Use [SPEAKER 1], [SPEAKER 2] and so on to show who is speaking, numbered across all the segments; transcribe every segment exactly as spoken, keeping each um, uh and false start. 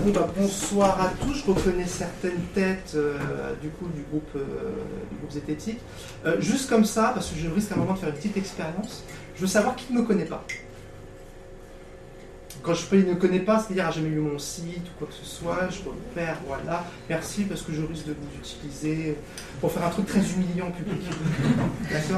[SPEAKER 1] bon, bah, bonsoir à tous. Je reconnais certaines têtes euh, du coup du groupe, euh, du groupe zététique. Euh, juste comme ça, parce que je risque à un moment de faire une petite expérience. Je veux savoir qui ne me connaît pas. Quand je ne connais pas, c'est-à-dire a jamais lu mon site ou quoi que ce soit, je repère, voilà. Merci parce que je risque de vous utiliser pour faire un truc très humiliant en public. D'accord ?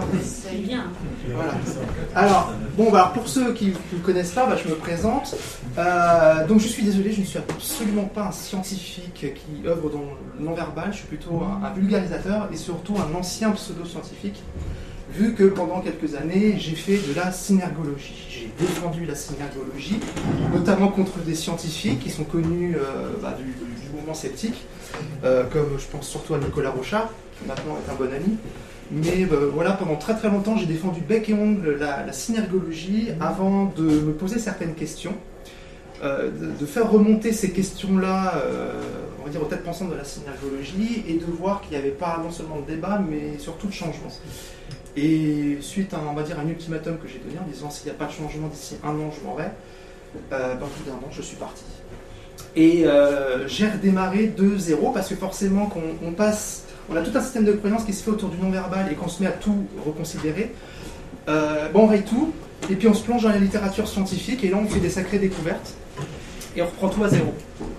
[SPEAKER 2] C'est bien.
[SPEAKER 1] Voilà. Alors, bon, bah, alors pour ceux qui ne me connaissent pas, bah, je me présente. Euh, donc je suis désolé, je ne suis absolument pas un scientifique qui œuvre dans le non-verbal, je suis plutôt un, un vulgarisateur et surtout un ancien pseudo-scientifique. Vu que pendant quelques années, j'ai fait de la synergologie. J'ai défendu la synergologie, notamment contre des scientifiques qui sont connus euh, bah, du, du mouvement sceptique, euh, comme je pense surtout à Nicolas Rochard, qui maintenant est un bon ami. Mais euh, voilà, pendant très très longtemps, j'ai défendu bec et ongle la, la synergologie avant de me poser certaines questions, euh, de, de faire remonter ces questions-là, euh, on va dire, aux têtes pensantes de la synergologie, et de voir qu'il n'y avait pas non seulement de débat, mais surtout de changement. Et suite à, on va dire, un ultimatum que j'ai donné en disant s'il n'y a pas de changement d'ici un an, je m'en vais, euh, ben, au bout d'un an, je suis parti. Et euh, j'ai redémarré de zéro parce que forcément, qu'on on passe, on a tout un système de croyances qui se fait autour du non-verbal et qu'on se met à tout reconsidérer. Euh, bon, on raye tout, et puis on se plonge dans la littérature scientifique, et là, on fait des sacrées découvertes, et on reprend tout à zéro.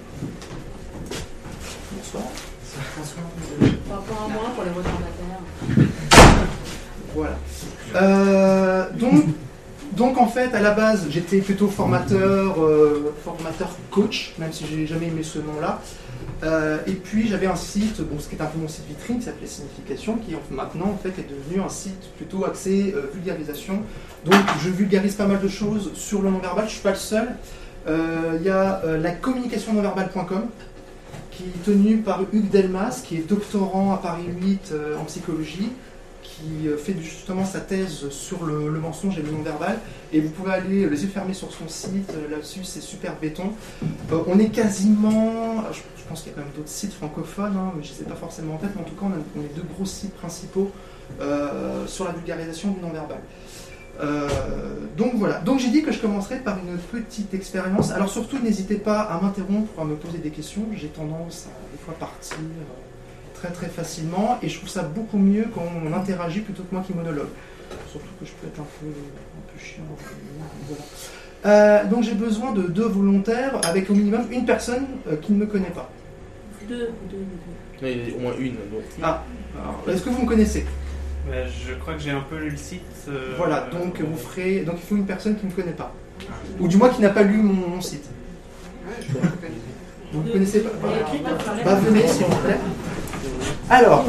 [SPEAKER 1] Bonsoir.
[SPEAKER 2] Bonsoir. Par rapport à moi, pour les retardataires.
[SPEAKER 1] Voilà. Euh, donc, donc en fait, à la base, j'étais plutôt formateur, euh, formateur coach, même si j'ai jamais aimé ce nom-là. Euh, et puis j'avais un site, bon, ce qui est un peu mon site vitrine, qui s'appelait Signification, qui maintenant en fait est devenu un site plutôt axé euh, vulgarisation. Donc je vulgarise pas mal de choses sur le non-verbal. Je suis pas le seul. Il euh, y a euh, la communication non verbale point com, qui est tenue par Hugues Delmas, qui est doctorant à Paris huit euh, en psychologie, qui fait justement sa thèse sur le, le mensonge et le non-verbal, et vous pouvez aller les yeux fermés sur son site, là-dessus c'est super béton. Euh, on est quasiment, je, je pense qu'il y a quand même d'autres sites francophones, hein, mais je ne sais pas forcément en tête, mais en tout cas on a, on a deux gros sites principaux euh, sur la vulgarisation du non-verbal. Euh, donc voilà, donc j'ai dit que je commencerai par une petite expérience. Alors surtout n'hésitez pas à m'interrompre, à me poser des questions, j'ai tendance à des fois partir très très facilement, et je trouve ça beaucoup mieux quand on interagit plutôt que moi qui monologue. Surtout que je peux être un peu, un peu chiant. Voilà. Euh, donc j'ai besoin de deux volontaires avec au minimum une personne euh, qui ne me connaît pas.
[SPEAKER 2] Deux, deux, deux.
[SPEAKER 3] Mais au moins une. Donc.
[SPEAKER 1] Ah, est-ce que vous me connaissez?
[SPEAKER 4] Ouais, je crois que j'ai un peu lu le site. Euh,
[SPEAKER 1] voilà, donc euh, vous ferez. Donc il faut une personne qui ne me connaît pas. Ou du moins qui n'a pas lu mon, mon site. Vous ne me connaissez pas? Voilà. Bah venez s'il vous plaît. Alors,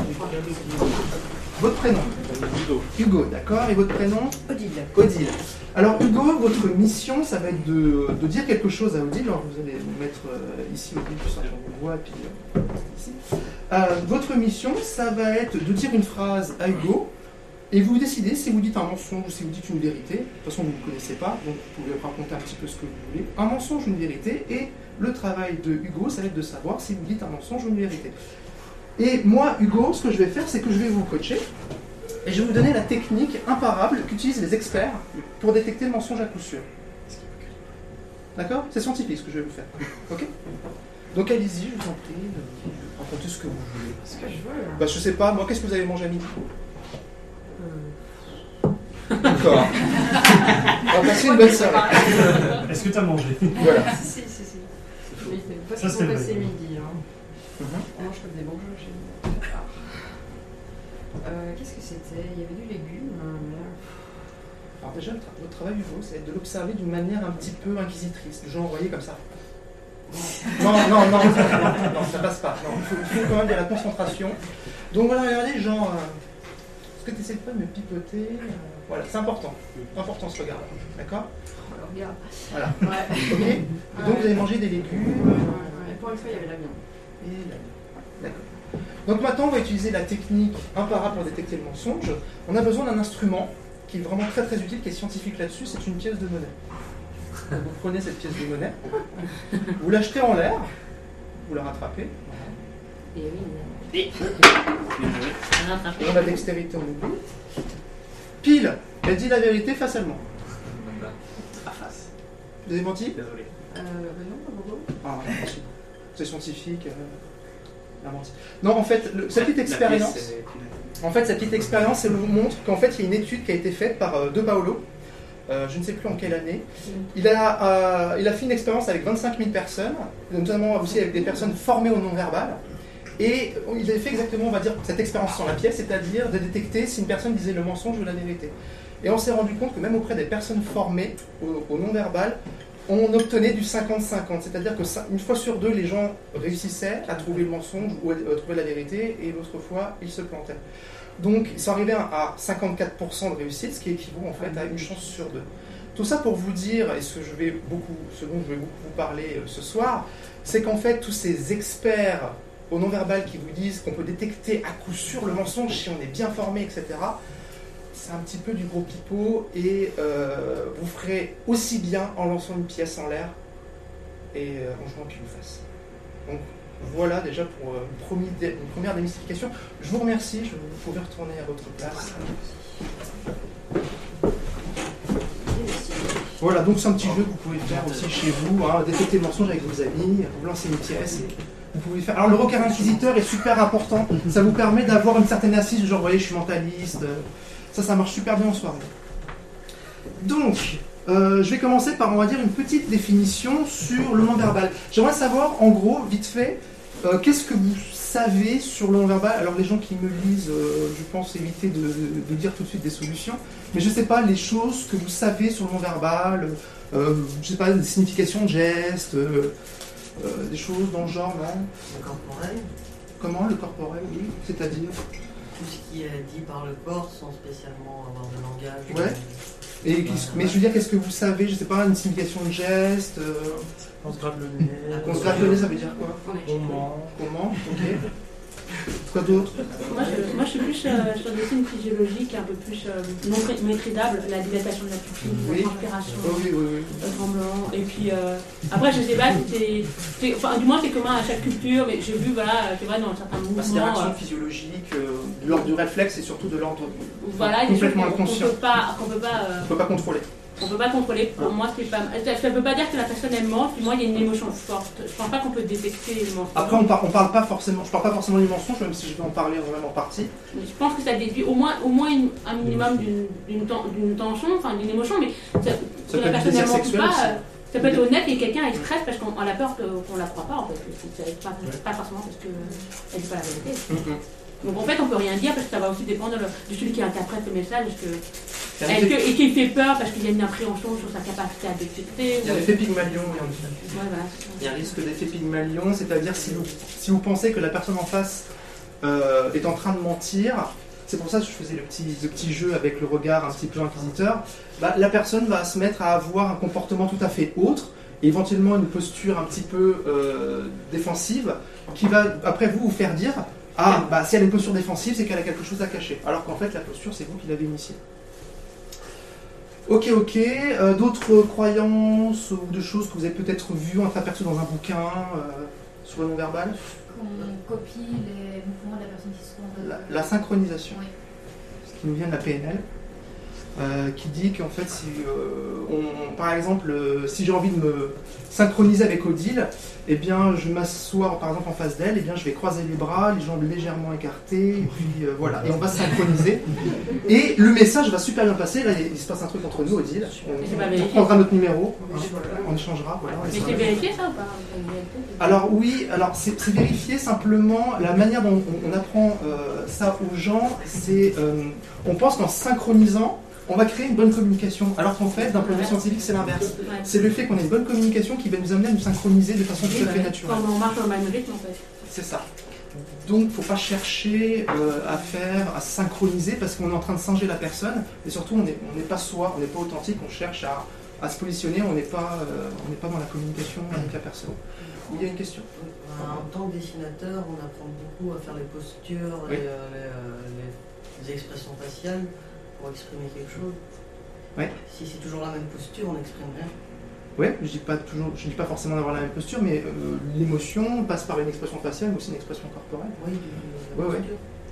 [SPEAKER 1] votre prénom?
[SPEAKER 3] Hugo.
[SPEAKER 1] Hugo, d'accord. Et votre prénom?
[SPEAKER 2] Odile.
[SPEAKER 1] Odile. Alors Hugo, votre mission, ça va être de, de dire quelque chose à Odile. Alors vous allez vous mettre euh, ici, Odile, puis ça on vous voit, puis euh, ici. Euh, votre mission, ça va être de dire une phrase à Hugo, et vous décidez si vous dites un mensonge ou si vous dites une vérité. De toute façon, vous ne me connaissez pas, donc vous pouvez raconter un petit peu ce que vous voulez. Un mensonge ou une vérité, et le travail de Hugo, ça va être de savoir si vous dites un mensonge ou une vérité. Et moi, Hugo, ce que je vais faire, c'est que je vais vous coacher, et je vais vous donner la technique imparable qu'utilisent les experts pour détecter le mensonge à coup sûr. D'accord? C'est scientifique ce que je vais vous faire. Ok? Donc allez-y, je vous en prie, euh, racontez ce que vous voulez.
[SPEAKER 2] Ce que je veux.
[SPEAKER 1] Bah je sais pas, moi qu'est-ce que vous avez mangé à midi? D'accord. On va passer une bonne soirée.
[SPEAKER 4] Est-ce que tu as mangé?
[SPEAKER 1] Voilà.
[SPEAKER 2] Si, si, si. si. Oui, c'est pas
[SPEAKER 4] Ça,
[SPEAKER 2] qu'ils
[SPEAKER 4] c'est
[SPEAKER 2] ont
[SPEAKER 4] vrai.
[SPEAKER 2] passé midi. Hein.
[SPEAKER 1] Mhm.
[SPEAKER 2] On mange comme des bons jeux chez nous. Euh, Qu'est-ce que c'était? Il y avait du légume. Hein, mais...
[SPEAKER 1] Alors déjà, le tra- votre travail, Hugo, c'est de l'observer d'une manière un petit peu inquisitrice. Du genre, envoyé comme ça. Non, non, non, ça, non, non, ça passe pas. Non, il, faut, il faut quand même de la concentration. Donc voilà, regardez, genre, euh, est-ce que tu essaies pas de me pipoter euh, Voilà, c'est important. C'est important ce regard. D'accord?
[SPEAKER 2] Oh, le regard.
[SPEAKER 1] Voilà.
[SPEAKER 2] Ouais.
[SPEAKER 1] Ok. Et donc vous allez manger des légumes.
[SPEAKER 2] Ouais, ouais. Et pour une fois, il y avait la viande.
[SPEAKER 1] Et la viande. D'accord. Donc maintenant, on va utiliser la technique imparable pour détecter le mensonge. On a besoin d'un instrument qui est vraiment très très utile, qui est scientifique là-dessus, c'est une pièce de monnaie. Vous prenez cette pièce de monnaie, vous l'achetez en l'air, vous la rattrapez.
[SPEAKER 2] Et oui.
[SPEAKER 1] Et on a de dextérité, on oublie. Pile, elle dit la vérité face à moi.
[SPEAKER 3] À face.
[SPEAKER 1] Vous avez menti?
[SPEAKER 3] Désolé.
[SPEAKER 2] Euh, ben non, pas beaucoup.
[SPEAKER 1] Ah, merci. c'est scientifique. Euh, non, en fait, le, cette petite expérience, en fait, cette petite expérience, elle vous montre qu'en fait, il y a une étude qui a été faite par euh, De Paolo. Euh, je ne sais plus en quelle année. Il a, euh, il a fait une expérience avec vingt-cinq mille personnes, notamment aussi avec des personnes formées au non-verbal. Et il a fait exactement, on va dire, cette expérience sur la pièce, c'est-à-dire de détecter si une personne disait le mensonge ou la vérité. Et on s'est rendu compte que même auprès des personnes formées au, au non-verbal, on obtenait du cinquante cinquante. C'est-à-dire qu'une fois sur deux, les gens réussissaient à trouver le mensonge ou à trouver la vérité, et l'autre fois, ils se plantaient. Donc, ils sont arrivés à cinquante-quatre pour cent de réussite, ce qui équivaut en fait à une chance sur deux. Tout ça pour vous dire, et ce, que je vais beaucoup, ce dont je vais beaucoup vous parler euh, ce soir, c'est qu'en fait, tous ces experts au non-verbal qui vous disent qu'on peut détecter à coup sûr le mensonge si on est bien formé, et cetera, c'est un petit peu du gros pipeau, et euh, vous ferez aussi bien en lançant une pièce en l'air et euh, en jouant qu'une face. Donc, voilà déjà pour euh, une, première dé une première démystification. Je vous remercie, je vous pouvez retourner à votre place. Voilà, donc c'est un petit jeu que vous pouvez faire aussi chez vous, hein, détecter le mensonge avec vos amis, vous lancez une pièce et vous pouvez faire. Alors le regard inquisiteur est super important, ça vous permet d'avoir une certaine assise, genre vous voyez je suis mentaliste, ça ça marche super bien en soirée. Donc, euh, je vais commencer par on va dire une petite définition sur le non-verbal. J'aimerais savoir en gros, vite fait, Euh, qu'est-ce que vous savez sur le non-verbal? Alors les gens qui me lisent, euh, je pense éviter de, de, de dire tout de suite des solutions, mais je ne sais pas, les choses que vous savez sur le non-verbal, euh, je ne sais pas, des significations de gestes, euh, euh, des choses dans le genre, non?
[SPEAKER 3] Le corporel.
[SPEAKER 1] Comment, le corporel, oui, c'est-à-dire?
[SPEAKER 3] Tout ce qui est dit par le corps sans spécialement avoir de langage.
[SPEAKER 1] Ouais. Et, mais je veux dire, qu'est-ce que vous savez? Je ne sais pas, une signification de geste euh...
[SPEAKER 4] On se gratte le nez.
[SPEAKER 1] On se gratte le nez, ça veut dire quoi?
[SPEAKER 4] Comment?
[SPEAKER 1] Comment? Ok. Quoi d'autre?
[SPEAKER 2] Moi je, moi, je suis plus euh, sur des signes physiologiques, un peu plus euh, non maîtrisables, la dilatation de la pupille,
[SPEAKER 1] oui.
[SPEAKER 2] la transpiration,
[SPEAKER 1] oh, oui, oui, oui.
[SPEAKER 2] le tremblement. Et puis, euh, après, je sais pas si c'est. Enfin, du moins, c'est commun à chaque culture, mais j'ai vu, voilà, tu vois, dans certains mouvements.
[SPEAKER 1] Bah, c'est des réactions euh, physiologiques, euh, de l'ordre du réflexe et surtout de l'ordre
[SPEAKER 2] voilà,
[SPEAKER 1] complètement
[SPEAKER 2] qu'on,
[SPEAKER 1] inconscient.
[SPEAKER 2] Qu'on peut pas, qu'on peut pas, euh,
[SPEAKER 1] on peut pas contrôler.
[SPEAKER 2] On peut pas contrôler. Pour ah. moi, c'est pas. Ça ne veut pas dire que la personne elle ment. Puis moi, il y a une émotion forte. Je pense pas qu'on peut détecter le mensonge.
[SPEAKER 1] Après, on, par, on parle pas forcément. Je parle pas forcément du mensonge, même si je vais en parler vraiment en partie.
[SPEAKER 2] Mais je pense que ça déduit au moins, au moins une, un minimum d'une, d'une, d'une tension, enfin d'une émotion, mais ça,
[SPEAKER 1] ça
[SPEAKER 2] que la personne ne ment pas.
[SPEAKER 1] Aussi.
[SPEAKER 2] Ça peut être honnête et quelqu'un est stress parce qu'on a la peur que, qu'on la croit pas en fait. C'est pas, pas forcément parce qu'elle dit pas la vérité. Mm-hmm. Donc en fait, on peut rien dire parce que ça va aussi dépendre de celui qui interprète le message. Est-ce que Est-ce que, et qu'il fait peur parce qu'il y a une appréhension sur sa capacité à détecter.
[SPEAKER 1] Il y a l'effet Pygmalion, oui, en effet.
[SPEAKER 2] Ouais, voilà,
[SPEAKER 1] il y a un risque d'effet Pygmalion, c'est-à-dire si vous, si vous pensez que la personne en face euh, est en train de mentir, c'est pour ça que je faisais le petit, le petit jeu avec le regard un petit peu inquisiteur, bah, la personne va se mettre à avoir un comportement tout à fait autre, et éventuellement une posture un petit peu euh, défensive, qui va après vous vous faire dire ah, bah, si elle a une posture défensive, c'est qu'elle a quelque chose à cacher. Alors qu'en fait, la posture, c'est vous qui l'avez initiée. Ok, ok. Euh, d'autres croyances ou de choses que vous avez peut-être vues, aperçues dans un bouquin euh, sur le non-verbal?
[SPEAKER 5] On copie les mouvements de la personne qui se trompe.
[SPEAKER 1] La, la synchronisation.
[SPEAKER 5] Oui.
[SPEAKER 1] Ce qui nous vient de la P N L. Euh, qui dit qu'en fait, si, euh, on, par exemple, euh, si j'ai envie de me synchroniser avec Odile, eh bien, je m'assois par exemple en face d'elle, eh bien, je vais croiser les bras, les jambes légèrement écartées, et puis euh, voilà, et on va se synchroniser. Et le message va super bien passer. Là, il se passe un truc entre nous, Odile. On, on prendra notre numéro, hein, on échangera. Voilà,
[SPEAKER 2] mais c'est vérifié ça ou pas?
[SPEAKER 1] Alors oui, alors c'est, c'est vérifié. Simplement, la manière dont on, on apprend euh, ça aux gens, c'est, euh, on pense qu'en synchronisant, on va créer une bonne communication, alors qu'en fait, d'un point de vue scientifique, c'est l'inverse. Ouais. C'est le fait qu'on ait une bonne communication qui va nous amener à nous synchroniser de façon oui, tout à fait
[SPEAKER 2] bah,
[SPEAKER 1] naturelle.
[SPEAKER 2] Quand on marche dans le même rythme, en fait.
[SPEAKER 1] C'est ça. Donc, il ne faut pas chercher euh, à faire, à synchroniser, parce qu'on est en train de singer la personne, et surtout, on n'est on n'est pas soi, on n'est pas authentique, on cherche à, à se positionner, on n'est pas, euh, on n'est pas dans la communication avec la personne. Il y a une question.
[SPEAKER 3] En tant que dessinateur, on apprend beaucoup à faire les postures, oui. les, euh, les, euh, les, les expressions faciales, pour exprimer quelque chose.
[SPEAKER 1] Ouais.
[SPEAKER 3] Si c'est toujours la même posture, on n'exprime rien.
[SPEAKER 1] Oui, je dis pas toujours, je dis pas forcément d'avoir la même posture, mais euh, l'émotion passe par une expression faciale, mais aussi une expression corporelle.
[SPEAKER 3] Oui,
[SPEAKER 1] ouais, ouais.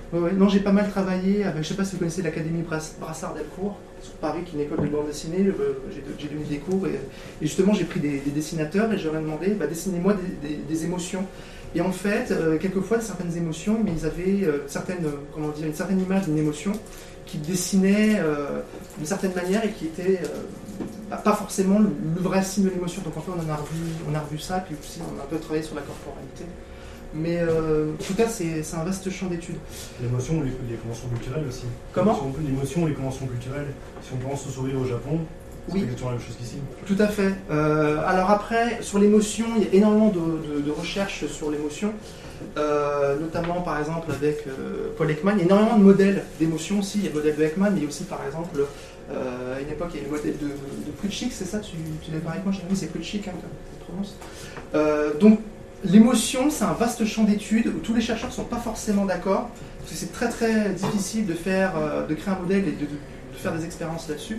[SPEAKER 1] Ouais, ouais. Non, j'ai pas mal travaillé avec, je sais pas si vous connaissez l'Académie Brass- Brassard-Delcourt, sur Paris, qui est une école de bande dessinée. Euh, j'ai, j'ai donné des cours et, et justement j'ai pris des, des dessinateurs et je leur ai demandé, bah, dessinez-moi des, des, des émotions. Et en fait, euh, quelquefois, certaines émotions, mais ils avaient euh, certaines, euh, comment dire, une certaine image d'une émotion qui dessinait euh, d'une certaine manière et qui était euh, bah, pas forcément le, le vrai signe de l'émotion. Donc en fait, on en a revu, on a revu ça, puis aussi on a un peu travaillé sur la corporalité. Mais euh, en tout cas, c'est, c'est un vaste champ d'études.
[SPEAKER 6] L'émotion ou les, les conventions culturelles aussi.
[SPEAKER 1] Comment ?
[SPEAKER 6] Si on peut- L'émotion ou les conventions culturelles. Si on pense au sourire au Japon, c'est
[SPEAKER 1] Oui.
[SPEAKER 6] exactement la même chose qu'ici.
[SPEAKER 1] Tout à fait. Euh, alors après, sur l'émotion, il y a énormément de, de, de recherches sur l'émotion, euh, notamment par exemple avec euh, Paul Ekman. Il y a énormément de modèles d'émotion aussi. Il y a le modèle de Ekman, mais il y a aussi par exemple, euh, à une époque, il y a le modèle de, de Plutchik, c'est ça, tu, tu es d'accord avec moi? J'ai dit, c'est Plutchik, hein, tu prononces. Euh, donc, l'émotion, c'est un vaste champ d'études où tous les chercheurs ne sont pas forcément d'accord, parce que c'est très très difficile de, faire, euh, de créer un modèle et de, de, de faire des expériences là-dessus.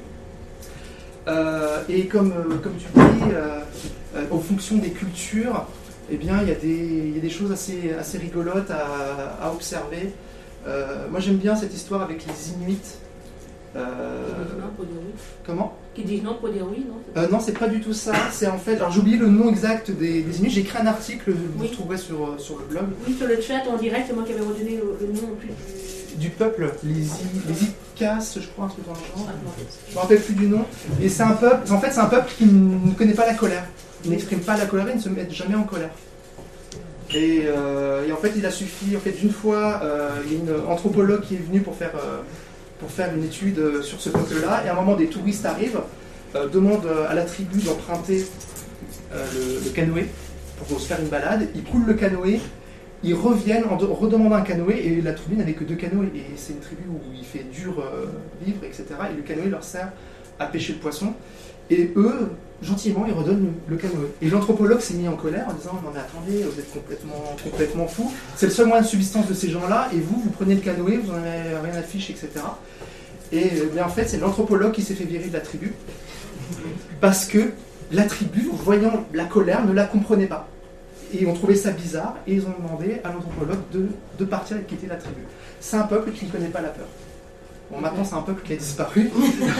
[SPEAKER 1] Euh, et comme, euh, comme tu dis, euh, euh, en fonction des cultures, eh bien, il y a des, il y a des choses assez, assez rigolotes à, à observer. Euh, moi, j'aime bien cette histoire avec les Inuits. Euh,
[SPEAKER 2] Qui disent non pour dire oui.
[SPEAKER 1] comment
[SPEAKER 2] Qui disent non pour dire oui, non c'est-
[SPEAKER 1] euh, Non, c'est pas du tout ça. C'est en fait, alors j'ai oublié le nom exact des, des Inuits. J'ai écrit un article, vous
[SPEAKER 2] Oui.
[SPEAKER 1] le trouverez sur, sur le blog.
[SPEAKER 2] Oui, sur le chat, en direct, c'est moi qui avais redonné le, le nom en plus du.
[SPEAKER 1] Du peuple, les, I, les Icas, je crois, un truc dans le genre.
[SPEAKER 2] Ah, non.
[SPEAKER 1] Je me rappelle plus du nom. Et c'est un peuple, en fait, c'est un peuple qui ne connaît pas la colère. Il n'exprime pas la colère et ne se met jamais en colère. Et, euh, et en fait, il a suffi, en fait, d'une fois, euh, il y a une anthropologue qui est venue pour faire, euh, pour faire une étude euh, sur ce peuple-là. Et à un moment, des touristes arrivent, euh, demandent à la tribu d'emprunter euh, le, le canoë pour se faire une balade. Ils coulent le canoë. Ils reviennent en de- redemandant un canoë et la tribu n'avait que deux canoës. Et c'est une tribu où il fait dur euh, vivre, et cetera. Et le canoë leur sert à pêcher le poisson. Et eux, gentiment, ils redonnent le, le canoë. Et l'anthropologue s'est mis en colère en disant « Non mais attendez, vous êtes complètement, complètement fous. C'est le seul moyen de subsistance de ces gens-là. Et vous, vous prenez le canoë, vous n'en avez rien à fiche, et cetera. » Et mais en fait, c'est l'anthropologue qui s'est fait virer de la tribu. Parce que la tribu, voyant la colère, ne la comprenait pas. Et ont trouvé ça bizarre, et ils ont demandé à l'anthropologue de, de partir et de quitter la tribu. C'est un peuple qui ne connaît pas la peur. Bon, maintenant, c'est un peuple qui a disparu.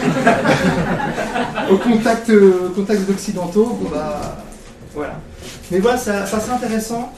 [SPEAKER 1] Au contact, euh, contact des Occidentaux, bon, bah, voilà. Mais voilà, c'est c'est assez intéressant.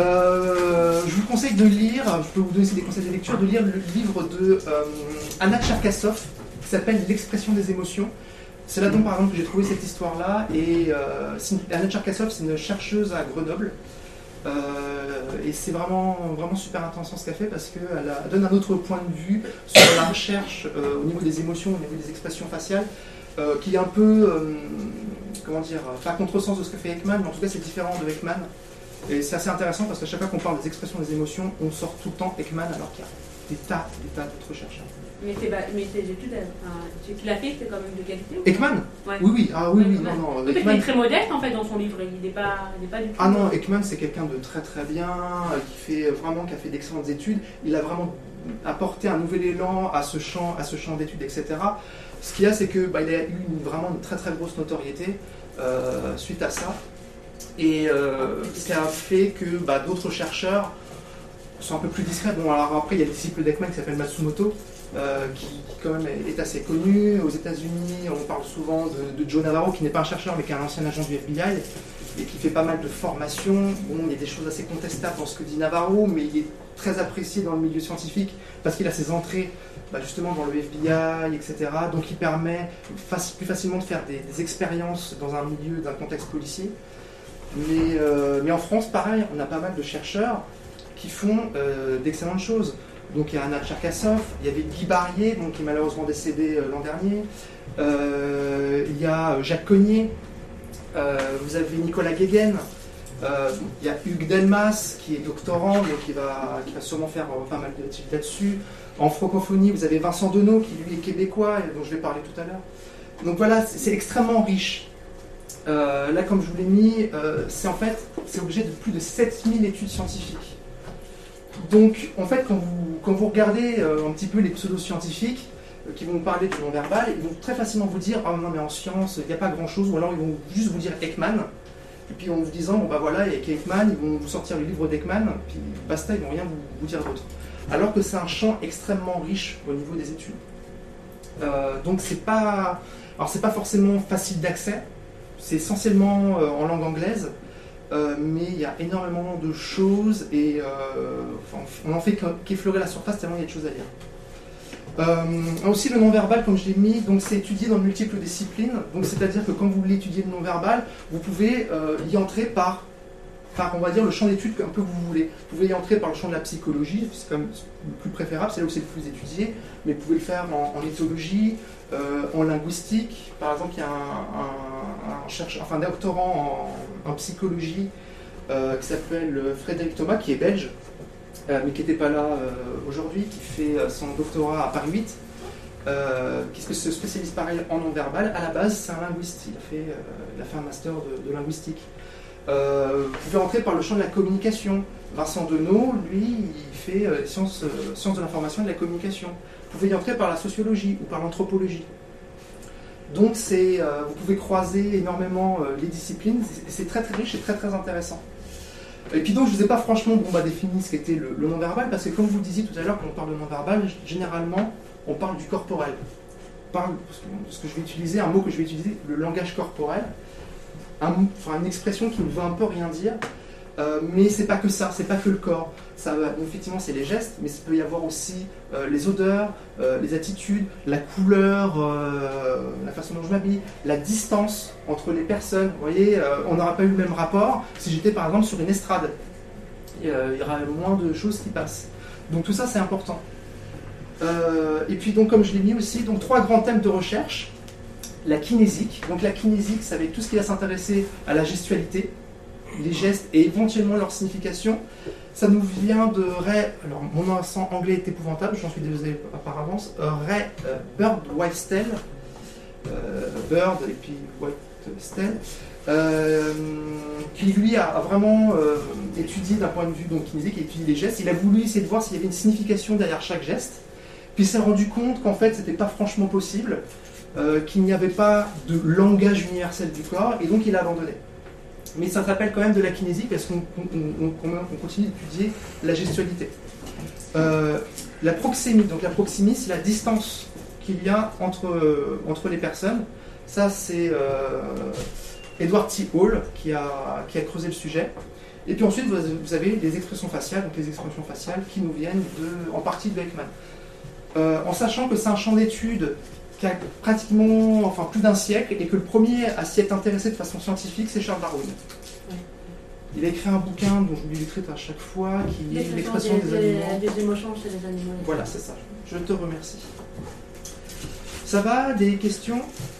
[SPEAKER 1] Euh, je vous conseille de lire, je peux vous donner aussi des conseils de lecture, de lire le livre de euh, Anna Tcherkassov, qui s'appelle L'expression des émotions. C'est là-dedans, par exemple, que j'ai trouvé cette histoire-là. Et euh, c'est une- Anna Tcherkassov, c'est une chercheuse à Grenoble. Euh, et c'est vraiment, vraiment super intéressant ce qu'elle fait parce qu'elle a- elle donne un autre point de vue sur la recherche euh, au niveau des émotions, au niveau des expressions faciales, euh, qui est un peu, euh, comment dire, pas à contresens de ce que fait Ekman, mais en tout cas c'est différent de Ekman. Et c'est assez intéressant parce qu'à chaque fois qu'on parle des expressions des émotions, on sort tout le temps Ekman alors qu'il y a des tas, des tas d'autres chercheurs.
[SPEAKER 2] Mais, c'est ba- mais ces études, elles- enfin, ce qu'il a fait, c'est quand même de qualité ou-
[SPEAKER 1] Ekman
[SPEAKER 2] Ouais.
[SPEAKER 1] Oui, oui, ah oui,
[SPEAKER 2] Ouais,
[SPEAKER 1] oui,
[SPEAKER 2] quand
[SPEAKER 1] non,
[SPEAKER 2] même.
[SPEAKER 1] non.
[SPEAKER 2] Oui, parce qu'il
[SPEAKER 1] Ekman,
[SPEAKER 2] est très modeste en fait dans son livre, il n'est pas, il est pas du tout.
[SPEAKER 1] Ah non, Ekman c'est quelqu'un de très très bien, euh, qui fait vraiment, qui a fait d'excellentes études. Il a vraiment apporté un nouvel élan à ce champ, à ce champ d'études, et cetera. Ce qu'il y a, c'est que bah, il a eu une- vraiment une très très grosse notoriété euh, suite à ça, et euh, ce qui a fait que bah, d'autres chercheurs sont un peu plus discrets. Bon, alors après il y a le disciple d'Ekman qui s'appelle Matsumoto. Euh, qui, qui quand même est assez connu. Aux États-Unis, on parle souvent de, de Joe Navarro, qui n'est pas un chercheur, mais qui est un ancien agent du F B I et qui fait pas mal de formations. Bon, il y a des choses assez contestables dans ce que dit Navarro, mais il est très apprécié dans le milieu scientifique parce qu'il a ses entrées bah, justement dans le F B I, et cetera. Donc il permet faci- plus facilement de faire des, des expériences dans un milieu, d'un contexte policier. Mais, euh, mais en France, pareil, on a pas mal de chercheurs qui font euh, d'excellentes choses. Donc il y a Anna Tcherkassov, il y avait Guy Barrier, donc, qui est malheureusement décédé euh, l'an dernier. Euh, il y a Jacques Cognier, euh, vous avez Nicolas Guéguen, euh, il y a Hugues Delmas qui est doctorant, donc qui va, qui va sûrement faire euh, pas mal d'études là-dessus. En francophonie, vous avez Vincent Denot qui lui est québécois, et dont je vais parler tout à l'heure. Donc voilà, c'est, c'est extrêmement riche. Euh, là, comme je vous l'ai mis, euh, c'est en fait, c'est l'objet de plus de sept mille études scientifiques. Donc, en fait, quand vous, quand vous regardez euh, un petit peu les pseudo-scientifiques euh, qui vont vous parler du non-verbal, ils vont très facilement vous dire « Ah non, mais en science, il n'y a pas grand-chose », ou alors ils vont juste vous dire Ekman. et puis en vous disant, bon bah voilà, il y a qu'Ekman, ils vont vous sortir le livre d'Ekman, puis basta, ils vont rien vous, vous dire d'autre. Alors que c'est un champ extrêmement riche au niveau des études. Euh, donc c'est pas, alors c'est pas forcément facile d'accès, c'est essentiellement euh, en langue anglaise, euh, mais il y a énormément de choses et euh, enfin, on en fait qu'effleurer la surface tellement il y a de choses à lire. Euh, aussi le non-verbal, comme je l'ai mis, donc c'est étudié dans de multiples disciplines, donc c'est-à-dire que quand vous voulez étudier le non-verbal, vous pouvez euh, y entrer par, par, on va dire, le champ d'études un peu que vous voulez. Vous pouvez y entrer par le champ de la psychologie, c'est quand même le plus préférable, c'est là où c'est le plus étudié, mais vous pouvez le faire en, en éthologie, euh, en linguistique. Par exemple, il y a un, un, un, chercheur, enfin, un doctorant en, en psychologie euh, qui s'appelle Frédéric Thomas, qui est belge, Euh, mais qui n'était pas là euh, aujourd'hui, qui fait euh, son doctorat à Paris huit, euh, qui se spécialise pareil en non-verbal. À la base, c'est un linguiste, il a fait, euh, il a fait un master de, de linguistique. Euh, vous pouvez rentrer par le champ de la communication. Vincent Denot, lui, il fait euh, sciences, euh, sciences de l'information et de la communication. Vous pouvez y entrer par la sociologie ou par l'anthropologie. Donc, c'est, euh, vous pouvez croiser énormément euh, les disciplines, c'est, c'est très très riche et très très intéressant. Et puis donc je ne vous ai pas franchement bon, bah, défini ce qu'était le, le non-verbal, parce que comme vous le disiez tout à l'heure, quand on parle de non-verbal, généralement on parle du corporel. On parle, ce que je vais utiliser, un mot que je vais utiliser, le langage corporel, un, enfin, une expression qui ne veut un peu rien dire, euh, mais c'est pas que ça, c'est pas que le corps. Ça, effectivement c'est les gestes, mais il peut y avoir aussi euh, les odeurs, euh, les attitudes, la couleur, euh, la façon dont je m'habille, la distance entre les personnes. Vous voyez, euh, on n'aura pas eu le même rapport si j'étais par exemple sur une estrade. Euh, il y aura moins de choses qui passent. Donc tout ça c'est important. Euh, et puis donc comme je l'ai mis aussi, donc trois grands thèmes de recherche. La kinésique. Donc la kinésique, ça va être tout ce qui va s'intéresser à la gestualité, les gestes et éventuellement leur signification. Ça nous vient de Ray, alors mon accent anglais est épouvantable, j'en suis désolé par avance, euh, Ray euh, Bird Whitestell, euh, Bird et puis Whitestell, euh, qui lui a, a vraiment euh, étudié d'un point de vue donc kinésique, il a étudié les gestes, il a voulu essayer de voir s'il y avait une signification derrière chaque geste, puis il s'est rendu compte qu'en fait c'était pas franchement possible, euh, qu'il n'y avait pas de langage universel du corps, et donc il a abandonné. Mais ça s'appelle quand même de la kinésie parce qu'on on, on, on continue d'étudier la gestualité. Euh, la proxémie, donc la proxémie, c'est la distance qu'il y a entre, euh, entre les personnes. Ça, c'est euh, Edward T. Hall qui a, qui a creusé le sujet. Et puis ensuite, vous, vous avez les expressions faciales, donc les expressions faciales qui nous viennent de, en partie de Ekman. Euh, en sachant que c'est un champ d'étude qui a pratiquement, enfin plus d'un siècle, et que le premier à s'y être intéressé de façon scientifique, c'est Charles Darwin. Ouais. Il a écrit un bouquin dont j'oublie le titre à chaque fois, qui est l'expression des, des aliments.
[SPEAKER 2] Des émotions chez les animaux.
[SPEAKER 1] Voilà, c'est ça. Je te remercie. Ça va? Des questions?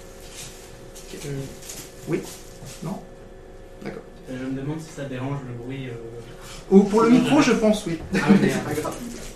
[SPEAKER 1] euh, Oui? Non? D'accord.
[SPEAKER 7] Je me demande si ça dérange le bruit. Euh...
[SPEAKER 1] Ou pour le micro, je pense oui.
[SPEAKER 7] Ah, mais c'est pas grave.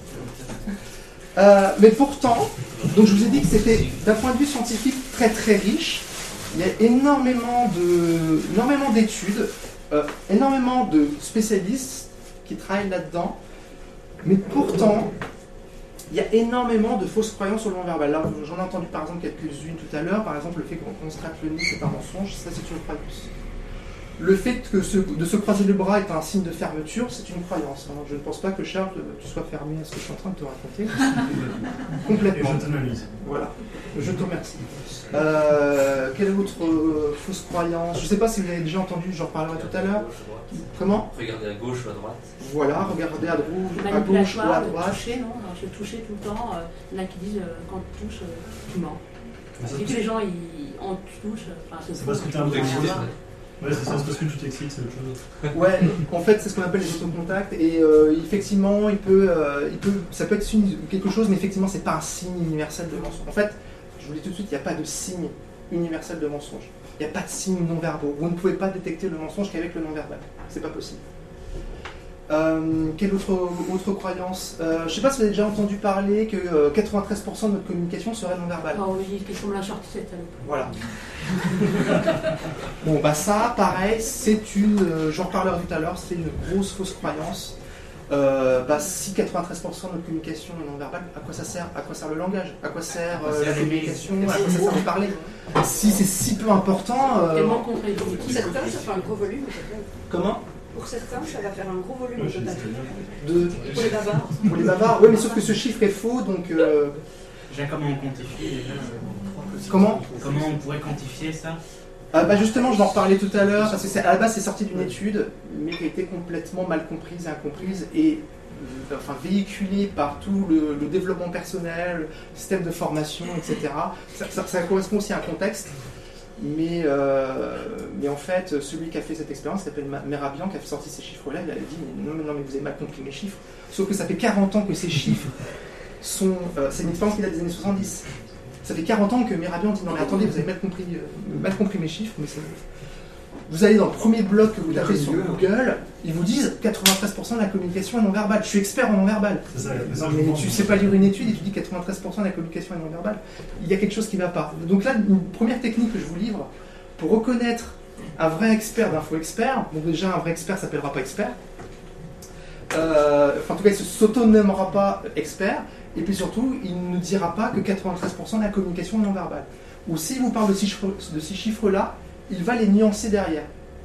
[SPEAKER 1] Euh, mais pourtant, donc je vous ai dit que c'était d'un point de vue scientifique très très riche. Il y a énormément de, énormément d'études, euh, énormément de spécialistes qui travaillent là-dedans. Mais pourtant, il y a énormément de fausses croyances sur le non-verbal. Là, j'en ai entendu par exemple quelques-unes tout à l'heure. Par exemple, le fait qu'on se gratte le nez, c'est un mensonge. Ça, c'est une croyance. Le fait que se, de se croiser le bras est un signe de fermeture, c'est une croyance. Alors, je ne pense pas que Charles, tu sois fermé à ce que je suis en train de te raconter. Complètement.
[SPEAKER 6] Et je t'analyse.
[SPEAKER 1] Voilà. Je te remercie. Euh, quelle autre euh, fausse croyance? Je ne sais pas si vous avez déjà entendu, j'en reparlerai tout à l'heure. Comment?
[SPEAKER 8] Regardez à gauche ou à droite.
[SPEAKER 1] Voilà, regardez à, droite, à gauche ou à droite.
[SPEAKER 2] Toucher, non, non, je touchais tout le temps. Euh, il y en a qui disent euh, quand tu touches, euh, tu mens. Et que les gens, ils, on touche. Enfin, c'est
[SPEAKER 6] parce que tu as un peu excité. Ouais, c'est ça, c'est parce que tu t'excites, c'est autre chose.
[SPEAKER 1] Ouais, en fait, c'est ce qu'on appelle les autocontacts. Et euh, effectivement, il peut, euh, il peut, ça peut être signe de quelque chose, mais effectivement, c'est pas un signe universel de mensonge. En fait, je vous dis tout de suite, il n'y a pas de signe universel de mensonge. Il n'y a pas de signes non-verbaux. Vous ne pouvez pas détecter le mensonge qu'avec le non-verbal. C'est pas possible. Euh, quelle autre, autre croyance? euh, Je ne sais pas si vous avez déjà entendu parler que euh, quatre-vingt-treize pour cent de notre communication serait non-verbale.
[SPEAKER 2] Oh oui, qu'est-ce qu'on me l'a sorti cette année.
[SPEAKER 1] Voilà. Bon, bah ça, pareil, c'est une, euh, j'en reparlerai tout à l'heure, c'est une grosse fausse croyance. Euh, bah, si quatre-vingt-treize pour cent de notre communication est non verbale, à quoi ça sert? À quoi sert le langage? À quoi sert euh, la communication? À quoi ça sert de parler? Si c'est si peu important... Euh...
[SPEAKER 2] Tellement qu'on réduit.
[SPEAKER 8] Pour certains, ça fait un gros volume.
[SPEAKER 1] Comment?
[SPEAKER 8] Pour certains, ça va faire un gros volume.
[SPEAKER 6] Ouais,
[SPEAKER 1] de...
[SPEAKER 8] Pour les bavards.
[SPEAKER 1] Pour les bavards, oui, mais sauf que ce chiffre est faux, donc... Euh...
[SPEAKER 7] Déjà, comment on quantifie déjà euh,
[SPEAKER 1] Comment
[SPEAKER 7] Comment on pourrait quantifier ça?
[SPEAKER 1] Ah bah justement, je vais en reparler tout à l'heure, parce que c'est, à la base c'est sorti d'une étude, mais qui a été complètement mal comprise et incomprise, et euh, enfin, véhiculée par tout le, le développement personnel, le système de formation, et cetera. Ça, ça, ça correspond aussi à un contexte, mais, euh, mais en fait, celui qui a fait cette expérience, qui s'appelle Merabian, qui a sorti ces chiffres-là, il a dit « non, mais non, mais vous avez mal compris mes chiffres ». Sauf que ça fait quarante ans que ces chiffres sont... Euh, c'est une expérience qui date des années soixante-dix. Ça fait quarante ans que Merabian dit non mais attendez, vous avez mal compris, euh, mal compris mes chiffres, mais c'est... Vous allez dans le premier blog que vous tapez sur Google, ils vous disent quatre-vingt-treize pour cent de la communication est non verbale. Je suis expert en non verbal.
[SPEAKER 6] C'est ça,
[SPEAKER 1] non, mais tu sais pas lire une étude et tu dis quatre-vingt-treize pour cent de la communication est non verbale. Il y a quelque chose qui ne va pas. Donc là, une première technique que je vous livre pour reconnaître un vrai expert d'un faux expert. Donc déjà, un vrai expert ne s'appellera pas expert. Euh, enfin, en tout cas, il ne s'auto-nommera pas expert. Et puis surtout, il ne dira pas que quatre-vingt-treize pour cent de la communication est non verbale. Ou s'il vous parle de ces chiffres, de ces chiffres-là, il va les nuancer derrière.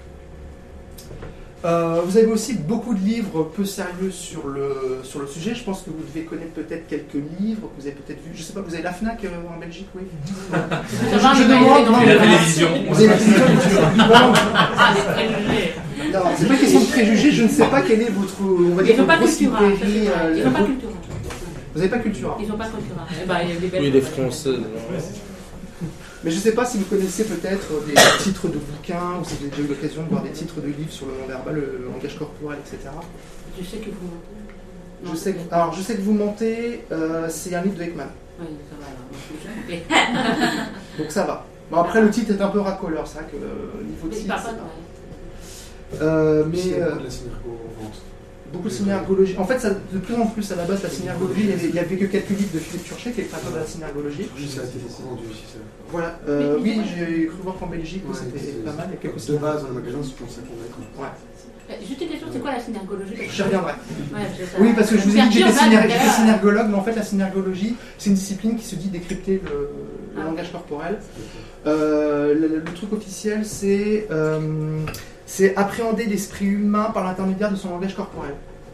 [SPEAKER 1] Euh, vous avez aussi beaucoup de livres peu sérieux sur le, sur le sujet. Je pense que vous devez connaître peut-être quelques livres que vous avez peut-être vus. Je ne sais pas, vous avez la FNAC euh, en Belgique, oui.
[SPEAKER 2] Ça va,
[SPEAKER 1] je
[SPEAKER 2] mais
[SPEAKER 1] demande, non,
[SPEAKER 7] Et la
[SPEAKER 1] mais-
[SPEAKER 7] télévision.
[SPEAKER 1] Vous avez la télévision. Non,
[SPEAKER 2] préjugés.
[SPEAKER 1] non, c'est pas une question de préjugés. Je ne sais pas quelle est votre, on va
[SPEAKER 2] Ils
[SPEAKER 1] dire,
[SPEAKER 2] n'ont pas
[SPEAKER 1] grosse
[SPEAKER 2] Cultura.
[SPEAKER 1] librairie, euh,
[SPEAKER 2] Ils n'ont pas
[SPEAKER 1] vos-
[SPEAKER 2] Cultura.
[SPEAKER 1] Vous n'avez pas Cultura.
[SPEAKER 2] Ils n'ont pas Cultura. Eh ben, il y a des belles
[SPEAKER 9] Oui, les
[SPEAKER 2] choses.
[SPEAKER 9] Français. non.
[SPEAKER 1] Mais je ne sais pas si vous connaissez peut-être des titres de bouquins, ou si vous avez déjà eu l'occasion de voir des titres de livres sur le non-verbal, le langage corporel, et cetera.
[SPEAKER 2] Je sais que vous mentez.
[SPEAKER 1] Je sais que, alors, je sais que vous mentez, euh, c'est un livre de Ekman.
[SPEAKER 2] Oui, ça va. Alors.
[SPEAKER 1] Donc ça va. Bon, après, le titre est un peu racoleur, c'est vrai que le niveau de
[SPEAKER 2] Mais il
[SPEAKER 1] titre.
[SPEAKER 2] parle pas
[SPEAKER 1] c'est
[SPEAKER 2] de
[SPEAKER 1] pas- Euh, mais
[SPEAKER 10] C'est
[SPEAKER 1] euh,
[SPEAKER 10] beaucoup de la synergo-vente.
[SPEAKER 1] beaucoup de synergologie. En fait, ça, de plus en plus, à la base, la synergologie, il y avait, il y avait que quelques livres de Philippe Turchet, qui est le créateur de la synergologie.
[SPEAKER 10] Oui, ça a été beaucoup vendu aussi, ça.
[SPEAKER 1] Voilà. Euh,
[SPEAKER 2] Mais-
[SPEAKER 1] oui, j'ai cru voir qu'en Belgique,
[SPEAKER 10] Ouais,
[SPEAKER 1] c'était
[SPEAKER 10] c'est-
[SPEAKER 1] pas mal. Il y a quelques
[SPEAKER 10] De base, dans le magasin, c'est pour ça qu'on est quoi.
[SPEAKER 1] Ouais.
[SPEAKER 2] Euh, Juste une question, c'est quoi la synergologie?
[SPEAKER 1] J'y reviendrai.
[SPEAKER 2] Ouais, c'est ça.
[SPEAKER 1] Oui, parce que je vous ai dit que j'étais
[SPEAKER 2] Perturbe,
[SPEAKER 1] syner-
[SPEAKER 2] là,
[SPEAKER 1] j'étais
[SPEAKER 2] donc,
[SPEAKER 1] synergologue, mais en fait, la synergologie, c'est une discipline qui se dit décrypter le, le
[SPEAKER 2] Ah.
[SPEAKER 1] langage corporel. Euh, le, le truc officiel, c'est euh, c'est appréhender l'esprit humain par l'intermédiaire de son langage corporel.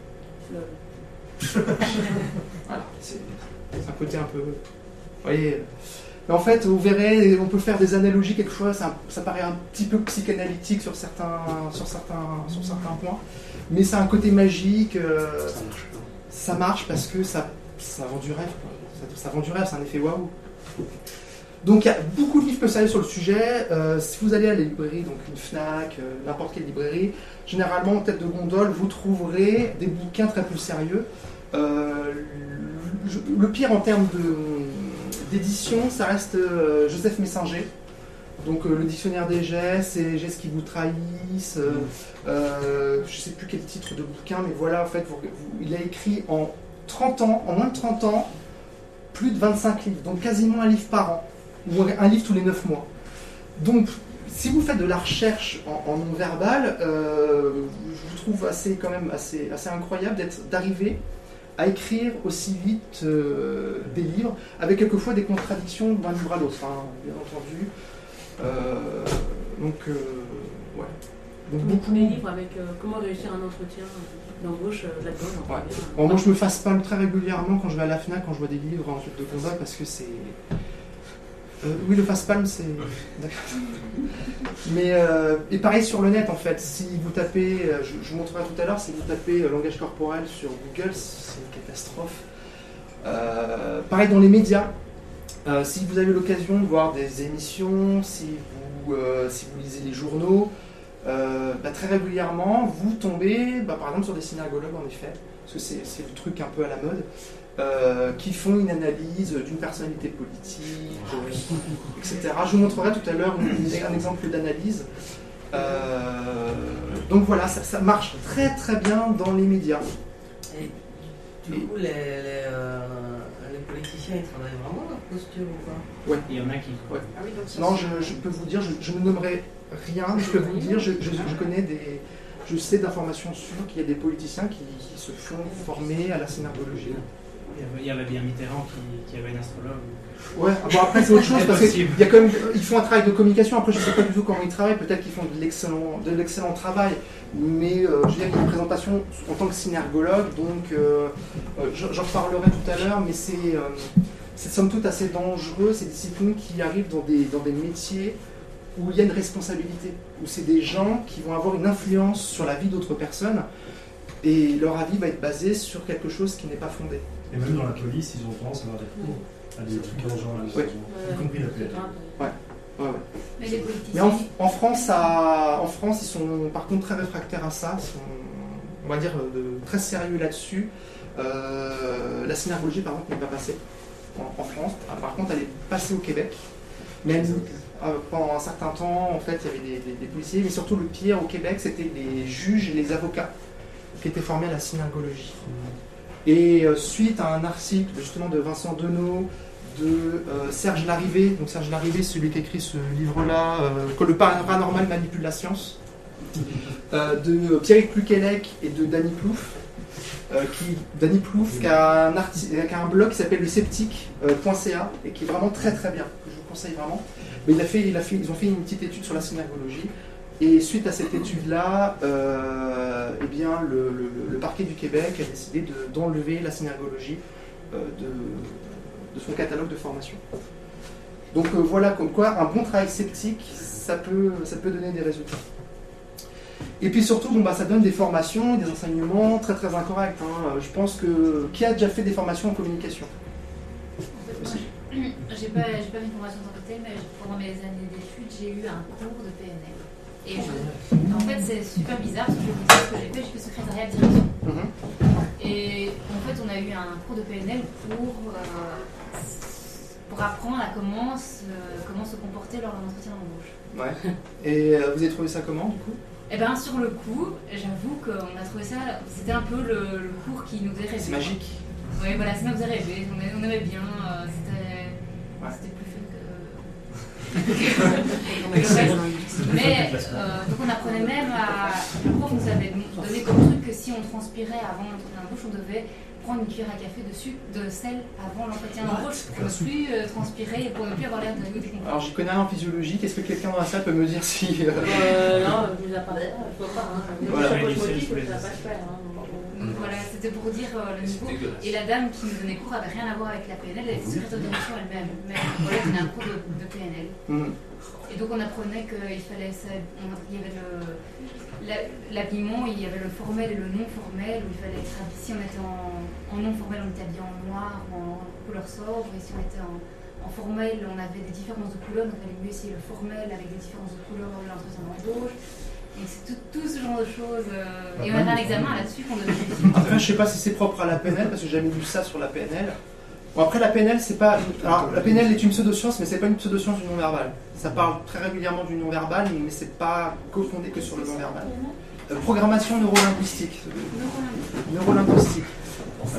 [SPEAKER 1] Voilà, c'est c'est un côté un peu... Vous voyez, mais en fait, vous verrez, on peut faire des analogies quelquefois, ça, ça paraît un petit peu psychanalytique sur certains, sur certains, sur certains points, mais c'est un côté magique, euh,
[SPEAKER 10] Ça marche pas.
[SPEAKER 1] ça marche parce que ça, ça vend du rêve, quoi. Ça, ça vend du rêve, c'est un effet waouh. Donc il y a beaucoup de livres peu sérieux sur le sujet. Euh, si vous allez à la librairie, donc une FNAC, euh, n'importe quelle librairie, généralement en tête de gondole, vous trouverez des bouquins très peu sérieux. Euh, le, le pire en termes de- d'édition, ça reste euh, Joseph Messinger. Donc euh, le dictionnaire des gestes, et les gestes qui vous trahissent. Euh, euh, je ne sais plus quel titre de bouquin, mais voilà, en fait, vous- vous- il a écrit en trente ans, en moins de trente ans, plus de vingt-cinq livres, donc quasiment un livre par an, ou un livre tous les neuf mois. Donc, si vous faites de la recherche en, en non-verbal, euh, je vous trouve assez, quand même assez, assez incroyable d'être, d'arriver à écrire aussi vite euh, des livres, avec quelquefois des contradictions d'un livre à l'autre, hein, bien entendu. Euh, donc, euh, ouais. Donc,
[SPEAKER 2] Beaucoup les livres avec euh, comment réussir un entretien d'embauche euh, là-dedans. j'en
[SPEAKER 1] Ouais.
[SPEAKER 2] connais un.
[SPEAKER 1] Bon, moi, je me fasse spam très régulièrement quand je vais à la FNAC, quand je vois des livres en truc de combat, parce que c'est... Euh, oui, le face palm, c'est... D'accord. Mais, euh, et pareil sur le net, en fait. Si vous tapez, euh, je, je vous montrerai tout à l'heure, si vous tapez euh, langage corporel sur Google, c'est une catastrophe. Euh, pareil dans les médias. Euh, si vous avez l'occasion de voir des émissions, si vous, euh, si vous lisez les journaux, euh, bah, très régulièrement, vous tombez, bah, par exemple, sur des synergologues, en effet, parce que c'est, c'est le truc un peu à la mode, euh, qui font une analyse d'une personnalité politique, euh, et cetera. Je vous montrerai tout à l'heure une- un exemple d'analyse. Euh, donc voilà, ça, ça marche très très bien dans les médias.
[SPEAKER 3] Et du coup, les, les, euh, les politiciens, ils travaillent vraiment leur posture ou pas?
[SPEAKER 7] Il y en a qui.
[SPEAKER 1] Ouais.
[SPEAKER 8] Ah oui, donc ça,
[SPEAKER 1] Non,
[SPEAKER 8] c'est-
[SPEAKER 1] je, je peux vous dire, je, je ne nommerai rien, mais je peux vous dire, je, je- je connais des, je sais d'informations sûres qu'il y a des politiciens qui, qui se font former à la synergologie.
[SPEAKER 7] Il y avait, il y avait bien Mitterrand qui, qui avait un astrologue.
[SPEAKER 1] Ouais, bon après c'est autre chose parce qu'il y a quand même, ils font un travail de communication. Après je sais pas du tout comment ils travaillent, peut-être qu'ils font de l'excellent, de l'excellent travail, mais euh, je veux dire il y a une présentation en tant que synergologue, donc euh, euh, j'en reparlerai tout à l'heure, mais c'est, euh, c'est somme toute assez dangereux ces disciplines qui arrivent dans des, dans des métiers où il y a une responsabilité, où c'est des gens qui vont avoir une influence sur la vie d'autres personnes et leur avis va être basé sur quelque chose qui n'est pas fondé.
[SPEAKER 6] Et même dans la police, ils ont tendance à avoir des recours à des trucs dans ce genre,
[SPEAKER 1] ouais.
[SPEAKER 6] y compris la P L.
[SPEAKER 1] Ouais. Ouais, ouais.
[SPEAKER 5] Mais les politiciens.
[SPEAKER 1] Mais en, en, France, ça, en France, ils sont par contre très réfractaires à ça, ils sont, on va dire, de, très sérieux là-dessus. Euh, la synergologie, par contre, n'est pas passée en, en France. Par contre, elle est passée au Québec. Mais elle, euh, pendant un certain temps, en fait, il y avait des, des, des policiers, mais surtout le pire au Québec, c'était les juges et les avocats qui étaient formés à la synergologie. Et euh, suite à un article justement de Vincent Denot, de euh, Serge Larrivé, donc Serge Larrivé, celui qui a écrit ce livre-là, euh, Le paranormal manipule la science, euh, de Pierrick Luquelec et de Danny Plouffe, euh, qui, Danny Plouffe qui a un, arti- qui a un blog qui s'appelle le sceptique point c a et qui est vraiment très très bien, que je vous conseille vraiment. Mais il a fait, il a fait, ils ont fait une petite étude sur la synergologie. Et suite à cette étude-là, euh, eh bien, le, le, le parquet du Québec a décidé de, d'enlever la synergologie euh, de, de son catalogue de formation. Donc euh, voilà, comme quoi un bon travail sceptique, ça peut, ça peut donner des résultats. Et puis surtout, bon, bah, ça donne des formations, des enseignements très très incorrects. Hein. Je pense que... Qui a déjà fait des formations en communication ?
[SPEAKER 5] En fait, moi, j'ai pas, j'ai pas fait une formation en tant que telle, mais pendant mes années d'études, j'ai eu un cours de P N L. Et je, en fait, c'est super bizarre parce que je vous dis ce que j'ai fait, j'ai fait secrétariat de direction. Mm-hmm. Et en fait, on a eu un cours de P N L pour, euh, pour apprendre à comment se, comment se comporter lors d'un entretien d'embauche.
[SPEAKER 1] Ouais. Et euh, vous avez trouvé ça comment, du coup ?
[SPEAKER 5] Eh bien, sur le coup, j'avoue qu'on a trouvé ça, c'était un peu le, le cours qui nous faisait rêver.
[SPEAKER 1] C'est magique.
[SPEAKER 5] Oui, voilà, ça nous faisait rêver, on, on aimait bien, euh, c'était,
[SPEAKER 1] ouais.
[SPEAKER 5] c'était plus fun que... Mais euh, donc on apprenait même à... Le prof nous avait donné comme truc que si on transpirait avant l'entretien d'embauche, on devait prendre une cuillère à café de sucre, de sel avant l'entretien d'embauche pour ne plus euh, transpirer et pour ne plus avoir l'air de déconfort.
[SPEAKER 1] Alors j'y connais rien en physiologie, est-ce que quelqu'un dans la salle peut me dire si...
[SPEAKER 2] Euh, euh, non, je vous apparais, je vois pas. Hein.
[SPEAKER 1] Voilà.
[SPEAKER 2] Ça peut ça va pas se faire. Hein.
[SPEAKER 5] Donc voilà, c'était pour dire euh, le niveau. Et la dame qui nous donnait cours avait rien à voir avec la P N L, elle était secrétaire de direction elle-même. Mais voilà, on a un cours de, de P N L. Mm. Et donc on apprenait qu'il fallait, ça, on, il y avait le, la, l'habillement, il y avait le formel et le non formel, où il fallait être habillé, si on était en, en non formel, on était habillé en noir, en couleur sobre, et si on était en, en formel, on avait des différences de couleurs, donc il fallait mieux essayer le formel avec des différences de couleurs lors de l'entretien d'embauche. Et c'est tout, tout ce genre de choses. Euh, et on avait un examen là-dessus qu'on devait réussir.
[SPEAKER 1] Après, je sais pas si c'est propre à la P N L, parce que j'ai jamais vu ça sur la P N L. Bon, après, la P N L, c'est pas. Alors, la P N L est une pseudo-science, mais c'est pas une pseudo-science du non-verbal. Ça parle très régulièrement du non-verbal, mais c'est pas cofondé que sur le non-verbal. Euh, programmation neurolinguistique. Neurolinguistique. Euh...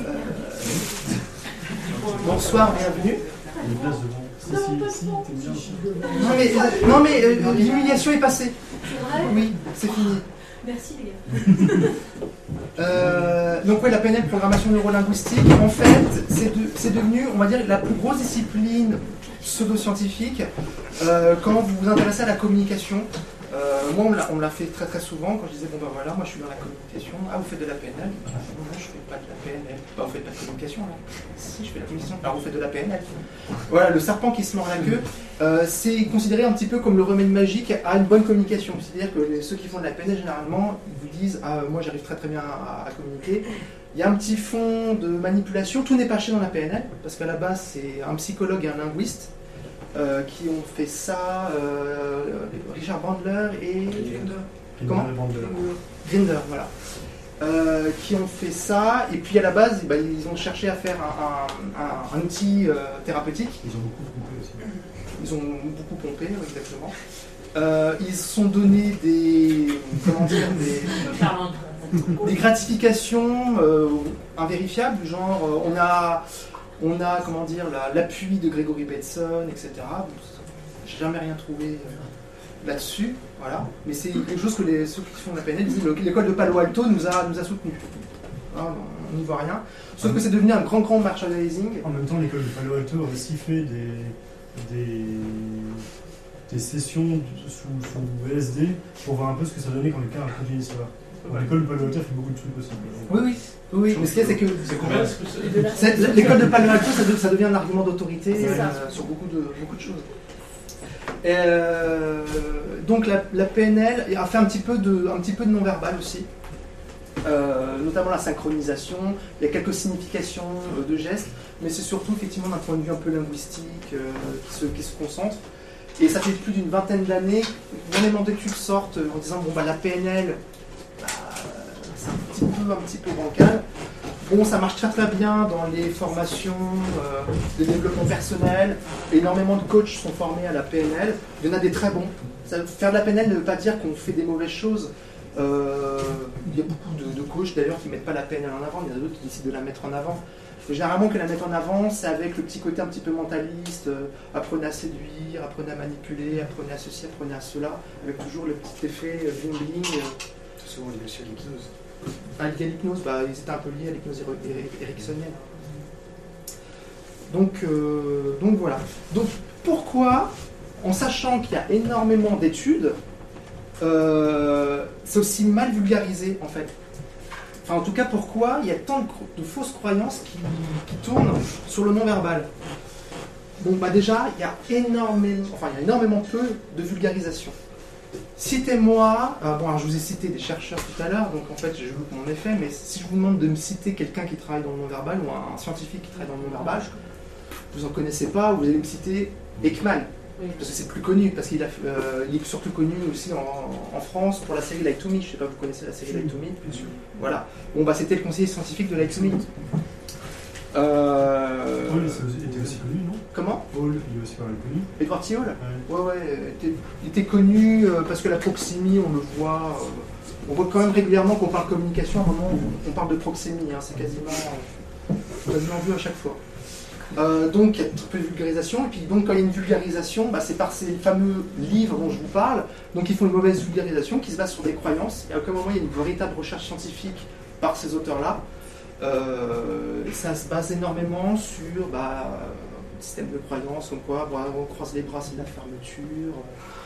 [SPEAKER 1] Bonsoir, bienvenue.
[SPEAKER 6] Si, si, si, t'es bien.
[SPEAKER 1] Non mais, euh, non, mais euh, l'humiliation est passée.
[SPEAKER 2] C'est vrai ?
[SPEAKER 1] Oui, c'est fini.
[SPEAKER 2] Merci les gars.
[SPEAKER 1] euh, donc oui, la P N L, programmation neurolinguistique, en fait, c'est, de, c'est devenu, on va dire, la plus grosse discipline pseudo-scientifique euh, quand vous vous intéressez à la communication. Euh, moi, on, l'a, on l'a fait très très souvent quand je disais, bon ben voilà, moi je suis dans la communication. Ah, vous faites de la P N L ? Ah, non, non, je fais pas de la P N L. Bah, vous faites pas de communication, là. Si, je fais de la communication. Alors, vous faites de la P N L. Voilà, le serpent qui se mord la queue, euh, c'est considéré un petit peu comme le remède magique à une bonne communication. C'est-à-dire que les, ceux qui font de la P N L, généralement, ils vous disent, ah, moi j'arrive très très bien à, à communiquer. Il y a un petit fond de manipulation, tout n'est pas acheté dans la P N L, parce qu'à la base, c'est un psychologue et un linguiste. Euh, qui ont fait ça, euh, Richard Bandler et... Comment ? Grinder, voilà. Euh, qui ont fait ça, et puis à la base, bah, ils ont cherché à faire un, un, un, un outil euh, thérapeutique.
[SPEAKER 6] Ils ont beaucoup pompé aussi.
[SPEAKER 1] Ils ont beaucoup pompé, exactement. Euh, ils se sont donné des... Comment dire des, des gratifications euh, invérifiables, genre euh, on a... On a, comment dire, la, l'appui de Gregory Bateson, et cetera. J'ai jamais rien trouvé. là-dessus, voilà. Mais c'est quelque chose que les, ceux qui font la P N L disent, l'école de Palo Alto nous a, nous a soutenus. Hein, on n'y voit rien. Sauf ah, que c'est devenu un grand, grand merchandising.
[SPEAKER 6] En même temps, l'école de Palo Alto a aussi fait des, des, des sessions sous, sous L S D pour voir un peu ce que ça donnait quand quelqu'un a produit une histoire. Ouais. L'école de Palo Alto fait beaucoup de trucs aussi.
[SPEAKER 1] Oui, oui. Oui, mais ce qu'il y a, c'est que.
[SPEAKER 10] C'est combien
[SPEAKER 1] l'école de Palo Alto, ça, ça devient un argument d'autorité euh, sur beaucoup de, beaucoup de choses. Et euh, donc la, la P N L a fait un petit peu de, un petit peu de non-verbal aussi. Euh, notamment la synchronisation, il y a quelques significations euh, de gestes, mais c'est surtout effectivement d'un point de vue un peu linguistique euh, qui, se, qui se concentre. Et ça fait plus d'une vingtaine d'années qu'énormément d'études sortent en disant bon bah la P N L bah, c'est un petit peu un petit peu bancal. Bon, ça marche très très bien dans les formations euh, de développement personnel. Énormément de coachs sont formés à la P N L. Il y en a des très bons. Ça, faire de la P N L ne veut pas dire qu'on fait des mauvaises choses. Euh, il y a beaucoup de, de coachs d'ailleurs qui ne mettent pas la P N L en avant, il y en a d'autres qui décident de la mettre en avant. Et généralement, que la mettre en avant, c'est avec le petit côté un petit peu mentaliste, euh, apprenez à séduire, apprenez à manipuler, apprenez à ceci, apprenez à cela, avec toujours le petit effet euh, bling bling. Euh.
[SPEAKER 10] C'est souvent lié aussi à l'hypnose.
[SPEAKER 1] Ah, lié à l'hypnose, bah, ils étaient un peu liés à l'hypnose ericksonienne. Donc, euh, donc voilà. Donc pourquoi, en sachant qu'il y a énormément d'études, Euh, c'est aussi mal vulgarisé en fait. Enfin, en tout cas, pourquoi il y a tant de, de fausses croyances qui, qui tournent sur le non-verbal? Bon, bah déjà, il y a énormément, enfin, il y a énormément peu de vulgarisation. Citez-moi, euh, bon, alors je vous ai cité des chercheurs tout à l'heure, donc en fait, je loupe mon effet, mais si je vous demande de me citer quelqu'un qui travaille dans le non-verbal ou un, un scientifique qui travaille dans le non-verbal, vous en connaissez pas, vous allez me citer Ekman. Parce que c'est plus connu, parce qu'il euh, est surtout connu aussi en, en France pour la série Lie to Me. Je ne sais pas, vous connaissez la série Lie to Me? Bien sûr. Voilà. Bon, bah c'était le conseiller scientifique de Lie to Me. Euh...
[SPEAKER 6] Paul il était aussi connu, non?
[SPEAKER 1] Comment?
[SPEAKER 6] Paul, il est aussi pas mal connu.
[SPEAKER 1] Edward T. Hall? Ouais, ouais. ouais était, il était connu euh, parce que la proxémie, on le voit. Euh, on voit quand même régulièrement qu'on parle communication à un moment où on parle de proxémie. Hein, c'est quasiment, euh, quasiment vu à chaque fois. Euh, donc il y a très peu de vulgarisation, et puis donc quand il y a une vulgarisation, bah, c'est par ces fameux livres dont je vous parle, donc ils font une mauvaise vulgarisation qui se base sur des croyances, et à aucun moment il y a une véritable recherche scientifique par ces auteurs-là. Euh, ça se base énormément sur bah, un système de croyances, comme quoi bah, on croise les bras c'est de la fermeture.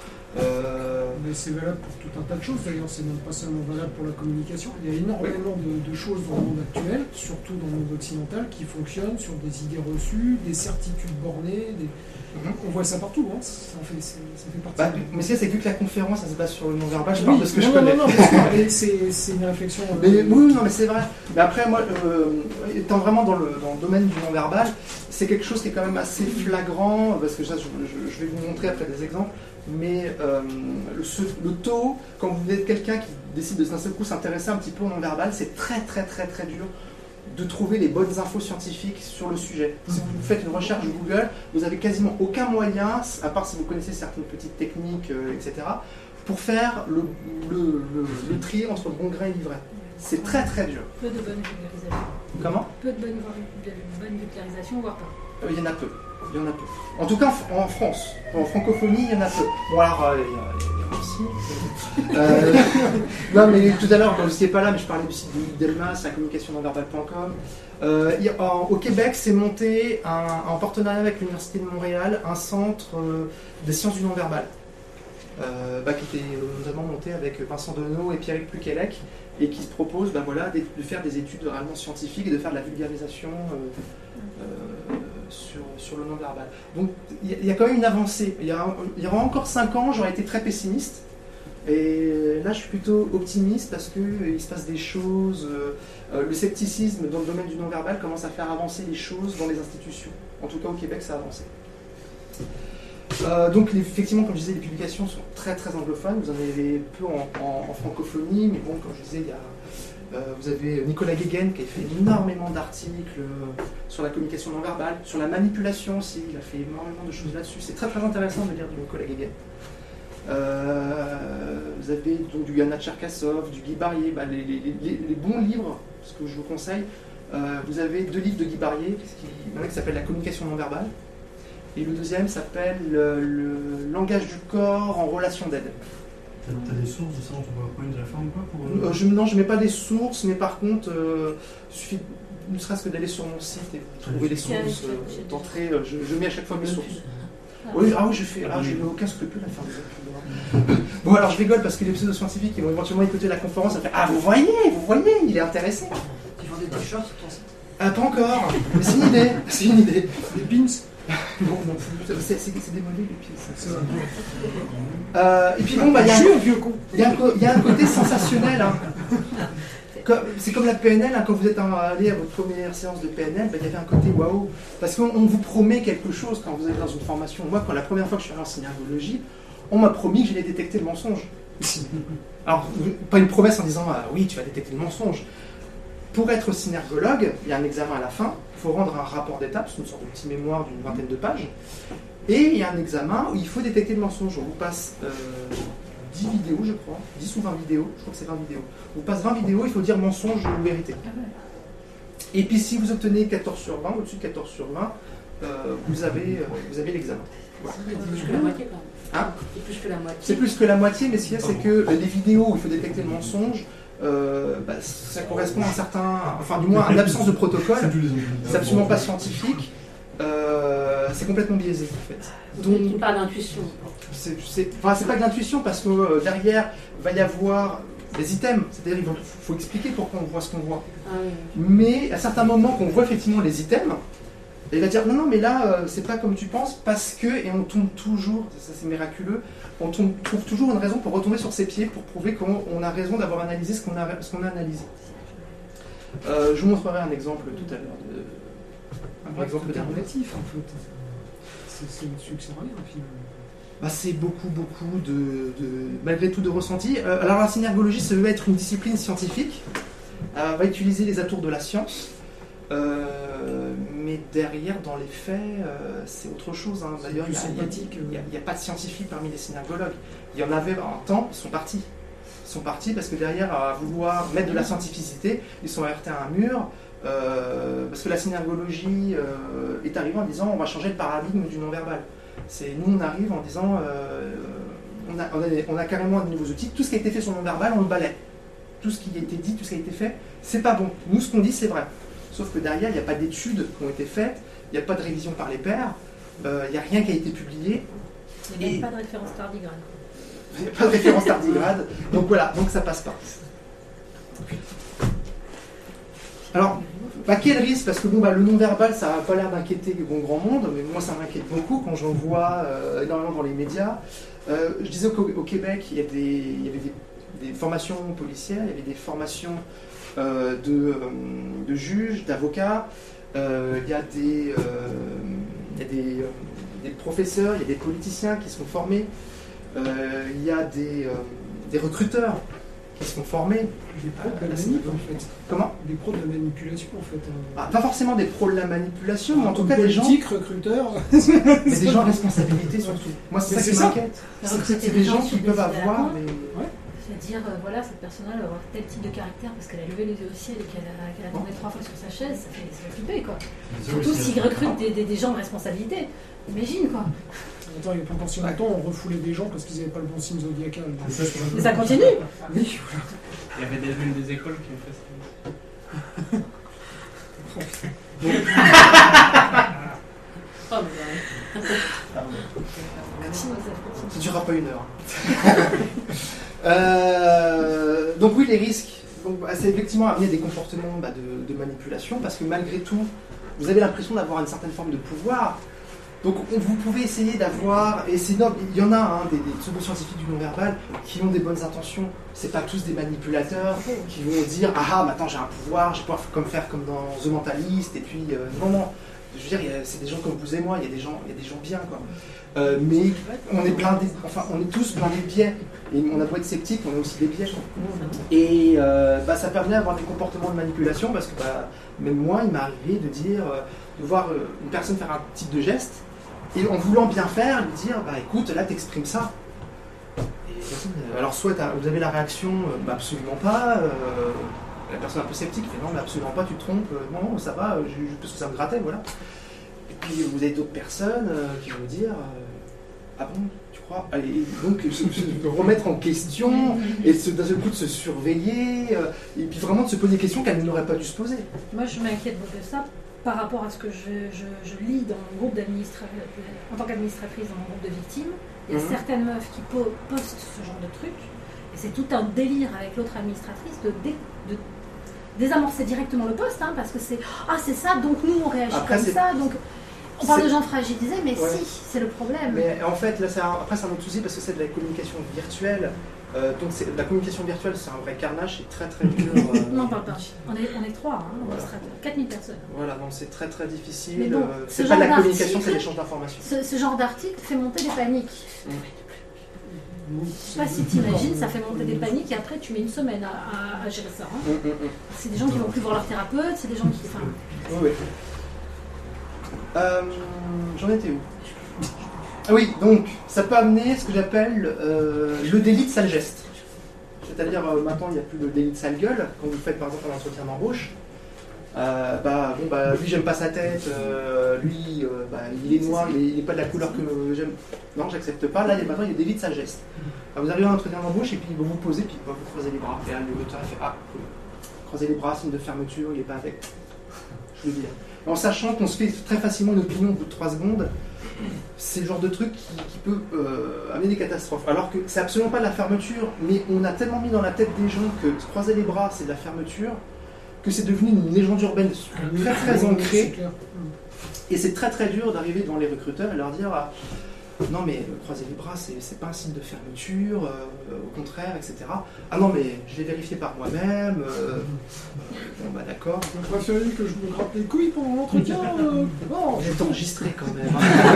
[SPEAKER 1] Euh...
[SPEAKER 9] Mais c'est valable pour tout un tas de choses, d'ailleurs, c'est même pas seulement valable pour la communication. Il y a énormément de, de choses dans le monde actuel, surtout dans le monde occidental, qui fonctionnent sur des idées reçues, des certitudes bornées. Des... Mm-hmm. On voit ça partout, hein. ça, fait, ça fait partie.
[SPEAKER 1] Bah,
[SPEAKER 9] de...
[SPEAKER 1] Mais c'est vu que la conférence ça se base sur le non-verbal, je
[SPEAKER 9] oui,
[SPEAKER 1] parle de ce que
[SPEAKER 9] non,
[SPEAKER 1] je
[SPEAKER 9] non,
[SPEAKER 1] connais.
[SPEAKER 9] Non, non, non, c'est une réflexion.
[SPEAKER 1] Mais, oui, non, mais c'est vrai. Mais après, moi, euh, étant vraiment dans le, dans le domaine du non-verbal, c'est quelque chose qui est quand même assez flagrant, parce que ça, je, je, je vais vous montrer après des exemples. Mais euh, le, ce, le taux, quand vous êtes quelqu'un qui décide de d'un seul coup s'intéresser un petit peu au non-verbal, c'est très très très très dur de trouver les bonnes infos scientifiques sur le sujet. Si vous faites une recherche Google, vous n'avez quasiment aucun moyen, à part si vous connaissez certaines petites techniques, euh, et cetera, pour faire le, le, le, le tri entre bon grain et l'ivraie. C'est très très dur.
[SPEAKER 2] Peu de bonnes vulgarisations.
[SPEAKER 1] Comment?
[SPEAKER 2] Peu de bonnes, bonnes vulgarisations, voire pas.
[SPEAKER 1] Il euh, y en a peu. Il y en a peu. En tout cas, en France, en francophonie, il y en a peu. Bon, alors, euh, il y a aussi. Euh, non, mais tout à l'heure, vous n'étiez pas là, mais je parlais du site de Delmas, la communication non verbale point com. Euh, au Québec, c'est monté un, en partenariat avec l'Université de Montréal, un centre euh, des sciences du non-verbal, euh, bah, qui était notamment monté avec Vincent Deneau et Pierrick Pluquelec, et qui se propose bah, voilà, de, de faire des études réellement scientifiques et de faire de la vulgarisation euh, euh, sur, sur le non-verbal. Donc il y, y a quand même une avancée. Il y, a, il y aura encore cinq ans, j'aurais été très pessimiste. Et là, je suis plutôt optimiste parce qu'il se passe des choses. Euh, le scepticisme dans le domaine du non-verbal commence à faire avancer les choses dans les institutions. En tout cas, au Québec, ça a avancé. Euh, donc, effectivement, comme je disais, les publications sont très très anglophones. Vous en avez peu en, en, en francophonie, mais bon, comme je disais, il y a, euh, vous avez Nicolas Guéguen qui a fait énormément d'articles euh, sur la communication non-verbale, sur la manipulation aussi. Il a fait énormément de choses là-dessus. C'est très très intéressant de lire du Nicolas Guéguen. Euh, vous avez donc du Yana Tcherkassov, du Guy Barrier, bah, les, les, les, les bons livres, ce que je vous conseille. Euh, vous avez deux livres de Guy Barrier, il y en a qui s'appelle La communication non verbale, Et le deuxième s'appelle le, le langage du corps en relation d'aide.
[SPEAKER 6] T'as, t'as des sources de ça dans ton PowerPoint de la fin ou pas pour...
[SPEAKER 1] euh, je, Non, je ne mets pas des sources, mais par contre, euh, il suffit ne serait-ce que d'aller sur mon site et vous trouver les sources euh, d'entrée. Euh, je, je mets à chaque fois mes sources. Oui, ah oui, je fais. Ah, je n'ai aucun scrupule à faire des études. Bon, alors je rigole parce que les pseudo-scientifiques ils vont éventuellement écouter la conférence et faire ah, vous voyez, vous voyez, il est intéressé.
[SPEAKER 3] Tu vends des t-shirts sur ton site?
[SPEAKER 1] Ah, pas encore, mais c'est une idée. C'est une idée.
[SPEAKER 9] Des pins.
[SPEAKER 1] Non, non, c'est, c'est, c'est démodé les pins. C'est ça. Euh, et puis bon, bah, il y a un,
[SPEAKER 9] vieux con.
[SPEAKER 1] Il y a un, il y a un côté sensationnel. Hein. Comme, c'est comme la P N L, hein, quand vous êtes allé à votre première séance de P N L, bah, il y avait un côté waouh. Parce qu'on on vous promet quelque chose quand vous êtes dans une formation. Moi, quand la première fois que je suis allé en synergologie, on m'a promis que j'allais détecter le mensonge. Alors, pas une promesse en disant ah, oui, tu vas détecter le mensonge. Pour être synergologue, il y a un examen à la fin, il faut rendre un rapport d'étape, c'est une sorte de petit mémoire d'une vingtaine de pages. Et il y a un examen où il faut détecter le mensonge. On vous passe euh, dix vidéos, je crois, dix ou vingt vidéos, je crois que c'est vingt vidéos. On vous passe vingt vidéos, il faut dire mensonge ou vérité. Et puis si vous obtenez quatorze sur vingt, au-dessus de quatorze sur vingt, euh, vous, avez, euh, vous avez l'examen. Voilà.
[SPEAKER 2] C'est plus que la moitié, quand même.
[SPEAKER 1] Hein?
[SPEAKER 2] C'est plus que la moitié.
[SPEAKER 1] C'est plus que la moitié, mais ce qu'il y a, c'est que les vidéos où il faut détecter le mensonge, euh, bah, ça correspond à un certain, enfin du moins à une absence de protocole, c'est absolument pas scientifique, euh, c'est complètement biaisé en fait.
[SPEAKER 2] Donc, il parle d'intuition.
[SPEAKER 1] C'est, c'est, enfin, c'est pas de l'intuition parce que euh, derrière va y avoir des items, c'est-à-dire il faut expliquer pourquoi on voit ce qu'on voit.
[SPEAKER 2] Ah, oui.
[SPEAKER 1] Mais à certains moments qu'on voit effectivement les items, il va dire non, non, mais là, euh, c'est pas comme tu penses, parce que, et on tombe toujours, ça c'est miraculeux, on tombe, trouve toujours une raison pour retomber sur ses pieds, pour prouver qu'on on a raison d'avoir analysé ce qu'on a, ce qu'on a analysé. Euh, je vous montrerai un exemple tout à l'heure. De, un exemple
[SPEAKER 9] alternatif, en fait. C'est, c'est là-dessus que ça revient, finalement.
[SPEAKER 1] Bah, c'est beaucoup, beaucoup de, de, malgré tout, de ressenti. Euh, alors la synergologie, ça veut être une discipline scientifique, euh, va utiliser les atours de la science. Euh, mais derrière, dans les faits, euh, c'est autre chose. Hein. D'ailleurs, il n'y a, a, a, a pas de scientifiques parmi les synergologues. Il y en avait un temps, ils sont partis. Ils sont partis parce que derrière, à vouloir mettre de la scientificité, ils sont heurtés à un mur. Euh, parce que la synergologie euh, est arrivée en disant on va changer le paradigme du non-verbal. C'est, nous, on arrive en disant euh, on, a, on, a, on a carrément de nouveaux outils. Tout ce qui a été fait sur le non-verbal, on le balaie. Tout ce qui a été dit, tout ce qui a été fait, c'est pas bon. Nous, ce qu'on dit, c'est vrai. Sauf que derrière, il n'y a pas d'études qui ont été faites, il n'y a pas de révision par les pairs, euh, il n'y a rien qui a été publié.
[SPEAKER 11] Il n'y a même pas de référence tardigrade.
[SPEAKER 1] Il n'y a pas de référence tardigrade, donc voilà, donc ça passe pas. Alors, bah, quel risque? Parce que bon, bah, le non-verbal, ça n'a pas l'air d'inquiéter le bon grand monde, mais moi ça m'inquiète beaucoup quand j'en vois euh, énormément dans les médias. Euh, je disais qu'au au Québec, il y, a des, il y avait des, des formations policières, il y avait des formations Euh, de, euh, de juges, d'avocats, euh, il y a des, euh, il y a des, euh, des professeurs, il y a des politiciens qui sont formés, euh, il y a des, euh, des recruteurs qui sont formés.
[SPEAKER 9] Des pros de la manip, en fait.
[SPEAKER 1] Comment?
[SPEAKER 9] Des pros de la manipulation, en fait.
[SPEAKER 1] Ah, pas forcément des pros de la manipulation,
[SPEAKER 9] ah,
[SPEAKER 1] mais en tout cas des gens...
[SPEAKER 9] Politiques, recruteurs...
[SPEAKER 1] mais des gens à responsabilité surtout. Moi, c'est
[SPEAKER 9] mais
[SPEAKER 1] ça
[SPEAKER 9] c'est
[SPEAKER 1] qui m'inquiète.
[SPEAKER 11] C'est,
[SPEAKER 1] c'est, c'est des gens qui peuvent avoir... Des...
[SPEAKER 9] Ouais.
[SPEAKER 11] C'est-à-dire, euh, voilà, cette personne-là va avoir tel type de caractère parce qu'elle a levé les yeux au ciel et qu'elle a, qu'elle a tombé trois fois sur sa chaise, ça fait, ça fait flipper, quoi. Surtout s'ils recrutent des, des, des gens de responsabilité. Imagine, quoi.
[SPEAKER 9] Attends, il n'y a pas encore si longtemps, on refoulait des gens parce qu'ils n'avaient pas le bon signe zodiacal.
[SPEAKER 11] Mais ça continue.
[SPEAKER 9] Oui, voilà.
[SPEAKER 7] Il y avait des jeunes des écoles qui ont fait ça.
[SPEAKER 2] Oh, mais
[SPEAKER 1] ça ne durera pas une heure. euh, donc oui, les risques. Donc, bah, c'est effectivement amener des comportements bah, de, de manipulation, parce que malgré tout, vous avez l'impression d'avoir une certaine forme de pouvoir. Donc vous pouvez essayer d'avoir, et c'est noble, il y en a hein, des, des pseudo-scientifiques du non-verbal qui ont des bonnes intentions. C'est pas tous des manipulateurs qui vont dire ah ah maintenant j'ai un pouvoir, je vais pouvoir comme faire comme dans The Mentalist, et puis euh, non non. Je veux dire, c'est des gens comme vous et moi, il y a des gens, il y a des gens bien, quoi. Euh, mais on est blindés, enfin, on est tous blindés de biais. Et on a beau être sceptique, on a aussi des biais, quoi. Et euh, bah, ça permet d'avoir des comportements de manipulation, parce que bah, même moi, il m'est arrivé de dire, euh, de voir euh, une personne faire un type de geste, et en voulant bien faire, lui dire, bah écoute, là, t'exprimes ça. Et, euh, alors, soit vous avez la réaction, euh, bah, absolument pas. Euh, La personne un peu sceptique fait non, mais absolument pas, tu te trompes, euh, non, ça va, je, parce que ça me grattait, voilà. Et puis vous avez d'autres personnes euh, qui vont dire euh, ah bon, tu crois? Et donc se, se remettre en question et d'un seul coup de se surveiller euh, et puis vraiment de se poser des questions qu'elle n'aurait pas dû se poser.
[SPEAKER 11] Moi, je m'inquiète beaucoup de ça par rapport à ce que je, je, je lis dans mon groupe d'administrateurs, en tant qu'administratrice dans mon groupe de victimes. Il y a mmh. certaines meufs qui po postent ce genre de trucs, et c'est tout un délire avec l'autre administratrice de, dé de désamorcer directement le poste, hein, parce que c'est ah c'est ça, donc nous on réagit Après, comme ça, donc on parle de gens fragilisés, mais ouais. si, c'est le problème.
[SPEAKER 1] Mais en fait, là, un, après c'est un autre souci parce que c'est de la communication virtuelle. Euh, donc la communication virtuelle, c'est un vrai carnage, c'est très très dur. Euh...
[SPEAKER 11] non, on parle pas. On est, on est trois, hein, voilà. quatre mille personnes.
[SPEAKER 1] Voilà, donc c'est très très difficile.
[SPEAKER 11] Bon,
[SPEAKER 1] euh, c'est pas de la communication, c'est l'échange d'informations.
[SPEAKER 11] Ce, ce genre d'article fait monter des paniques. Mmh. Je sais pas si t'imagines, ça fait monter des paniques et après tu mets une semaine à, à, à gérer ça. Hein. Mmh, mmh. C'est des gens qui vont plus voir leur thérapeute, c'est des gens qui. Enfin...
[SPEAKER 1] Oui, oui. Euh, J'en étais où? Ah oui, donc ça peut amener ce que j'appelle euh, le délit de sale geste. C'est-à-dire euh, maintenant il n'y a plus le délit de sale gueule. Quand vous faites par exemple un entretien d'embauche, euh, bah bon bah lui j'aime pas sa tête, euh, lui euh, bah, il est noir, il n'est pas de la couleur que j'aime. Non, j'accepte pas. Là il y a, maintenant il y a le délit de sale geste. Alors, vous arrivez à un entretien d'embauche et puis vous vous posez, puis bah, vous croisez les bras. Et là le docteur fait ah, croisez les bras, signe de fermeture, il n'est pas avec. Je veux dire. En sachant qu'on se fait très facilement une opinion au bout de trois secondes. C'est le genre de truc qui, qui peut euh, amener des catastrophes. Alors que c'est absolument pas de la fermeture, mais on a tellement mis dans la tête des gens que se croiser les bras c'est de la fermeture, que c'est devenu une légende urbaine très très ancrée. Et c'est très très dur d'arriver devant les recruteurs et leur dire ah, non mais euh, croiser les bras c'est pas un signe de fermeture, euh, au contraire, et cetera. Ah non mais je l'ai vérifié par moi-même. Euh, bon bah d'accord.
[SPEAKER 9] Vous préfériez que je me gratte les couilles pendant l'entretien euh...
[SPEAKER 1] oh, j'ai enregistré quand même.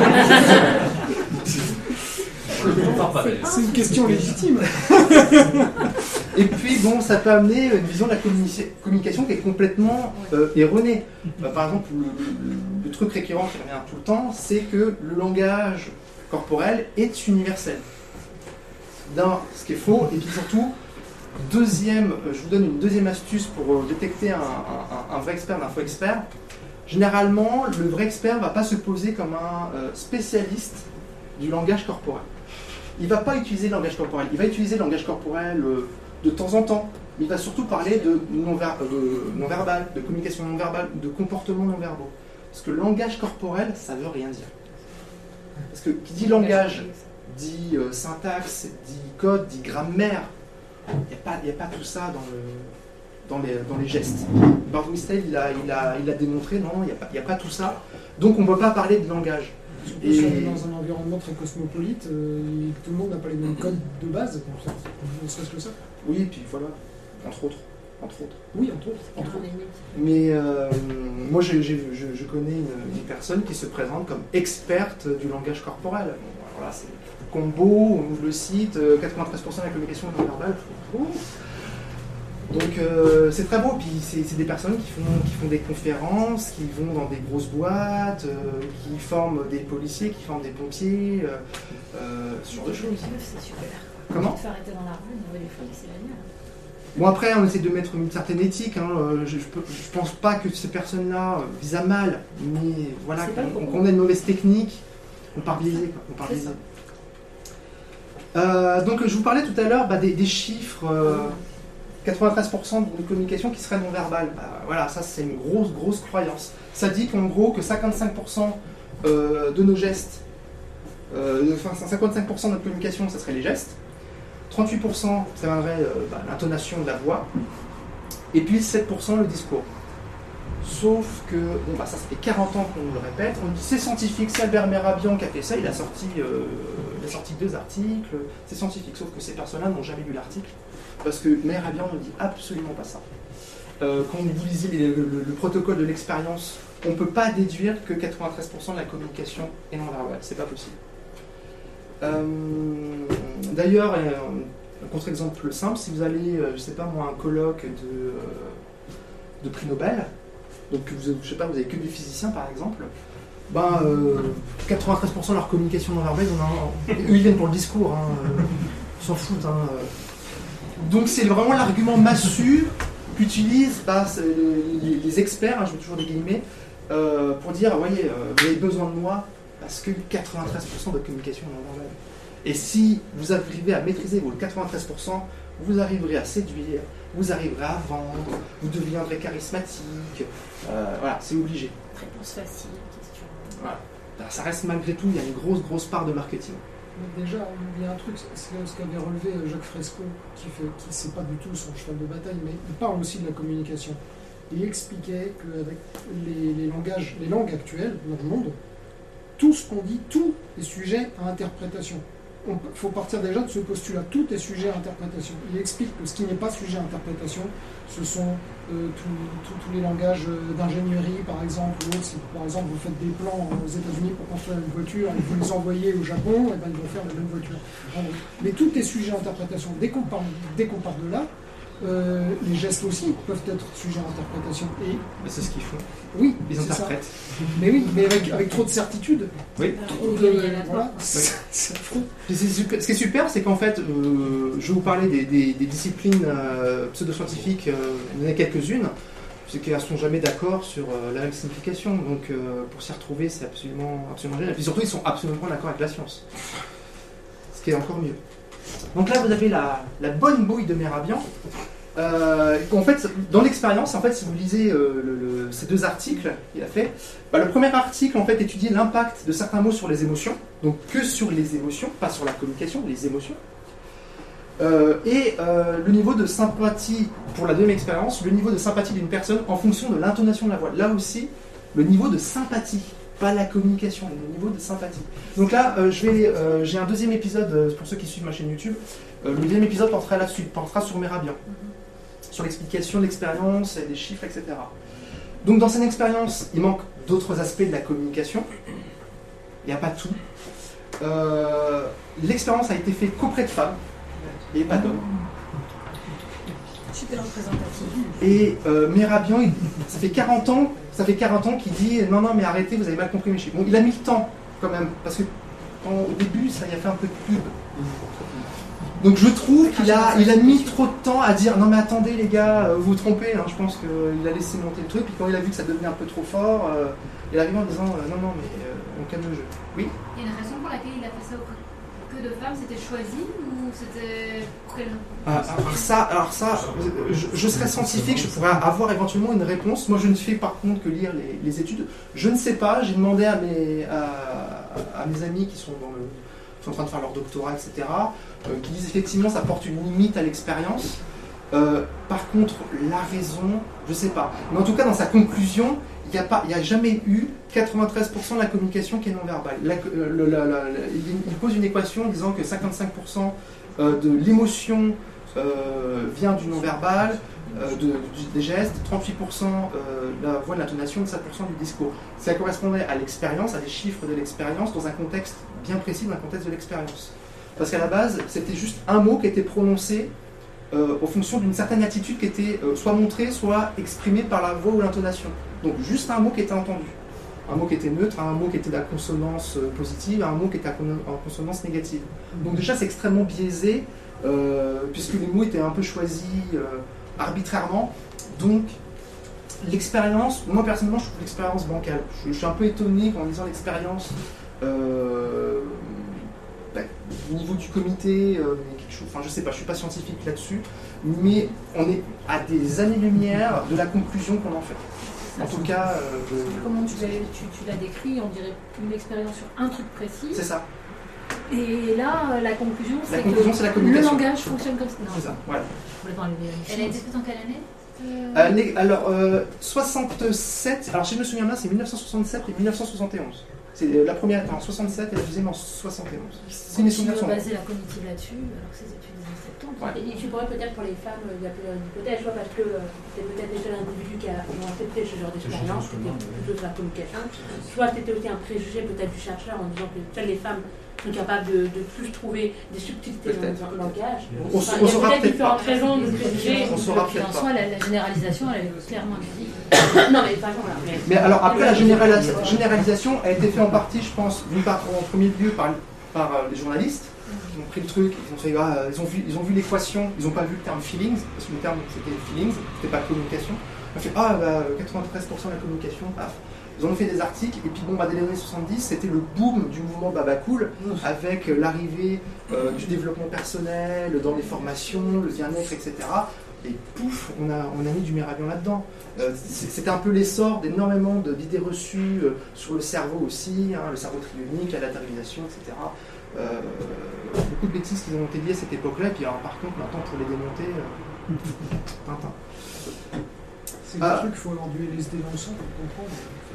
[SPEAKER 9] C'est une question légitime.
[SPEAKER 1] Et puis bon, ça peut amener une vision de la communication qui est complètement euh, erronée. Bah, par exemple, le, le, le truc récurrent qui revient tout le temps, c'est que le langage corporel est universel. D'un, ce qui est faux, et puis surtout, deuxième, je vous donne une deuxième astuce pour détecter un, un, un vrai expert d'un faux expert. Généralement, le vrai expert ne va pas se poser comme un euh, spécialiste du langage corporel. Il ne va pas utiliser le langage corporel, il va utiliser le langage corporel euh, de temps en temps. Il va surtout parler de non-verbal, de, non-verbal, de communication non-verbale, de comportements non-verbaux. Parce que le langage corporel, ça ne veut rien dire. Parce que qui dit langage, dit euh, syntaxe, dit code, dit grammaire. Il n'y a, a pas tout ça dans, le, dans, les, dans les gestes. Bart Wistel, il a, il, a, il a démontré, non, il n'y a, a pas tout ça. Donc on ne peut pas parler de langage.
[SPEAKER 9] Et... Si on est dans un environnement très cosmopolite, euh, tout le monde n'a pas les mêmes codes de base, en fait. Ne serait-ce que ça.
[SPEAKER 1] Oui, et puis voilà, entre autres. Entre autres.
[SPEAKER 9] Oui, entre autres.
[SPEAKER 1] Entre autres. Mais euh, moi, je, je, je, je connais une, une personne qui se présente comme experte du langage corporel. Bon, voilà, c'est combo, on ouvre le site, quatre-vingt-treize pour cent de la communication non verbale. Donc euh, c'est très beau, puis c'est des personnes qui font, qui font des conférences, qui vont dans des grosses boîtes, euh, qui forment des policiers, qui forment des pompiers, euh, euh, ce genre de choses.
[SPEAKER 11] C'est super.
[SPEAKER 1] Comment ?
[SPEAKER 11] Tu te fais arrêter dans la rue, on va les folies, c'est génial.
[SPEAKER 1] Bon après on essaie de mettre une certaine éthique, hein. je, je, peux, je pense pas que ces personnes-là euh, visent à mal, mais voilà, qu'on qu ait une mauvaise technique, on part biaisé, quoi, on part biaisé. Euh, donc je vous parlais tout à l'heure bah, des, des chiffres, euh, quatre-vingt-treize pour cent de communication qui serait non verbale. Bah, voilà, ça c'est une grosse grosse croyance. Ça dit qu'en gros que cinquante-cinq pour cent euh, de nos gestes, euh, enfin cinquante-cinq pour cent de notre communication, ça serait les gestes. trente-huit pour cent ça viendrait euh, bah, l'intonation de la voix, et puis sept pour cent le discours. Sauf que, bon bah ça, ça fait quarante ans qu'on le répète, on dit c'est scientifique, c'est Albert Mehrabian qui a fait ça, il a sorti, euh, il a sorti deux articles, c'est scientifique, sauf que ces personnes-là n'ont jamais lu l'article, parce que Mehrabian ne dit absolument pas ça. Euh, quand vous lisez le, le, le protocole de l'expérience, on ne peut pas déduire que quatre-vingt-treize pour cent de la communication est non verbale, c'est pas possible. Euh, D'ailleurs, un contre-exemple simple, si vous allez, je sais pas moi, un colloque de, de prix Nobel, donc vous, je sais pas, vous avez que des physiciens par exemple, ben euh, quatre-vingt-treize pour cent de leur communication non verbale, eux ils viennent pour le discours, hein, euh, ils s'en foutent. Hein, euh. Donc c'est vraiment l'argument massu qu'utilisent bah, les, les experts, hein, je mets toujours des guillemets, euh, pour dire, voyez, euh, vous avez besoin de moi parce que quatre-vingt-treize pour cent de votre communication est non verbale. Et si vous arrivez à maîtriser vos quatre-vingt-treize pour cent, vous arriverez à séduire, vous arriverez à vendre, vous deviendrez charismatique. Euh, voilà, c'est obligé.
[SPEAKER 11] Réponse facile, question.
[SPEAKER 1] Voilà. Alors, ça reste malgré tout, il y a une grosse, grosse part de marketing.
[SPEAKER 9] Mais déjà, il y a un truc, ce qu'avait relevé Jacques Fresco, qui fait, qui c'est pas du tout son cheval de bataille, mais il parle aussi de la communication. Il expliquait qu'avec les, les langages, les langues actuelles dans le monde, tout ce qu'on dit, tout est sujet à interprétation. Il faut partir déjà de ce postulat, tout est sujet à interprétation. Il explique que ce qui n'est pas sujet à interprétation, ce sont euh, tous les langages d'ingénierie, par exemple, ou autre. Si par exemple vous faites des plans aux États-Unis pour construire une voiture et vous les envoyez au Japon, et ben, ils vont faire la même voiture. Mais tout est sujet à interprétation. Dès qu'on part, dès qu'on part de là, euh, les gestes aussi peuvent être sujets à interprétation. Et
[SPEAKER 1] c'est ce qu'ils font.
[SPEAKER 9] Oui,
[SPEAKER 1] ils interprètent.
[SPEAKER 9] Ça. Mais oui, mais avec, avec trop de certitude.
[SPEAKER 1] Oui.
[SPEAKER 9] Trop de, voilà, c'est affreux.
[SPEAKER 1] Ce qui est super, c'est qu'en fait, euh, je vais vous parler des, des, des disciplines euh, pseudo-scientifiques, euh, il y en a quelques-unes, c'est qu'elles ne sont jamais d'accord sur euh, la même signification. Donc euh, pour s'y retrouver, c'est absolument, absolument génial. Et puis surtout, ils sont absolument pas d'accord avec la science. Ce qui est encore mieux. Donc là, vous avez la, la bonne bouille de Mehrabian. Euh, en fait, dans l'expérience, en fait, si vous lisez euh, le, le, ces deux articles qu'il a fait, bah, le premier article en fait étudiait l'impact de certains mots sur les émotions, donc que sur les émotions, pas sur la communication, les émotions, euh, et euh, le niveau de sympathie pour la deuxième expérience, le niveau de sympathie d'une personne en fonction de l'intonation de la voix. Là aussi, le niveau de sympathie, pas la communication, le niveau de sympathie. Donc là, euh, je vais, euh, j'ai un deuxième épisode euh, pour ceux qui suivent ma chaîne YouTube. Euh, le deuxième épisode portera là-dessus, portera sur Mehrabian. Sur l'explication de l'expérience, des chiffres, et cetera. Donc dans cette expérience, il manque d'autres aspects de la communication. Il n'y a pas tout. Euh, l'expérience a été faite qu'auprès de femmes, et pas d'hommes.
[SPEAKER 11] Super représentatif.
[SPEAKER 1] Et euh, Mehrabian, il, ça fait quarante ans, ça fait quarante ans qu'il dit non, non, mais arrêtez, vous avez mal compris mes chiffres. Bon, il a mis le temps quand même, parce que quand, au début, ça y a fait un peu de pub. Donc je trouve qu'il a, il a mis trop de temps à dire non mais attendez les gars, vous vous trompez, hein, je pense qu'il a laissé monter le truc, puis quand il a vu que ça devenait un peu trop fort, euh, il est arrivé en disant euh, non non mais euh, on calme le jeu. Oui.
[SPEAKER 5] Il y a une raison pour laquelle il a fait ça que de femmes, c'était choisi ou c'était pour quelle raison?
[SPEAKER 1] Ah, alors ça, alors ça je, je serais scientifique, je pourrais avoir éventuellement une réponse. Moi je ne fais par contre que lire les, les études. Je ne sais pas, j'ai demandé à mes, à, à mes amis qui sont dans le... sont en train de faire leur doctorat, et cetera, euh, qui disent effectivement ça porte une limite à l'expérience. Euh, par contre, la raison, je sais pas. Mais en tout cas, dans sa conclusion, il n'y a, pas, il y a jamais eu quatre-vingt-treize pour cent de la communication qui est non-verbale. La, le, la, la, la, il pose une équation en disant que cinquante-cinq pour cent de l'émotion euh, vient du non-verbal, euh, de, de, des gestes, trente-huit pour cent euh, de la voix de l'intonation, sept pour cent du discours. Ça correspondait à l'expérience, à des chiffres de l'expérience, dans un contexte bien précis, dans un contexte de l'expérience. Parce qu'à la base, c'était juste un mot qui était prononcé euh, en fonction d'une certaine attitude qui était euh, soit montrée, soit exprimée par la voix ou l'intonation. Donc juste un mot qui était entendu. Un mot qui était neutre, un mot qui était de la consonance positive, un mot qui était en consonance négative. Donc déjà, c'est extrêmement biaisé, euh, puisque les mots étaient un peu choisis euh, arbitrairement. Donc, l'expérience, moi personnellement, je trouve l'expérience bancale. Je, je suis un peu étonné en lisant l'expérience euh, bah, au niveau du comité, euh, quelque chose, enfin je sais pas, je suis pas scientifique là-dessus, mais on est à des années-lumière de la conclusion qu'on en fait. En tout cas, euh, je...
[SPEAKER 11] comment tu l'as tu, tu l'as décrit, on dirait une expérience sur un truc précis.
[SPEAKER 1] C'est ça.
[SPEAKER 11] Et là, la conclusion,
[SPEAKER 1] la
[SPEAKER 11] c'est
[SPEAKER 1] conclusion,
[SPEAKER 11] que
[SPEAKER 1] c'est la communication.
[SPEAKER 11] Le langage fonctionne comme ça.
[SPEAKER 1] C'est ça, voilà.
[SPEAKER 5] Elle a été faite en quelle année
[SPEAKER 1] euh, Alors, euh, soixante-sept, alors si je me souviens bien, c'est mille neuf cent soixante-sept et mille neuf cent soixante et onze. C'est la première en soixante-sept et la deuxième en soixante et onze.
[SPEAKER 11] Si mes souvenirs sont basés la cognitive là-dessus, alors que ces études des années soixante-dix.
[SPEAKER 2] Ouais. Et tu pourrais peut-être pour les femmes, il y a plusieurs hypothèses, soit parce que euh, c'est peut-être déjà l'individu qui a accepté ce genre d'expérience, c'était plutôt de la communication, soit c'était aussi un préjugé peut-être du chercheur en disant que seules les femmes sont capables de, de plus trouver des subtilités dans le langage.
[SPEAKER 1] On,
[SPEAKER 2] enfin,
[SPEAKER 1] on
[SPEAKER 2] il y a
[SPEAKER 1] saura
[SPEAKER 2] peut-être
[SPEAKER 1] peut-être
[SPEAKER 2] différentes
[SPEAKER 1] pas.
[SPEAKER 2] raisons de préjugés.
[SPEAKER 1] On saura peut-être
[SPEAKER 11] en
[SPEAKER 1] pas.
[SPEAKER 11] soi, la, la généralisation, elle est clairement visible.
[SPEAKER 2] Non, mais pas voilà. Mais,
[SPEAKER 1] mais alors après, la généralis généralisation a été faite en partie, je pense, d'une part en premier lieu par, par euh, les journalistes. Ils ont pris le truc, ils ont fait, ah, ils ont vu, ils ont vu l'équation, ils n'ont pas vu le terme feelings, parce que le terme c'était feelings, c'était pas communication. On a fait, ah, bah, quatre-vingt-treize pour cent de la communication, paf. Ils en ont fait des articles, et puis bon, bah, dès les années soixante-dix, c'était le boom du mouvement Baba Cool, avec l'arrivée euh, du développement personnel, dans les formations, le bien-être, et cetera. Et pouf, on a, on a mis du Meravian là-dedans. Euh, c'était un peu l'essor d'énormément d'idées reçues euh, sur le cerveau aussi, hein, le cerveau triunique, la latéralisation, et cetera. Euh, beaucoup de bêtises qui ont été liées à cette époque-là, et puis alors, par contre, maintenant, pour les démonter, euh, Tintin.
[SPEAKER 9] C'est des
[SPEAKER 1] Ah.
[SPEAKER 9] trucs, il faut avoir du L S D dans le sang pour comprendre.